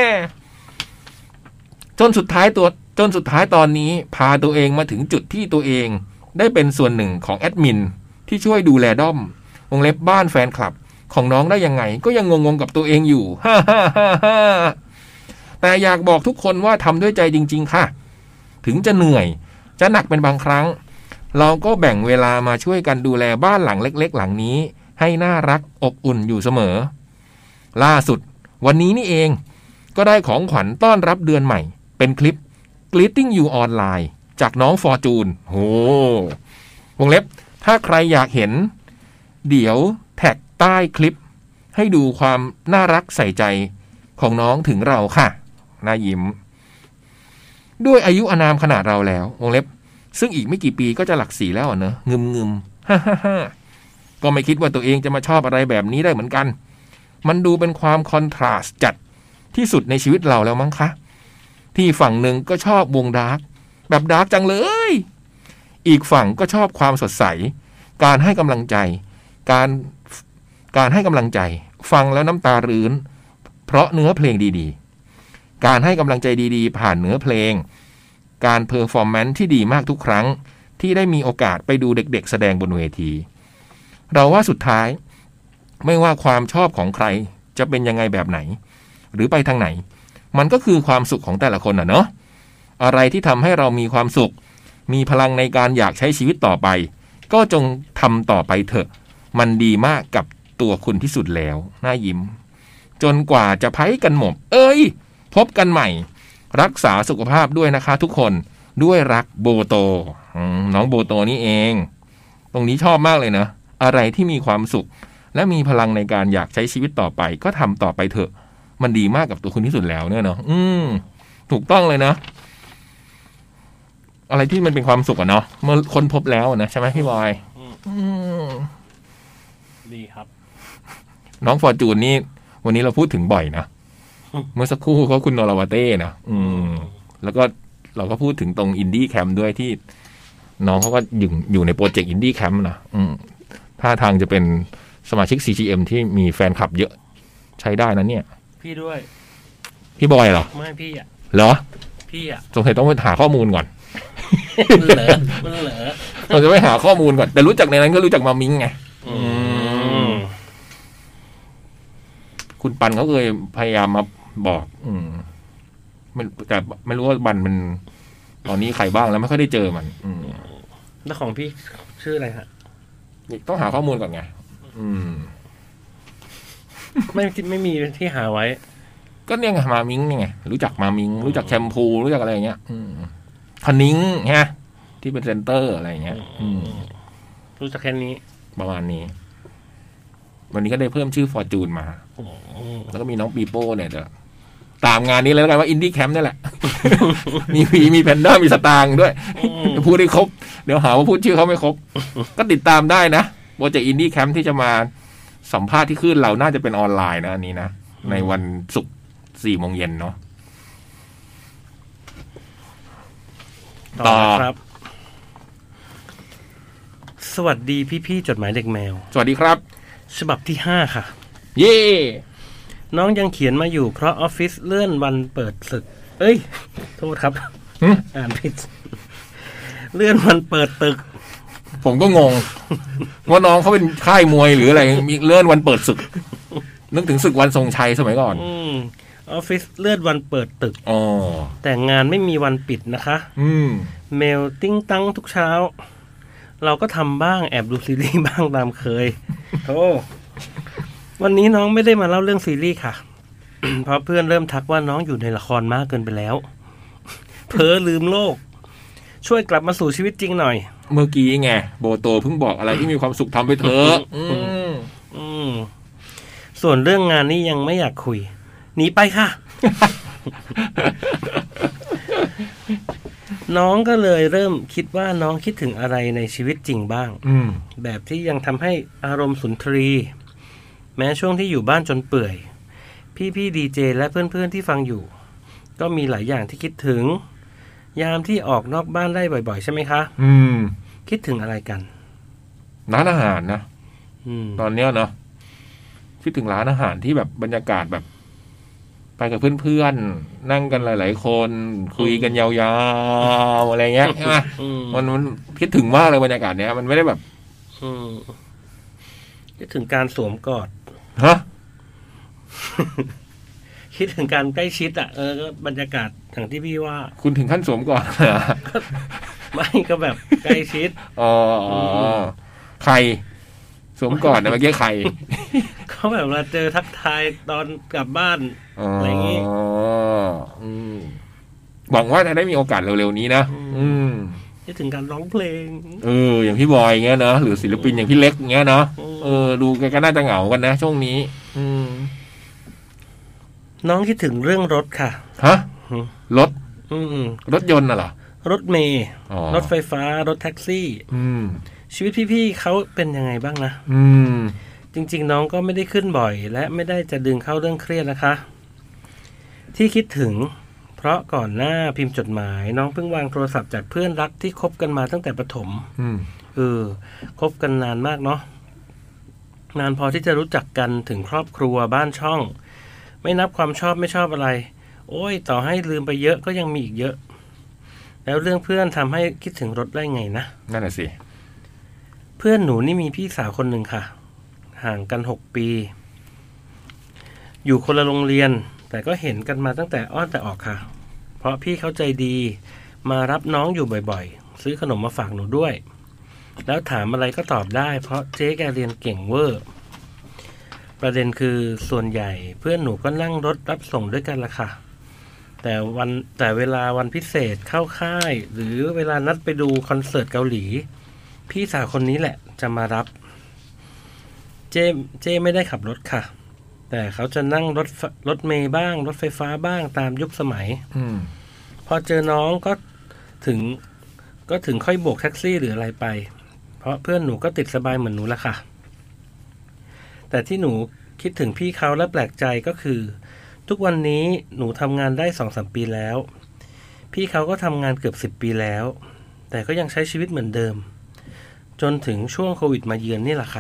จนสุดท้ายตัวจนสุดท้ายตอนนี้พาตัวเองมาถึงจุดที่ตัวเองได้เป็นส่วนหนึ่งของแอดมินที่ช่วยดูแลด้อมวงเล็บบ้านแฟนคลับของน้องได้ยังไงก็ยังงงๆกับตัวเองอยู่ฮ่าฮ่าฮ่าฮ่าแต่อยากบอกทุกคนว่าทำด้วยใจจริงๆค่ะถึงจะเหนื่อยจะหนักเป็นบางครั้งเราก็แบ่งเวลามาช่วยกันดูแลบ้านหลังเล็กๆหลังนี้ให้น่ารักอบอุ่นอยู่เสมอล่าสุดวันนี้นี่เองก็ได้ของขวัญต้อนรับเดือนใหม่เป็นคลิป Greeting You Online จากน้องฟอร์จูนโหวงเล็บถ้าใครอยากเห็นเดี๋ยวแท็กใต้คลิปให้ดูความน่ารักใส่ใจของน้องถึงเราค่ะน่ายิ้มด้วยอายุอานามขนาดเราแล้ววงเล็บซึ่งอีกไม่กี่ปีก็จะหลักสี่แล้วเนอะงึมงึมฮ่าฮ่าฮ่าก็ไม่คิดว่าตัวเองจะมาชอบอะไรแบบนี้ได้เหมือนกันมันดูเป็นความคอนทราสต์จัดที่สุดในชีวิตเราแล้วมั้งคะที่ฝั่งหนึ่งก็ชอบวงดาร์กแบบดาร์กจังเลยอีกฝั่งก็ชอบความสดใสการให้กำลังใจการการให้กำลังใจฟังแล้วน้ำตารื้นเพราะเนื้อเพลงดีๆการให้กำลังใจดีๆผ่านเนื้อเพลงการเพอร์ฟอร์แมนซ์ที่ดีมากทุกครั้งที่ได้มีโอกาสไปดูเด็กๆแสดงบนเวทีเราว่าสุดท้ายไม่ว่าความชอบของใครจะเป็นยังไงแบบไหนหรือไปทางไหนมันก็คือความสุขของแต่ละคนน่ะเนาะอะไรที่ทำให้เรามีความสุขมีพลังในการอยากใช้ชีวิตต่อไปก็จงทำต่อไปเถอะมันดีมากกับตัวคุณที่สุดแล้วน่ายิ้มจนกว่าจะไพ่กันหมดเอ้ยพบกันใหม่รักษาสุขภาพด้วยนะคะทุกคนด้วยรักโบโตน้องโบโตนี่เองตรงนี้ชอบมากเลยนะอะไรที่มีความสุขและมีพลังในการอยากใช้ชีวิตต่อไปก็ทำต่อไปเถอะมันดีมากกับตัวคุณที่สุดแล้วเนี่ยเนาะอืมถูกต้องเลยนะอะไรที่มันเป็นความสุขอะเนาะเมื่อคนพบแล้วนะใช่ไหมพี่บอยดีครับน้องฟอร์จูนนี่วันนี้เราพูดถึงบ่อยนะเมื่อสักครู่เขาคุณนรวเต้นะอืมแล้วก็เราก็พูดถึงตรงอินดี้แคมป์ด้วยที่น้องเขาก็อยู่อยู่ในโปรเจกต์อินดี้แคมป์นะอืมท่าทางจะเป็นสมาชิก ซี จี เอ็ม ที่มีแฟนคลับเยอะใช้ได้นะเนี่ยพี่ด้วยพี่บอยเหรอไม่พี่อ่ะเหรอพี่อ่ะสงสัยต้องไปหาข้อมูลก่อนมันเหรอมันเหรอเราจะไปหาข้อมูลก่อนแต่รู้จักในนั้นก็รู้จักมามิงไงคุณปันเขาเคยพยายามมาบอกอืมไม่แต่ไม่รู้ว่าบันมันตอนนี้ใครบ้างแล้วไม่ค่อยได้เจอมันอืมแล้วของพี่ชื่ออะไรฮะต้องหาข้อมูลก่อนไงอืมไม่ไม่มีที่หาไว้ก็เนี่ยไงมามิงไงรู้จักมามิงรู้จักแชมพูรู้จักอะไรอย่างเงี้ยอืมพนิ้งฮะที่เป็นเซนเตอร์อะไรอย่างเงี้ยอืมรู้จักแค่นี้ประมาณนี้วันนี้ก็ได้เพิ่มชื่อฟอร์จูนมาแล้วก็มีน้องปีโป้เนี่ยจะตามงานนี้แล้วกันว่าอินดี้แคมป์นี่แหละมีผีมีแพนด้ามีสตางค์ด้วยพูดได้ครบเดี๋ยวหาว่าพูดชื่อเขาไม่ครบก็ติดตามได้นะโปรเจกต์อินดี้แคมป์ที่จะมาสัมภาษณ์ที่ขึ้นเราน่าจะเป็นออนไลน์นะอันนี้นะในวันศุกร์สี่โมงเย็นเนาะต่อครับสวัสดีพี่ๆจดหมายเด็กแมวสวัสดีครับฉบับที่ห้าค่ะเย่น้องยังเขียนมาอยู่เพราะออฟฟิศเลื่อนวันเปิดศึกเอ้ยโทษครับอ่านผิดเลื่อนวันเปิดตึกผมก็งงว่าน้องเขาเป็นค่ายมวยหรืออะไรมีเลื่อนวันเปิดศึกนึกถึงศึกวันทรงชัยสมัยก่อนอืมออฟฟิศเลื่อนวันเปิดตึกอ๋อแต่งานไม่มีวันปิดนะคะอืมเมลติ้งตั้งทุกเช้าเราก็ทำบ้างแอบดูซีรีส์บ้างตามเคยโอ้วันนี้น้องไม่ได้มาเล่าเรื่องซีรีส์ค่ะ เพราะเพื่อนเริ่มทักว่าน้องอยู่ในละครมากเกินไปแล้วเพ้อลืมโลกช่วยกลับมาสู่ชีวิตจริงหน่อยเมื่อกี้ไงโบโตเพิ่งบอกอะไรที่มีความสุขทำไปเถอะอืมอืมส่วนเรื่องงานนี้ยังไม่อยากคุยหนีไปค่ะ น้องก็เลยเริ่มคิดว่าน้องคิดถึงอะไรในชีวิตจริงบ้างแบบที่ยังทำให้อารมณ์สุนทรีแม้ช่วงที่อยู่บ้านจนเปื่อยพี่ๆดีเจและเพื่อนๆที่ฟังอยู่ก็มีหลายอย่างที่คิดถึงยามที่ออกนอกบ้านได้บ่อยๆใช่ไหมคะอืมคิดถึงอะไรกันร้านอาหารนะตอนเนี้ยเนาะคิดถึงร้านอาหารที่แบบบรรยากาศแบบไปกับเพื่อนๆนั่งกันหลายๆคนคุยกันยาวๆอะไรเงี้ยใช่ไหมมันมันคิดถึงมากเลยบรรยากาศเนี้ยมันไม่ได้แบบคิดถึงการสวมกอดฮะคิดถึงการใกล้ชิดอ่ะเออก็บรรยากาศอย่างที่พี่ว่าคุณถึงขั้นสวมกอดเหรอไม่ก็แบบใกล้ชิดอ๋อใครสวมกอดนะเมื่อกี้ใครเขาแบบเราเจอทักทายตอนกลับบ้านอะไรอย่างงี้หวังว่าจะได้มีโอกาสเร็วๆนี้นะอืมคิดถึงการร้องเพลงเอออย่างพี่บอยเงี้ยนะหรือศิลปินอย่างพี่เล็กเงี้ยเนาะเออดูแกก็น่าจะเหงากันนะช่วงนี้อืมน้องคิดถึงเรื่องรถค่ะฮะรถรถยนต์น่ะเหรอรถเมล์รถไฟฟ้ารถแท็กซี่ชีวิตพี่ๆเขาเป็นยังไงบ้างนะจริงๆน้องก็ไม่ได้ขึ้นบ่อยและไม่ได้จะดึงเข้าเรื่องเครียดนะคะที่คิดถึงเพราะก่อนหน้าพิมพ์จดหมายน้องเพิ่งวางโทรศัพท์จากเพื่อนรักที่คบกันมาตั้งแต่ประถมเออคบกันนานมากเนาะนานพอที่จะรู้จักกันถึงครอบครัวบ้านช่องไม่นับความชอบไม่ชอบอะไรโอ้ยต่อให้ลืมไปเยอะก็ยังมีอีกเยอะแล้วเรื่องเพื่อนทำให้คิดถึงรถได้ไงนะนั่นแหละสิเพื่อนหนูนี่มีพี่สาวคนหนึ่งค่ะห่างกันหกปีอยู่คนละโรงเรียนแต่ก็เห็นกันมาตั้งแต่อ้อนแต่ออกค่ะเพราะพี่เขาใจดีมารับน้องอยู่บ่อยๆซื้อขนมมาฝากหนูด้วยแล้วถามอะไรก็ตอบได้เพราะเจ๊แกเรียนเก่งเวอร์ประเด็นคือส่วนใหญ่เพื่อนหนูก็นั่งรถรับส่งด้วยกันละค่ะแต่วันแต่เวลาวันพิเศษเข้าค่ายหรือเวลานัดไปดูคอนเสิร์ตเกาหลีพี่สาวคนนี้แหละจะมารับเจ๊เจ๊ไม่ได้ขับรถค่ะแต่เขาจะนั่งรถรถเมล์บ้างรถไฟฟ้าบ้างตามยุคสมัยพอเจอน้องก็ถึงก็ถึงค่อยโบกแท็กซี่หรืออะไรไปเพราะเพื่อนหนูก็ติดสบายเหมือนหนูละค่ะแต่ที่หนูคิดถึงพี่เขาและแปลกใจก็คือทุกวันนี้หนูทำงานได้ สองถึงสาม ปีแล้วพี่เขาก็ทำงานเกือบสิบปีแล้วแต่ก็ยังใช้ชีวิตเหมือนเดิมจนถึงช่วงโควิดมาเยือนนี่แหละค่ะ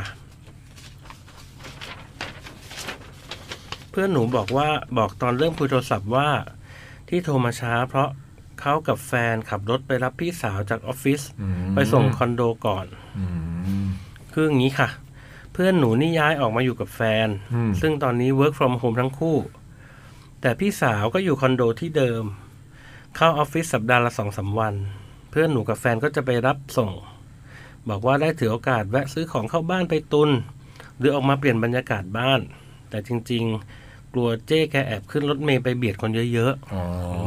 เพื่อนหนูบอกว่าบอกตอนเริ่มคุยโทรศัพท์ว่าที่โทรมาช้าเพราะเขากับแฟนขับรถไปรับพี่สาวจากออฟฟิศไปส่งคอนโดก่อนคืออย่างนี้ค่ะเพื่อนหนูนี่ย้ายออกมาอยู่กับแฟนซึ่งตอนนี้ work from home ทั้งคู่แต่พี่สาวก็อยู่คอนโดที่เดิมเข้าออฟฟิศสัปดาห์ละ สองถึงสาม วันเพื่อนหนูกับแฟนก็จะไปรับส่งบอกว่าได้ถือโอกาสแวะซื้อของเข้าบ้านไปตุนหรือออกมาเปลี่ยนบรรยากาศบ้านแต่จริงๆกลัวเจ๊แกแอบขึ้นรถเมล์ไปเบียดคนเยอะๆอ๋อ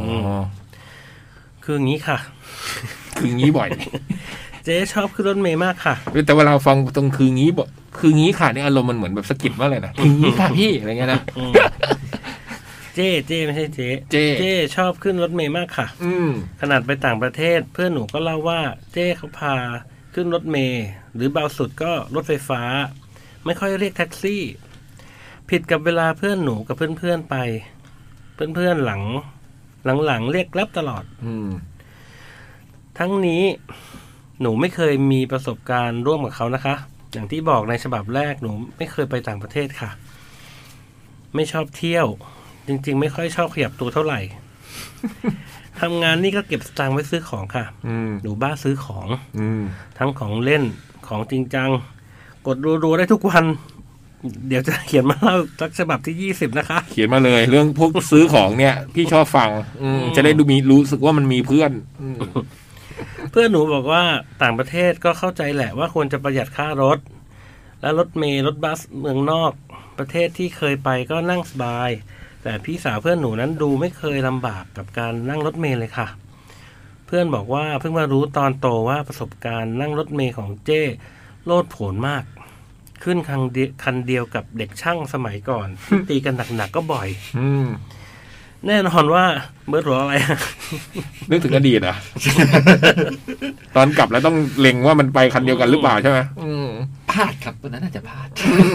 คืออย่างนี้ค่ะคืองี้บ่อยเจ๊ชอบขึ้นรถเมล์มากค่ะแต่เวลาฟังตรงคืองี้บ่คืองี้ค่ะนี่อารมณ์มันเหมือนแบบสะกิดมากเลยนะคืองี้ค่ะพี่อะไรเงี้ยนะเจ๊เจ๊ไม่ใช่เจ๊เจ๊ชอบขึ้นรถเมล์มากค่ะขนาดไปต่างประเทศเพื่อนหนูก็เล่าว่าเจ๊เขาพาขึ้นรถเมล์หรือเบาสุดก็รถไฟฟ้าไม่ค่อยเรียกแท็กซี่ผิดกับเวลาเพื่อนหนูกับเพื่อนๆไปเพื่อนๆหลังหลังๆเรียกแกร็บตลอดทั้งนี้หนูไม่เคยมีประสบการณ์ร่วมกับเขานะคะอย่างที่บอกในฉบับแรกหนูไม่เคยไปต่างประเทศค่ะไม่ชอบเที่ยวจริงๆไม่ค่อยชอบขยับตัวเท่าไหร่ทำงานนี่ก็เก็บสตางค์ไว้ซื้อของค่ะหนูบ้าซื้อของทั้งของเล่นของจริงจังกดรัวๆได้ทุกวันเดี๋ยวจะเขียนมาเล่าสักฉบับที่ยี่สิบนะคะเขียนมาเลยเรื่องพวกซื้อของเนี่ยพี่ชอบฟังจะได้ดูมีรู้สึกว่ามันมีเพื่อนเพื่อนหนูบอกว่าต่างประเทศก็เข้าใจแหละว่าควรจะประหยัดค่ารถและรถเมล์รถบัสเมืองนอกประเทศที่เคยไปก็นั่งสบายแต่พี่สาวเพื่อนหนูนั้นดูไม่เคยลำบากกับการนั่งรถเมล์เลยค่ะเพื่อนบอกว่าเพิ่งมารู้ตอนโตว่าประสบการณ์นั่งรถเมล์ของเจ้โลดโผนมากขึ้นคันเดียวคันเดียวกับเด็กช่างสมัยก่อนที่ตีกันหนักๆก็บ่อยแน่นอนว่าเบิร์ดหัวอะไรนึกถึงอดีตอ่ะ ตอนกลับแล้วต้องเล็งว่ามันไปคันเดียวกันหรือเปล่าใช่ไหมพลาดครับวันนั้นอาจจะพลาด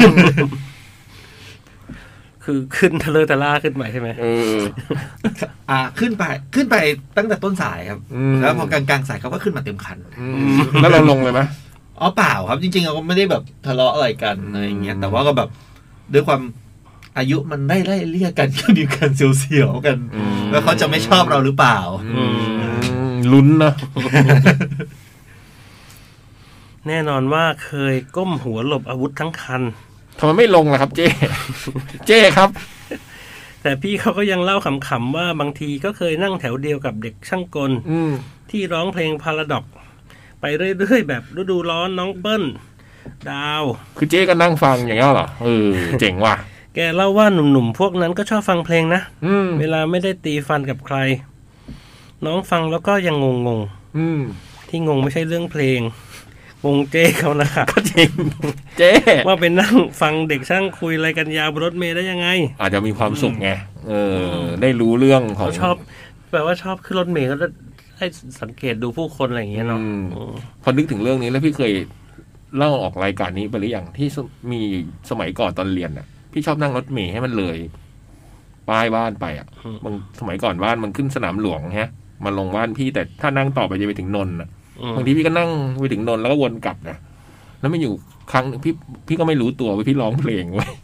คือขึ้นทะเลตะล่าขึ้นไปใช่ไหมเอออ่าขึ้นไปขึ้นไปตั้งแต่ต้นสายครับแล้วพอกลางๆสายเขาก็ขึ้นมาเต็มคันแล้วเราลงเลยไหมอ๋อเปล่าครับจริงๆเราก็ไม่ได้แบบทะเลาะอะไรกันอะไรอย่างเงี้ยแต่ว่าก็แบบด้วยความอายุมันได้ไล่เลี่ยกันก็ดีกันเสียวๆกันแล้วเขาจะไม่ชอบเราหรือเปล่าลุ้นนะแน่นอนว่าเคยก้มหัวหลบอาวุธทั้งคันทำไมไม่ลงล่ะครับเจ้เจ้ครับแต่พี่เขาก็ยังเล่าขำๆว่าบางทีก็เคยนั่งแถวเดียวกับเด็กช่างกลที่ร้องเพลงพาราดอกไปเรื่อยๆแบบฤดูร้อนน้องเปิ้ลดาวคือเจ๊ก็นั่งฟังอย่างนี้เหรอเออเจ๋งว่ะแกเล่าว่าหนุ่มๆพวกนั้นก็ชอบฟังเพลงนะเวลาไม่ได้ตีฟันกับใครน้องฟังแล้วก็ยังงงๆที่งงไม่ใช่เรื่องเพลงงงเจ๊เขานะคะก็จริงเจ๊ว่าเป็นนั่งฟังเด็กช่างคุยอะไรกันยาวบนรถเมล์ได้ยังไงอาจจะมีความสุขไงเออได้รู้เรื่องของชอบแปลว่าชอบขึ้นรถเมล์ก็ให้สังเกตดูผู้คนอะไรอย่างเงี้ยเนาะพอนึกถึงเรื่องนี้แล้วพี่เคยเล่าออกรายการนี้ไปหรือยังที่มีสมัยก่อนตอนเรียนน่ะพี่ชอบนั่งรถเมล์ให้มันเลยป้ายบ้านไปอ่ะบางสมัยก่อนบ้านมันขึ้นสนามหลวงฮะมาลงบ้านพี่แต่ถ้านั่งต่อไปจะไปถึงนนท์อ่ะบางทีพี่ก็นั่งไปถึงนนท์แล้วก็วนกลับนะแล้วไม่อยู่ครั้งพี่พี่ก็ไม่รู้ตัวว่าพี่ร้องเพลงไว้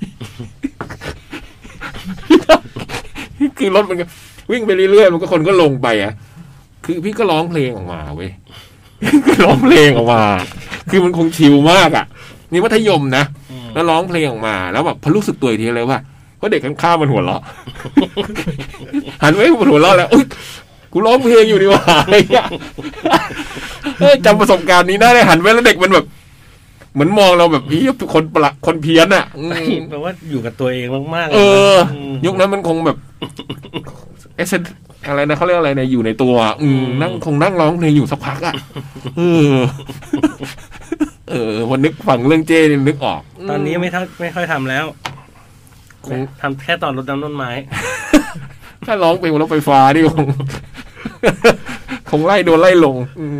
คือรถมันก็วิ่งไปเรื่อยๆมันก็คนก็ลงไปอ่ะคือพี่ก็ร้องเพลงออกมาเว้ยร้องเพลงออกมาคือมันคงชิลมากอ่ะนี่มัธยมนะแล้วร้องเพลงออกมาแล้วแบบพอรู้สึกตัวอีกทีเลยว่าเพราะเด็กข้างๆมันหัวเราะหันไปมันหัวเราะแล้วอุ๊ยกูร้องเพลงอยู่ดีว่าอะไรเงี้ยจำประสบการณ์นี้ได้เลยหันไปแล้วเด็กมันแบบเหมือนมองเราแบบพี่คนประคนเพี้ยนอ่ะแปลว่าอยู่กับตัวเองมากๆเออยุคนั้นมันคงแบบเอเซนอะไรนะเขาเรียกอะไรเนี่ยอยู่ในตัวอืมนั่งคงนั่งร้องเพลงอยู่สักพักอ่ะเออเออวันนึกฟังเรื่องเจ้นึกออกตอนนี้ไม่ทัไม่ค่อยทำแล้วคงทำแค่ตอนรดน้ำต้นไม้ถ้าร้องเพลงรถไฟฟ้าดิคงคงไล่โดนไล่ลง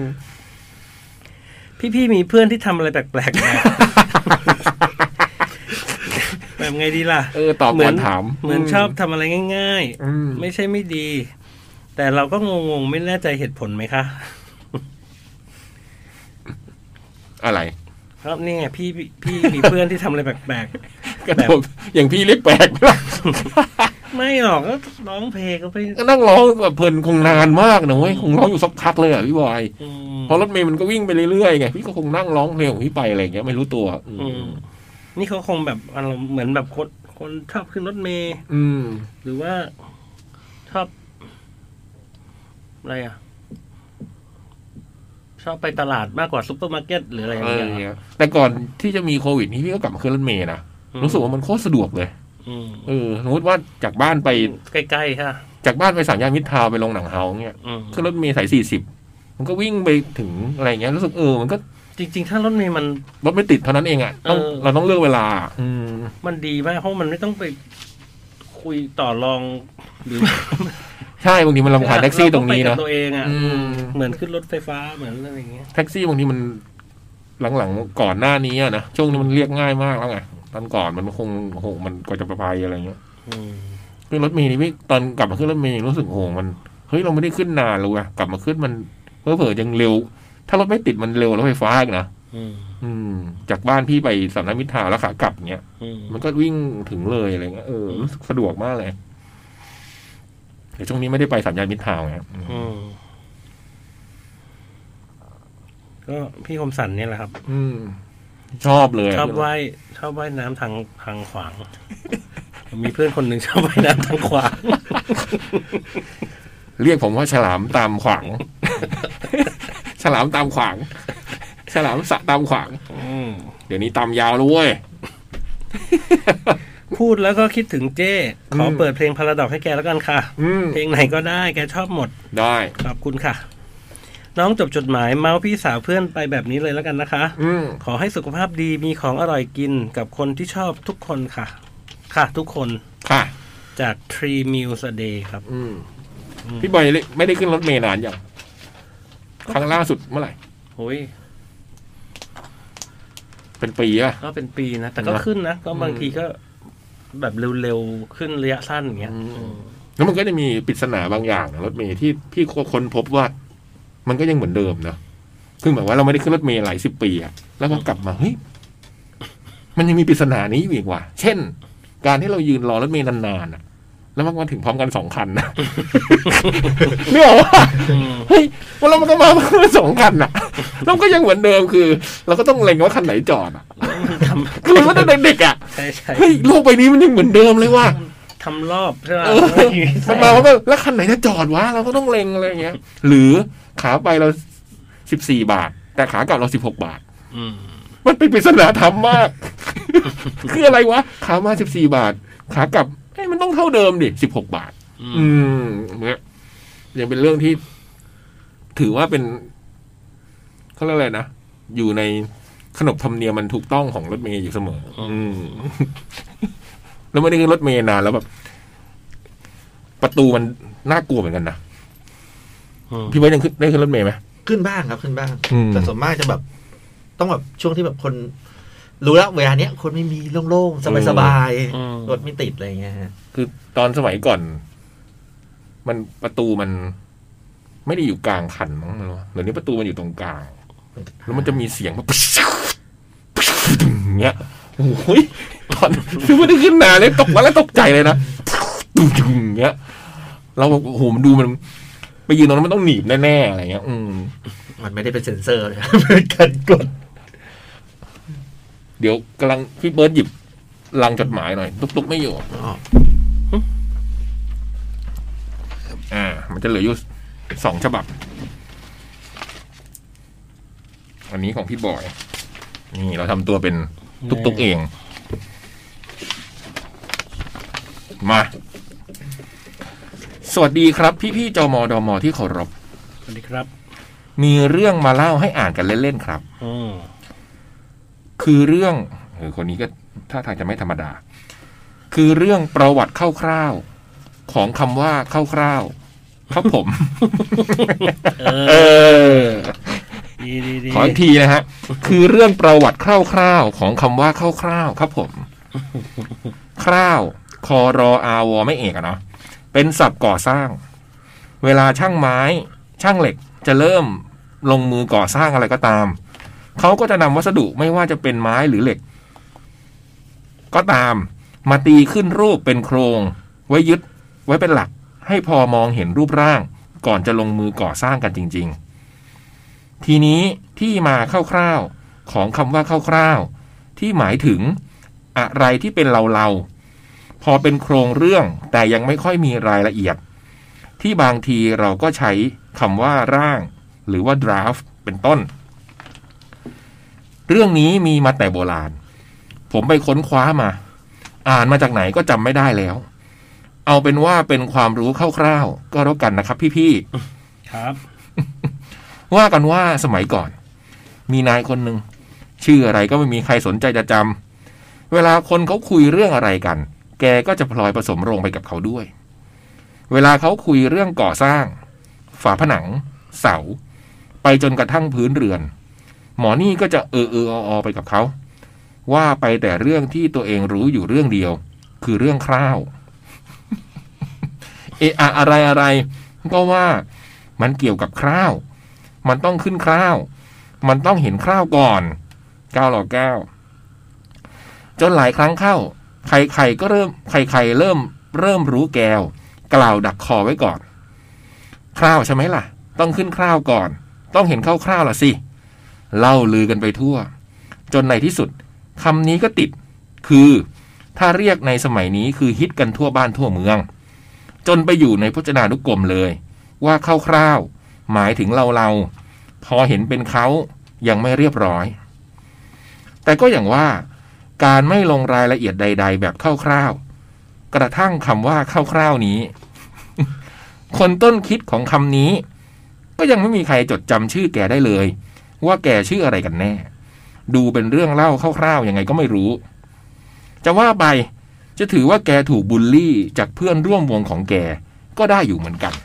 พี่ๆมีเพื่อนที่ทำอะไรแปลกๆแบบไงดีล่ะเออตอบก่อนถามเหมือนชอบทำอะไรง่ายๆไม่ใช่ไม่ดีแต่เราก็งงๆไม่แน่ใจเหตุผลไหมคะอะไรครับนี่ไงพี่พี่มีเพื่อนที่ทำอะไรแปลกๆแบบอย่างพี่เรียกแปลกไหมล่ะไม่หรอกก็ร้องเพลงก็ไปก็นั่งร้องแบบเพลินคงนานมากนะเว้ยคงร้องอยู่สักพักเลยอ่ะพี่บอยพอรถเมล์มันก็วิ่งไปเรื่อยๆไงพี่ก็คงนั่งร้องเพลงของพี่ไปอะไรอย่างเงี้ยไม่รู้ตัวนี่เขาคงแบบเหมือนแบบคนคนชอบขึ้นรถเมล์หรือว่าชอบอะไรอ่ะชอบไปตลาดมากกว่าซุปเปอร์มาร์เก็ตหรืออะไรอย่างเงี้ยแต่ก่อนที่จะมีโควิดนี่พี่ก็กลับมาขึ้นรถเมล์นะรู้สึกว่ามันโคตรสะดวกเลยเออสมมติว่าจากบ้านไปใกล้ๆค่ะจากบ้านไปสามย่านมิตรทาวน์ไปลงหนังเฮาเงี้ยขึ้นรถเมล์สายสี่สิบมันก็วิ่งไปถึงอะไรเงี้ยรู้สึกเออมันก็จริงๆถ้ารถเมล์มันรถไม่ติดเท่านั้นเองอ่ะต้องเราต้องเลือกเวลาอืมมันดีมากเพราะมันไม่ต้องไปคุยต่อรองหรือใช่บางทีมันรำคาญแท็กซี่ตรงนี้นะตัวเองอ่ะเหมือนขึ้นรถไฟฟ้าเหมือนอะไรอย่างเงี้ยแท็กซี่บางทีมันหลังๆก่อนหน้านี้นะช่วงนี้มันเรียกง่ายมากแล้วไงตอนก่อนมันคงโอ้โหมันก็จะไปอะไรเงี้ยขึ้นรถเมล์นี่พี่ตอนกลับมาขึ้นรถเมล์รู้สึกโอ้โหมันเฮ้ยเราไม่ได้ขึ้นนานเลยอะกลับมาขึ้นมันเผลอๆยังเร็วถ้ารถไม่ติดมันเร็วรถไฟฟ้าอีกนะอืมจากบ้านพี่ไปสามย่านมิตรทาวน์แล้วขากลับเงี้ยมันก็วิ่งถึงเลยอะไรเงี้ยเออรู้สึกสะดวกมากเลยแต่ช่วงนี้ไม่ได้ไปสามย่านมิตรทาวน์ไงก็พี่คมสันเนี่ยแหละครับอืมชอบเลยชอบว่ายชอบว่ายน้ำทางทางขวางมีเพื่อนคนหนึ่งชอบว่ายน้ำทางขวางเรียกผมว่าฉลามตามขวางฉลามตามขวางฉลามสะตามขวางเดี๋ยวนี้ตามยาวแล้วเว้ยพูดแล้วก็คิดถึงเจ้ขอเปิดเพลงพาราดอกให้แกแล้วกันค่ะเพลงไหนก็ได้แกชอบหมดได้ขอบคุณค่ะน้องจบจดหมายเมาส์พี่สาวเพื่อนไปแบบนี้เลยแล้วกันนะคะขอให้สุขภาพดีมีของอร่อยกินกับคนที่ชอบทุกคนค่ะค่ะทุกคนค่ะจาก Three Meals a Day ครับพี่บอยไม่ได้ขึ้นรถเมล์นานอย่างครั้งล่าสุดเมื่อไหร่โอ้ยเป็นปีอะก็เป็นปีนะแต่ก็ขึ้นนะก็บางทีก็แบบเร็วๆขึ้นระยะสั้นอย่างเงี้ยแล้วมันก็จะมีปริศนาบางอย่างนะรถเมล์ที่พี่ค้นพบว่ามันก็ยังเหมือนเดิมนะคือแบบว่าเราไม่ได้ขึ้นรถเมล์หลายสิบปีอะแล้วพอกลับมาเฮ้ยมันยังมีปริศนานี้อีกว่ะเช่นการที่เรายืนรอรถเมล์นานๆอะแล้วมันมาถึงพร้อมกันสองคันนะไม่เอาว่าเฮ้ยวันเรามันก็มาสองคันน่ะเราก็ยังเหมือนเดิมคือเราก็ต้องเล็งว่าคันไหนจอดอ่ะคือมันตั้งแต่เด็กอ่ะเฮ้ยโลกใบนี้มันยังเหมือนเดิมเลยว่าทำรอบใช่ไหมมันมาแล้วก็แล้วคันไหนจะจอดวะเราก็ต้องเล็งอะไรอย่างเงี้ยหรือขาไปเราสิบสี่บาทแต่ขากลับเราสิบหกบาทมันเป็นปริศนาธรรมมากคืออะไรวะขามาสิบสี่บาทขากลับเอ้ยมันต้องเท่าเดิมดิสิบหกบาทอืมเนี่ยยังเป็นเรื่องที่ถือว่าเป็นเขาเรียกอะไรนะอยู่ในขนบธรรมเนียมมันถูกต้องของรถเมล์อยู่เสมออืมแล้วไม่ได้ขึ้นรถเมล์นานแล้วแบบประตูมันน่ากลัวเหมือนกันนะพี่ไว้ยังขึ้นได้ขึ้นรถเมล์ไหมขึ้นบ้างครับขึ้นบ้างแต่ส่วนมากจะแบบต้องแบบช่วงที่แบบคนรู้แล้วเวลาเนี้ยคนไม่มีโล่งๆสบายๆรถไม่ติดอะไรเงี้ยฮะคือตอนสมัยก่อนมันประตูมันไม่ได้อยู่กลางคันมั้งไม่รู้เดี๋ยวนี้ประตูมันอยู่ตรงกลางแล้วมันจะมีเสียงแบบอย่างเงี้ยโอ้ยตอนคือไม่ได้ขึ้นหนาเลยตกมาแล้วตกใจเลยนะตุ้งอย่างเงี้ยเราบอกโอ้โหมันดูมันไปยืนตรงนั้นมันต้องหนีบแน่ๆอะไรเงี้ยอืมมันไม่ได้เป็นเซ็นเซอร์เลยเป็นการกดเดี๋ยวกำลังพี่เบิร์ดหยิบลังจดหมายหน่อยตุ๊กๆไม่อยู่อ่ามันจะเหลืออยู่สองฉบับอันนี้ของพี่บอยนี่เราทำตัวเป็นตุ๊กๆเองมาสวัสดีครับพี่ๆจมดมที่เคารพสวัสดีครับมีเรื่องมาเล่าให้อ่านกันเล่นๆครับคือเรื่องเออคนนี้ก็ท่าทางจะไม่ธรรมดาคือเรื่องประวัติคร่าวๆของคำว่าคร่าวๆครับผมเออขออีกทีนะฮะคือเรื่องประวัติคร่าวๆของคำว่าคร่าวๆครับผมคร่าวคอรออาวอไม่เอกอะเนาะเป็นศัพท์ก่อสร้างเวลาช่างไม้ช่างเหล็กจะเริ่มลงมือก่อสร้างอะไรก็ตามเขาก็จะนำวัสดุไม่ว่าจะเป็นไม้หรือเหล็กก็ตามมาตีขึ้นรูปเป็นโครงไว้ยึดไว้เป็นหลักให้พอมองเห็นรูปร่างก่อนจะลงมือก่อสร้างกันจริงๆทีนี้ที่มาคร่าวๆของคำว่าคร่าวๆที่หมายถึงอะไรที่เป็นเราๆพอเป็นโครงเรื่องแต่ยังไม่ค่อยมีรายละเอียดที่บางทีเราก็ใช้คำว่าร่างหรือว่า draft เป็นต้นเรื่องนี้มีมาแต่โบราณผมไปค้นคว้ามาอ่านมาจากไหนก็จำไม่ได้แล้วเอาเป็นว่าเป็นความรู้คร่าวๆก็แล้วกันนะครับพี่ๆครับว่ากันว่าสมัยก่อนมีนายคนหนึ่งชื่ออะไรก็ไม่มีใครสนใจจะจำเวลาคนเขาคุยเรื่องอะไรกันแกก็จะพลอยผสมโรงไปกับเขาด้วยเวลาเขาคุยเรื่องก่อสร้างฝาผนังเสาไปจนกระทั่งพื้นเรือนหมอนี่ก็จะเออเออออไปกับเขาว่าไปแต่เรื่องที่ตัวเองรู้อยู่เรื่องเดียวคือเรื่องคร่าวเอะอะไรอะไรก็ว่ามันเกี่ยวกับคร่าวมันต้องขึ้นคร่าวมันต้องเห็นคร่าวก่อนก้าวหล่อแก้วจนหลายครั้งเข้าใครๆก็เริ่มใครๆเริ่มเริ่มรู้แก้วกล่าวดักคอไว้ก่อนคร่าวใช่ไหมล่ะต้องขึ้นคร่าวก่อนต้องเห็นคร่าวๆล่ะสิเล่าลือกันไปทั่วจนในที่สุดคำนี้ก็ติดคือถ้าเรียกในสมัยนี้คือฮิตกันทั่วบ้านทั่วเมืองจนไปอยู่ในพจนานุกรมเลยว่าคร่าวๆหมายถึงเราเราพอเห็นเป็นเขายังไม่เรียบร้อยแต่ก็อย่างว่าการไม่ลงรายละเอียดใดๆแบบคร่าวๆกระทั่งคำว่าคร่าวๆนี้ คนต้นคิดของคำนี้ก็ยังไม่มีใครจดจำชื่อแกได้เลยว่าแกชื่ออะไรกันแน่ดูเป็นเรื่องเล่าคร่าวๆยังไงก็ไม่รู้จะว่าไปจะถือว่าแกถูกบูลลี่จากเพื่อนร่วมวงของแกก็ได้อยู่เหมือนกัน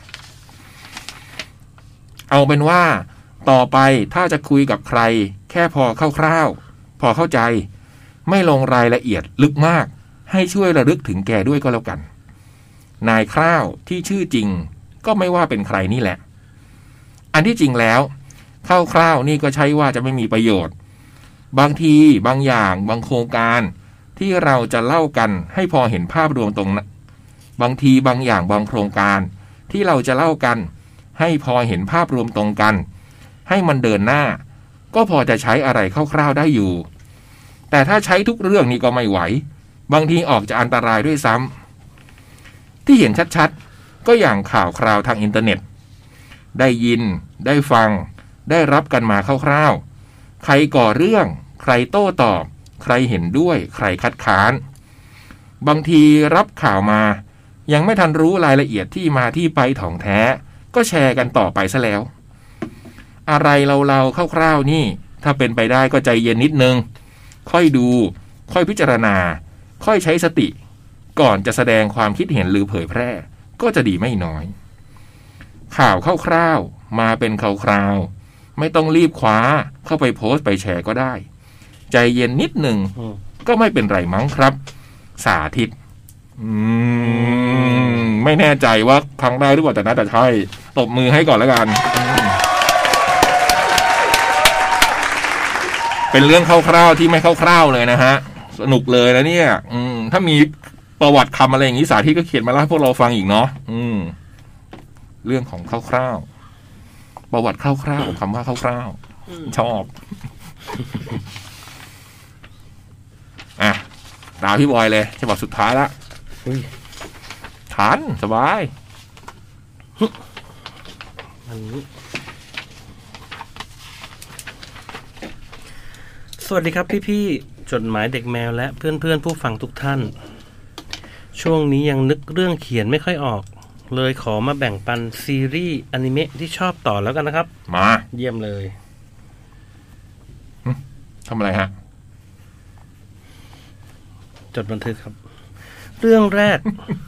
เอาเป็นว่าต่อไปถ้าจะคุยกับใครแค่พอคร่าวๆพอเข้าใจไม่ลงรายละเอียดลึกมากให้ช่วยระลึกถึงแกด้วยก็แล้วกันนายคร่าวที่ชื่อจริงก็ไม่ว่าเป็นใครนี่แหละอันที่จริงแล้วคร่าวๆนี่ก็ใช่ว่าจะไม่มีประโยชน์บางทีบางอย่างบางโครงการที่เราจะเล่ากันให้พอเห็นภาพรวมตรงนั้นบางทีบางอย่างบางโครงการที่เราจะเล่ากันให้พอเห็นภาพรวมตรงกันให้มันเดินหน้าก็พอจะใช้อะไรคร่าวๆได้อยู่แต่ถ้าใช้ทุกเรื่องนี่ก็ไม่ไหวบางทีออกจะอันตรายด้วยซ้ำที่เห็นชัดๆก็อย่างข่าวคราวทางอินเทอร์เน็ตได้ยินได้ฟังได้รับกันมาคร่าวๆใครก่อเรื่องใครโต้ตอบใครเห็นด้วยใครคัดค้านบางทีรับข่าวมายังไม่ทันรู้รายละเอียดที่มาที่ไปถ่องแท้ก็แชร์กันต่อไปซะแล้วอะไรเราๆคร่าวๆนี่ถ้าเป็นไปได้ก็ใจเย็นนิดนึงค่อยดูค่อยพิจารณาค่อยใช้สติก่อนจะแสดงความคิดเห็นหรือเผยแพร่ก็จะดีไม่น้อยข่าวคร่าวๆมาเป็นคราวๆไม่ต้องรีบคว้าเข้าไปโพสต์ไปแชร์ก็ได้ใจเย็นนิดหนึ่งก็ไม่เป็นไรมั้งครับสาธิตอืมไม่แน่ใจว่าครั้งได้หรือเปล่าแต่น่าจะใช่ตบมือให้ก่อนแล้วกันเป็นเรื่องคร่าวๆที่ไม่คร่าวๆเลยนะฮะสนุกเลยแล้วเนี่ยอืมถ้ามีประวัติคำอะไรอย่างนี้สาธิตก็เขียนมาเล่าให้พวกเราฟังอีกเนาะอืมเรื่องของคร่าวๆประวัติคร่าวๆคำว่าคร่าวๆชอบอ่ะตามพี่บอยเลยฉบับสุดท้ายละทันสบายอันนี้สวัสดีครับพี่ๆจดหมายเด็กแมวและเพื่อนๆผู้ฟังทุกท่านช่วงนี้ยังนึกเรื่องเขียนไม่ค่อยออกเลยขอมาแบ่งปันซีรีส์อนิเมะที่ชอบต่อแล้วกันนะครับมาเยี่ยมเลยทำอะไรฮะจดบันทึกครับเรื่องแรก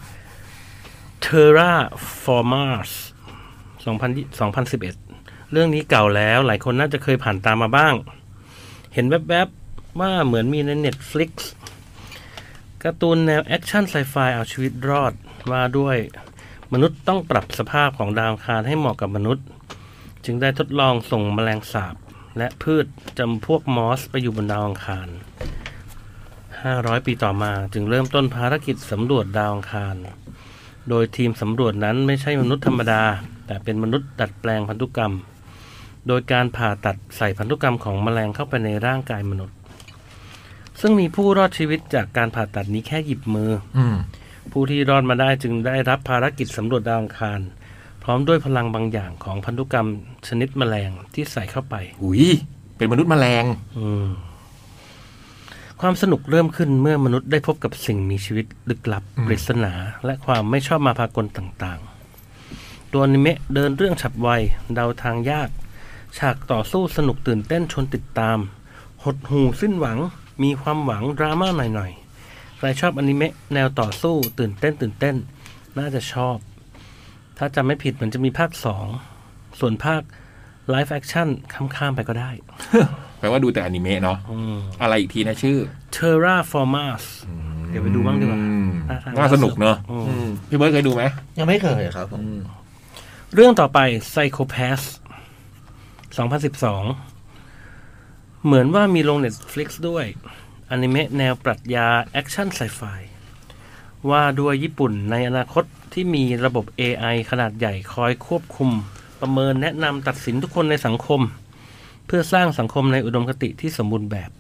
Terraformers สองพันสิบเอ็ด เรื่องนี้เก่าแล้วหลายคนน่าจะเคยผ่านตามมาบ้างเห็นแวบๆว่าเหมือนมีใน Netflix การ์ตูนแนวแอคชั่นไซไฟเอาชีวิตรอดว่าด้วยมนุษย์ต้องปรับสภาพของดาวอังคารให้เหมาะกับมนุษย์จึงได้ทดลองส่งแมลงสาบและพืชจำพวกมอสไปอยู่บนดาวอังคารห้าร้อยปีต่อมาจึงเริ่มต้นภารกิจสำรวจดาวอังคารโดยทีมสำรวจนั้นไม่ใช่มนุษย์ธรรมดาแต่เป็นมนุษย์ดัดแปลงพันธุกรรมโดยการผ่าตัดใส่พันธุกรรมของแมลงเข้าไปในร่างกายมนุษย์ซึ่งมีผู้รอดชีวิตจากการผ่าตัดนี้แค่หยิบมือผู้ที่รอดมาได้จึงได้รับภารกิจสำรวจดาวอังคารพร้อมด้วยพลังบางอย่างของพันธุกรรมชนิดแมลงที่ใส่เข้าไปอุ้ยเป็นมนุษย์แมลงอืมความสนุกเริ่มขึ้นเมื่อมนุษย์ได้พบกับสิ่งมีชีวิตลึกลับปริศนาและความไม่ชอบมาพากลต่างๆตัวอนิเมะเดินเรื่องฉับไวเดาทางยากฉากต่อสู้สนุกตื่นเต้นชวนติดตามหดหู่สิ้นหวังมีความหวังดราม่าหน่อยๆใครชอบอนิเมะแนวต่อสู้ตื่นเต้นตื่นเต้นน่าจะชอบถ้าจำไม่ผิดมันจะมีภาคสองส่วนภาคไลฟ์แอคชั่นข้ามๆไปก็ได้แปลว่าดูแต่อนิเมะเนาะ อ, อะไรอีกทีนะชื่อ Terraformers เดี๋ยวไปดูบ้างดีกว่าน่าสนุกเนาะพี่เบิร์ดเคยดูไหมยังไม่เคยครับเรื่องต่อไป Psychopath สองพันสิบสองเหมือนว่ามีลง Netflix ด้วยอนิเมะแนวปรัชญาแอคชั่นไซไฟว่าด้วยญี่ปุ่นในอนาคตที่มีระบบ เอ ไอ ขนาดใหญ่คอยควบคุมประเมินแนะนำตัดสินทุกคนในสังคมเพื่อสร้างสังคมในอุดมคติที่สมบูรณ์แบบ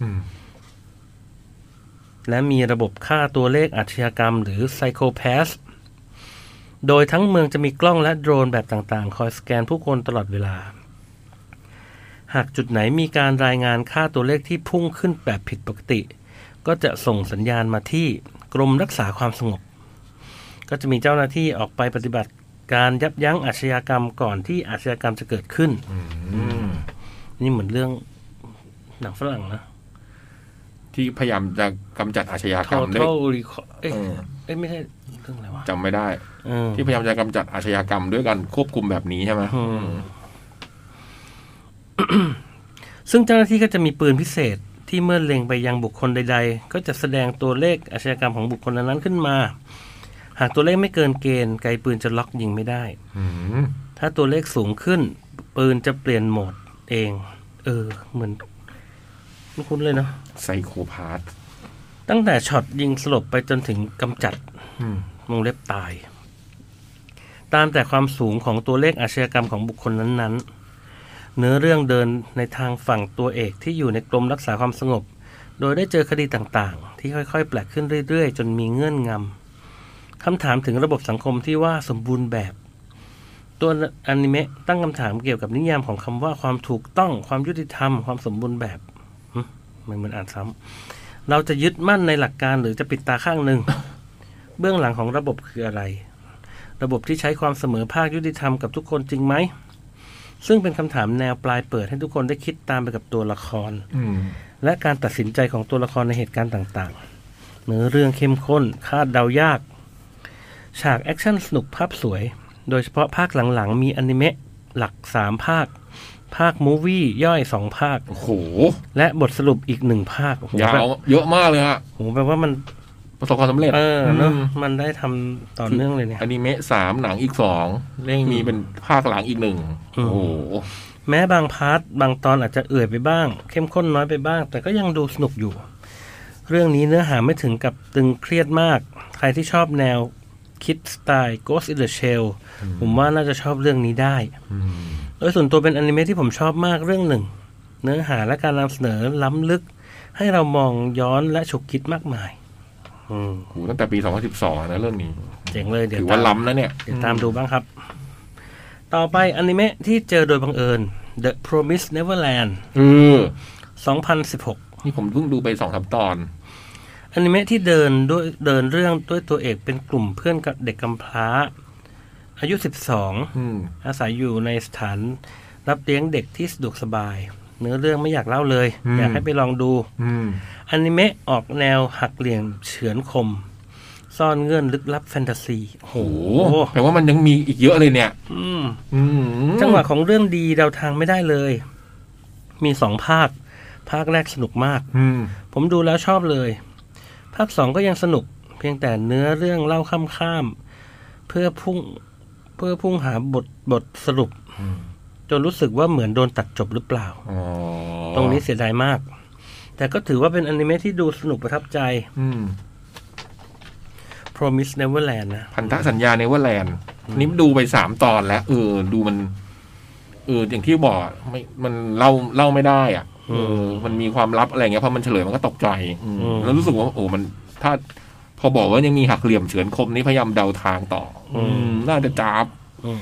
และมีระบบค่าตัวเลขอาชญากรรมหรือ Psychopath โดยทั้งเมืองจะมีกล้องและโดรนแบบต่างๆคอยสแกนผู้คนตลอดเวลาหากจุดไหนมีการรายงานค่าตัวเลขที่พุ่งขึ้นแบบผิดปกติก็จะส่งสัญญาณมาที่กรมรักษาความสงบก็จะมีเจ้าหน้าที่ออกไปปฏิบัติการยับยั้งอาชญากรรมก่อนที่อาชญากรรมจะเกิดขึ้นนี่เหมือนเรื่องหนังฝรั่งนะที่พยายามจะกำจัดอาชญากรรมได้เอ้ยเอ้ยไม่ใช่เรื่องอะไรวะจำไม่ได้ที่พยายามจะกำจัดอาชญากรรมด้วยการควบคุมแบบนี้ใช่ไหมซึ่งเจ้าหน้าที่ก็จะมีปืนพิเศษที่เมื่อเล็งไปยังบุคคลใดๆก็จะแสดงตัวเลขอาชญากรรมของบุคคลนั้นขึ้นมาหากตัวเลขไม่เกินเกณฑ์ไกปืนจะล็อกยิงไม่ได้ถ้าตัวเลขสูงขึ้นปืนจะเปลี่ยนโหมดเองเออเหมือนไม่คุ้นเลยเนาะไซโคพาธตั้งแต่ช็อตยิงสลบไปจนถึงกำจัดวงเล็บตายตามแต่ความสูงของตัวเลขอาชญากรรมของบุคคลนั้นๆเนื้อเรื่องเดินในทางฝั่งตัวเอกที่อยู่ในกรมรักษาความสงบโดยได้เจอคดีต่างๆที่ค่อยๆแปลกขึ้นเรื่อยๆจนมีเงื่อนงำคำถามถึงระบบสังคมที่ว่าสมบูรณ์แบบตัวอนิเมะตั้งคำถามเกี่ยวกับนิยามของคำว่าความถูกต้องความยุติธรรมความสมบูรณ์แบบมันเหมือนอ่านซ้ำเราจะยึดมั่นในหลักการหรือจะปิดตาข้างหนึ่ง เบื้องหลังของระบบคืออะไรระบบที่ใช้ความเสมอภาคยุติธรรมกับทุกคนจริงไหมซึ่งเป็นคำถามแนวปลายเปิดให้ทุกคนได้คิดตามไปกับตัวละครและการตัดสินใจของตัวละครในเหตุการณ์ต่างๆเนื้อเรื่องเข้มข้นคาดเดายากฉากแอคชั่นสนุกภาพสวยโดยเฉพาะภาคหลังๆมีอนิเมะหลักสามภาคภาคมูฟวี่ย่อยสองภาคโอ้โหและบทสรุปอีกหนึ่งภาคยาวเยอะมากเลยฮะโอ้โหแปลว่ามันประสบความสำเร็จเออเนอะมันได้ทำต่อเนื่องเลยเนี่ยอนิเมะสามหนังอีกสองเร่งมีเป็นภาคหลังอีกหนึ่งโอ้โหแม้บางพาร์ทบางตอนอาจจะเอื่อยไปบ้างเข้มข้นน้อยไปบ้างแต่ก็ยังดูสนุกอยู่เรื่องนี้เนื้อหาไม่ถึงกับตึงเครียดมากใครที่ชอบแนวคิดสไตล์ Ghost in the Shell ผมว่าน่าจะชอบเรื่องนี้ได้โดยส่วนตัวเป็นอนิเมะที่ผมชอบมากเรื่องหนึ่งเนื้อหาและการนำเสนอล้ำลึกให้เรามองย้อนและฉุกคิดมากมายอืมโหตั้งแต่ปีสองพันสิบสองนะเรื่องนี้เจ๋งเลยเดี๋ยวถือว่าล้ำนะเนี่ยเดี๋ยวตามดูบ้างครับต่อไปอนิเมะที่เจอโดยบังเอิญ The Promised Neverland เออสองพันสิบหกนี่ผมเพิ่งดูไป สองสาม ตอนอนิเมะที่เดินด้วยเดินเรื่องด้วยตัวเอกเป็นกลุ่มเพื่อนกับเด็กกำพร้าอายุสิบสองอืมอาศัยอยู่ในสถานรับเลี้ยงเด็กที่สะดวกสบายเนื้อเรื่องไม่อยากเล่าเลยอยากให้ไปลองดูอนิเมะออกแนวหักเหลี่ยมเฉือนคมซ่อนเงื่อนลึกลับแฟนตาซีโหแปลว่ามันยังมีอีกเยอะเลยเนี่ยจังหวะของเรื่องดีเดาทางไม่ได้เลยมีสองภาคภาคแรกสนุกมากผมดูแล้วชอบเลยภาคสองก็ยังสนุกเพียงแต่เนื้อเรื่องเล่าข้ามๆเพื่อพุ่งเพื่อพุ่งหาบทบทสรุปจนรู้สึกว่าเหมือนโดนตัดจบหรือเปล่าตรงนี้เสียดายมากแต่ก็ถือว่าเป็นอนิเมะที่ดูสนุกประทับใจ Promise Neverland นะพันธสัญญา Neverland นี่ดูไปสามตอนแล้วเออดูมันเอออย่างที่บอกไม่มันเล่าเล่าไม่ได้อ่ะเออมันมีความลับอะไรเงี้ยพอมันเฉลยมันก็ตกใจแล้วรู้สึกว่าโอ้มันถ้าพอบอกว่ายังมีหักเหลี่ยมเฉือนคมนี่พยายามเดาทางต่ออืมน่าจะจับ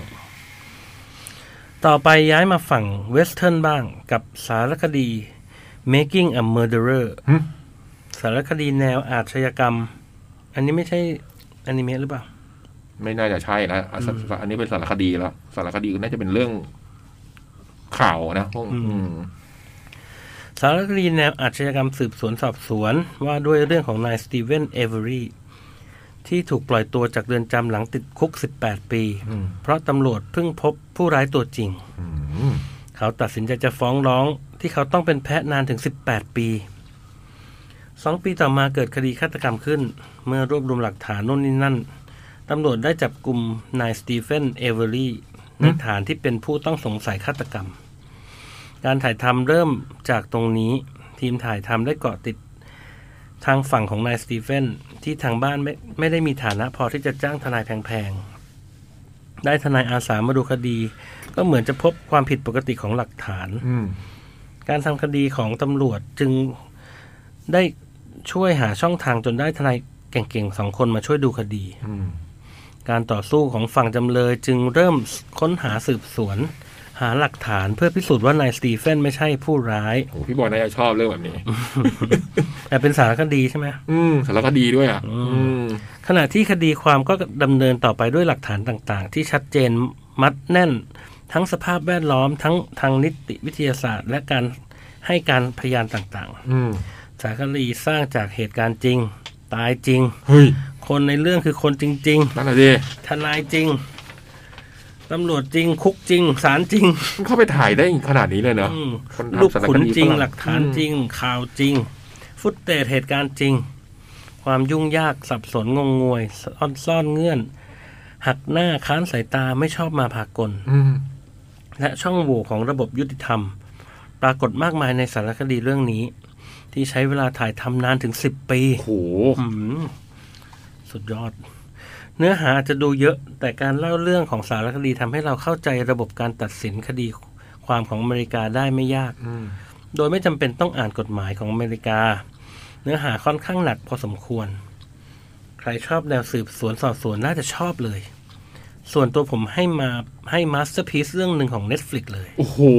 ต่อไปย้ายมาฝั่งเวสเทิร์นบ้างกับสารคดี Making a Murderer สารคดีแนวอาชญากรรมอันนี้ไม่ใช่อนิเมะหรือเปล่าไม่น่าจะใช่นะอันนี้เป็นสารคดีแล้วสารคดีก็น่าจะเป็นเรื่องข่าวนะพวกสารคดีแนวอาชญากรรมสืบสวนสอบสวนว่าด้วยเรื่องของนายสตีเวนเอเวอรีที่ถูกปล่อยตัวจากเรือนจำหลังติดคุกสิบแปดปีเพราะตำรวจเพิ่งพบผู้ร้ายตัวจริงเขาตัดสินใจจะฟ้องร้องที่เขาต้องเป็นแพะนานถึงสิบแปดปีสองปีต่อมาเกิดคดีฆาตกรรมขึ้นเมื่อรวบรวมหลักฐานโน่นนี่นั่นตำรวจได้จับกุมนายสตีเฟนเอเวอรีในฐานที่เป็นผู้ต้องสงสัยฆาตกรรมการถ่ายทำเริ่มจากตรงนี้ทีมถ่ายทำได้เกาะติดทางฝั่งของนายสตีเฟนที่ทางบ้านไม่ไม่ได้มีฐานะพอที่จะจ้างทนายแพงๆได้ทนายอาสามาดูคดีก็เหมือนจะพบความผิดปกติของหลักฐานการทำคดีของตำรวจจึงได้ช่วยหาช่องทางจนได้ทนายเก่งๆสองคนมาช่วยดูคดีการต่อสู้ของฝั่งจำเลยจึงเริ่มค้นหาสืบสวนหาหลักฐานเพื่อพิสูจน์ว่านายสตีเฟนไม่ใช่ผู้ร้ายโอ้พี่บอลน่าจะชอบเรื่องแบบนี้แต่เป็นสารคดีใช่ไหมอืมสารคดีด้วยอ่ะขณะที่คดีความก็ดำเนินต่อไปด้วยหลักฐานต่างๆที่ชัดเจนมัดแน่นทั้งสภาพแวดล้อมทั้งทางนิติวิทยาศาสตร์และการให้การพยานต่างๆสารคดีสร้างจากเหตุการณ์จริงตายจริงคนในเรื่องคือคนจริงๆนั่นแหละดิทนายจริงตำรวจจริงคุกจริงศาลจริงเข้าไปถ่ายได้ขนาดนี้เลยเนอะลูกขุนจริงหลักฐานจริงข่าวจริงฟุตเตจเหตุการณ์จริงความยุ่งยากสับสนงงงวยซ่อนซ่อนเงื่อนหักหน้าค้านสายตาไม่ชอบมาพากลและช่องโหว่ของระบบยุติธรรมปรากฏมากมายในสารคดีเรื่องนี้ที่ใช้เวลาถ่ายทำนานถึงสิบปีโอ้โหสุดยอดเนื้อหาจะดูเยอะแต่การเล่าเรื่องของสารคดีทำให้เราเข้าใจระบบการตัดสินคดีความของอเมริกาได้ไม่ยากโดยไม่จำเป็นต้องอ่านกฎหมายของอเมริกาเนื้อหาค่อนข้างหนักพอสมควรใครชอบแนวสืบสวนสอบสวนน่าจะชอบเลยส่วนตัวผมให้มาให้มาสเตอร์พีซเรื่องหนึ่งของ Netflix เลยโอ้โห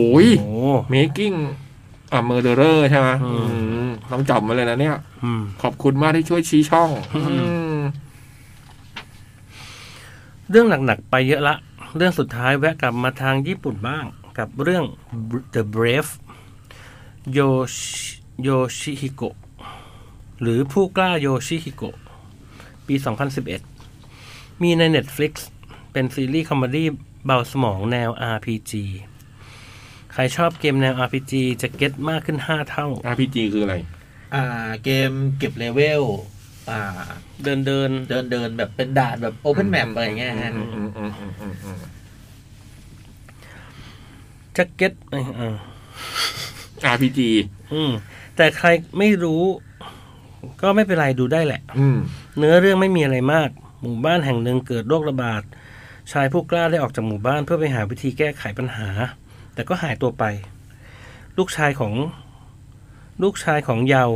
Making a Murderer ใช่ไหมต้องจำมาเลยนะเนี่ยขอบคุณมากที่ช่วยชี้ช่องเรื่องหนักๆไปเยอะละเรื่องสุดท้ายแวะกลับมาทางญี่ปุ่นบ้างกับเรื่อง The Brave โยโยชิฮิโกะหรือผู้กล้าโยชิฮิโกะปีสองพันสิบเอ็ดมีใน Netflix เป็นซีรีส์คอมเมดี้เบาสมองแนว อาร์ พี จีใครชอบเกมแนว อาร์ พี จี จะเก็ตมากขึ้นห้าเท่าอาร์ พี จี คืออะไรอ่าเกมเก็บเลเวลอ่าเดินเดินเดินเดินแบบเป็นด่านแบบโอเพนแมปอะไรเงี้ยฮะจะเก็ตอ่าอาร์ พี จีอืมแต่ใครไม่รู้ก็ไม่เป็นไรดูได้แหละเนื้อเรื่องไม่มีอะไรมากหมู่บ้านแห่งหนึ่งเกิดโรคระบาดชายผู้กล้าได้ออกจากหมู่บ้านเพื่อไปหาวิธีแก้ไขปัญหาแต่ก็หายตัวไปลูกชายของลูกชายของเยา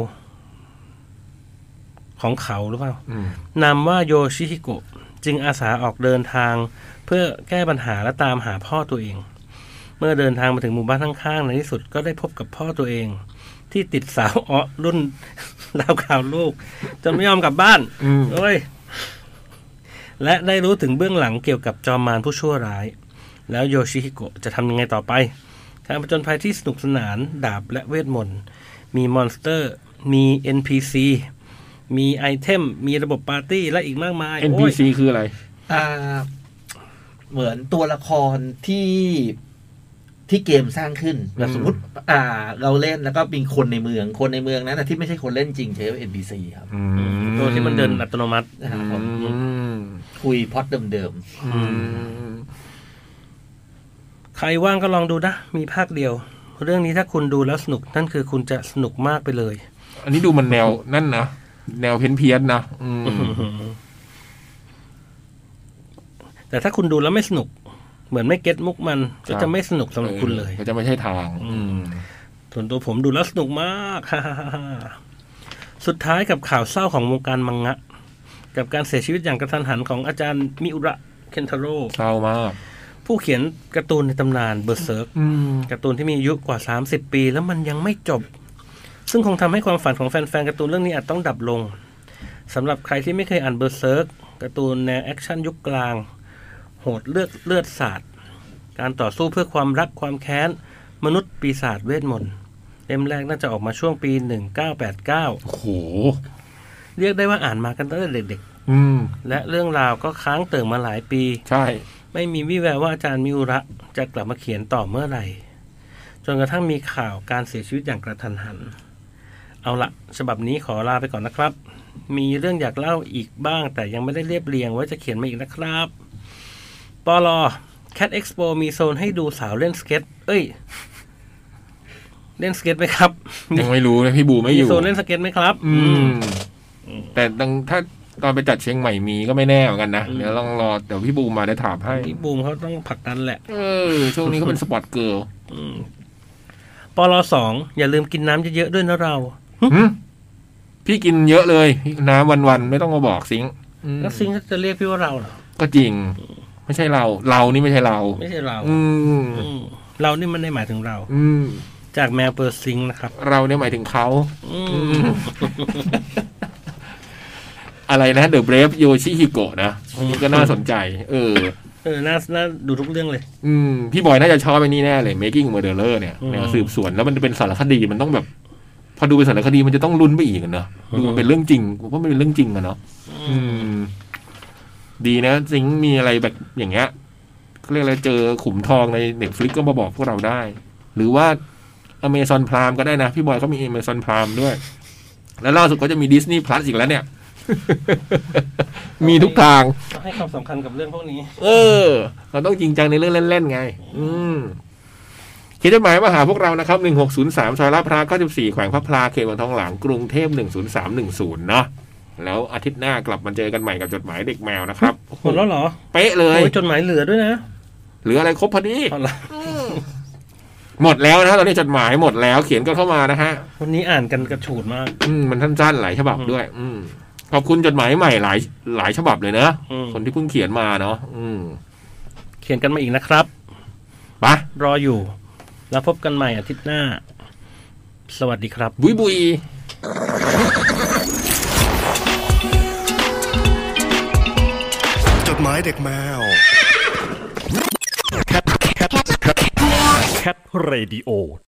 ของเขาหรือเปล่านามว่าโยชิฮิโกะจึงอาสาออกเดินทางเพื่อแก้ปัญหาและตามหาพ่อตัวเองเมื่อเดินทางมาถึงหมู่บ้านข้างๆในที่สุดก็ได้พบกับพ่อตัวเองที่ติดสาวอ้อรุ่นราวข่าวลูกจนไม่ยอมกลับบ้านโอ้ยและได้รู้ถึงเบื้องหลังเกี่ยวกับจอมมารผู้ชั่วร้ายแล้วโยชิฮิโกะจะทำยังไงต่อไปการผจญภัยที่สนุกสนานดาบและเวทมนต์มีมอนสเตอร์มี เอ็น พี ซี มีไอเทมมีระบบปาร์ตี้และอีกมากมายเอ็น พี ซี คืออะไรอ่าเหมือนตัวละครที่ที่เกมสร้างขึ้นแบบสมมติอ่าเราเล่นแล้วก็มีคนในเมืองคนในเมืองนั้นที่ไม่ใช่คนเล่นจริงใช้ เอ็น พี ซี ครับตัวที่มันเดินอัตโนมัติคุยพล็อตเดิมๆใครว่างก็ลองดูนะมีภาคเดียวเรื่องนี้ถ้าคุณดูแล้วสนุกนั่นคือคุณจะสนุกมากไปเลยอันนี้ดูมันแนวนั่นนะแนวเพี้ยนๆนะแต่ถ้าคุณดูแล้วไม่สนุกเหมือนไม่เก็ตมุกมันก็จะไม่สนุกสำหรับคุณเลยก็จะไม่ใช่ทางส่วนตัวผมดูแล้วสนุกมากสุดท้ายกับข่าวเศร้าของวงการมังงะกับการเสียชีวิตอย่างกระทันหันของอาจารย์มิอุระเคนทาโร่เศร้ามากผู้เขียนการ์ตูนในตำนานเบอร์เซิร์กการ์ตูนที่มีอายุกว่าสามสิบปีแล้วมันยังไม่จบซึ่งคงทำให้ความฝันของแฟนๆการ์ตูนเรื่องนี้อาจต้องดับลงสำหรับใครที่ไม่เคยอ่านเบอร์เซิร์กการ์ตูนแนวแอคชั่นยุคกลางโหดเลือดเลือดสาดการต่อสู้เพื่อความรักความแค้นมนุษย์ปีศาจเวทมนต์เล่มแรกน่าจะออกมาช่วงปีหนึ่งเก้าแปดเก้าโอ้โหเรียกได้ว่าอ่านมากันตั้งแต่เด็กๆและเรื่องราวก็ค้างเติ่งมาหลายปีใช่ไม่มีวี่แววว่าอาจารย์มิอุระจะกลับมาเขียนต่อเมื่อไหร่จนกระทั่งมีข่าวการเสียชีวิตอย่างกระทันหันเอาละฉบับนี้ขอลาไปก่อนนะครับมีเรื่องอยากเล่าอีกบ้างแต่ยังไม่ได้เรียบเรียงไว้จะเขียนมาอีกนะครับปลอ Cat Expo มีโซนให้ดูสาวเล่นสเก็ตเอ้ยเล่นสเก็ตไหมครับยังไม่รู้นะพี่บูไม่อยู่มีโซนเล่นสเก็ตไหมครับอืมแต่ดังถ้าตอนไปจัดเชียงใหม่มีก็ไม่แน่เหมือนกันนะเดี๋ยวลองรอเดี๋ยวพี่บูมมาได้ถามให้พี่บูมเขาต้องผลักดันแหละเออช่วงนี้เขาเป็นสปอร์ตเกิร์ลปลอสองอย่าลืมกินน้ำเยอะๆด้วยนะเราพี่กินเยอะเลยน้ำวันๆไม่ต้องมาบอกซิงแล้วซิงจะเรียกพี่ว่าเราเหรอก็จริงไม่ใช่เราเรานี่ไม่ใช่เราไม่ใช่เราอืมเรานี่มันได้หมายถึงเราอืมจากแมวเปอร์ซิงนะครับเราเนี่ยหมายถึงเขาอะไรนะ The Brave Yoshihiko นะนี่ก็น่าสนใจเออเออน่าน่าดูทุกเรื่องเลยอืมพี่บอยน่าจะชอบไปนี่แน่เลย Making Murderer เนี่ยแนวสืบสวนแล้วมันเป็นสารคดีมันต้องแบบพอดูเป็นสารคดีมันจะต้องลุ้นไปอีกเนอะดูมันเป็นเรื่องจริงเพราะมันเป็นเรื่องจริงอะเนาะอืมดีนะซิงมีอะไรแบบอย่างเงี้ยเขาเรียกอะไรเจอขุมทองใน Netflix ก็มาบอกพวกเราได้หรือว่า Amazon Prime ก็ได้นะพี่บอยเขามี Amazon Prime ด้วยแล้วล่าสุดก็จะมี Disney Plus อีกแล้วเนี่ยมีทุกทางให้ความสำคัญกับเรื่องพวกนี้เออเราต้องจริงจังในเรื่องเล่นๆไงอืมเขียนจดหมายมาหาพวกเรานะครับหนึ่งหกศูนย์สามซอยลาดพร้าวเก้าสิบสี่แขวงพระพลาเขตบางทองหลางกรุงเทพหนึ่งศูนย์สามหนึ่งศูนย์เนาะแล้วอาทิตย์หน้ากลับมาเจอกันใหม่กับจดหมายเด็กแมวนะครับหมดแล้วเหรอเป๊ะเลยโอ้ยจดหมายเหลือด้วยนะเหลืออะไรครบพอดีหมดแล้วนะตอนนี้จดหมายหมดแล้วเขียนกันเข้ามานะฮะวันนี้อ่านกันกระฉูดมากอืมมันสั้นๆหลายฉบับด้วยอืมขอบคุณจดหมายใหม่หลายหลายฉบับเลยนะคนที่เพิ่งเขียนมาเนาะอืมเขียนกันมาอีกนะครับไปรออยู่แล้วพบกันใหม่อาทิตย์หน้าสวัสดีครับบุยบุยจดหมายเด็กแมวแคทแคทแคทเรดิโอ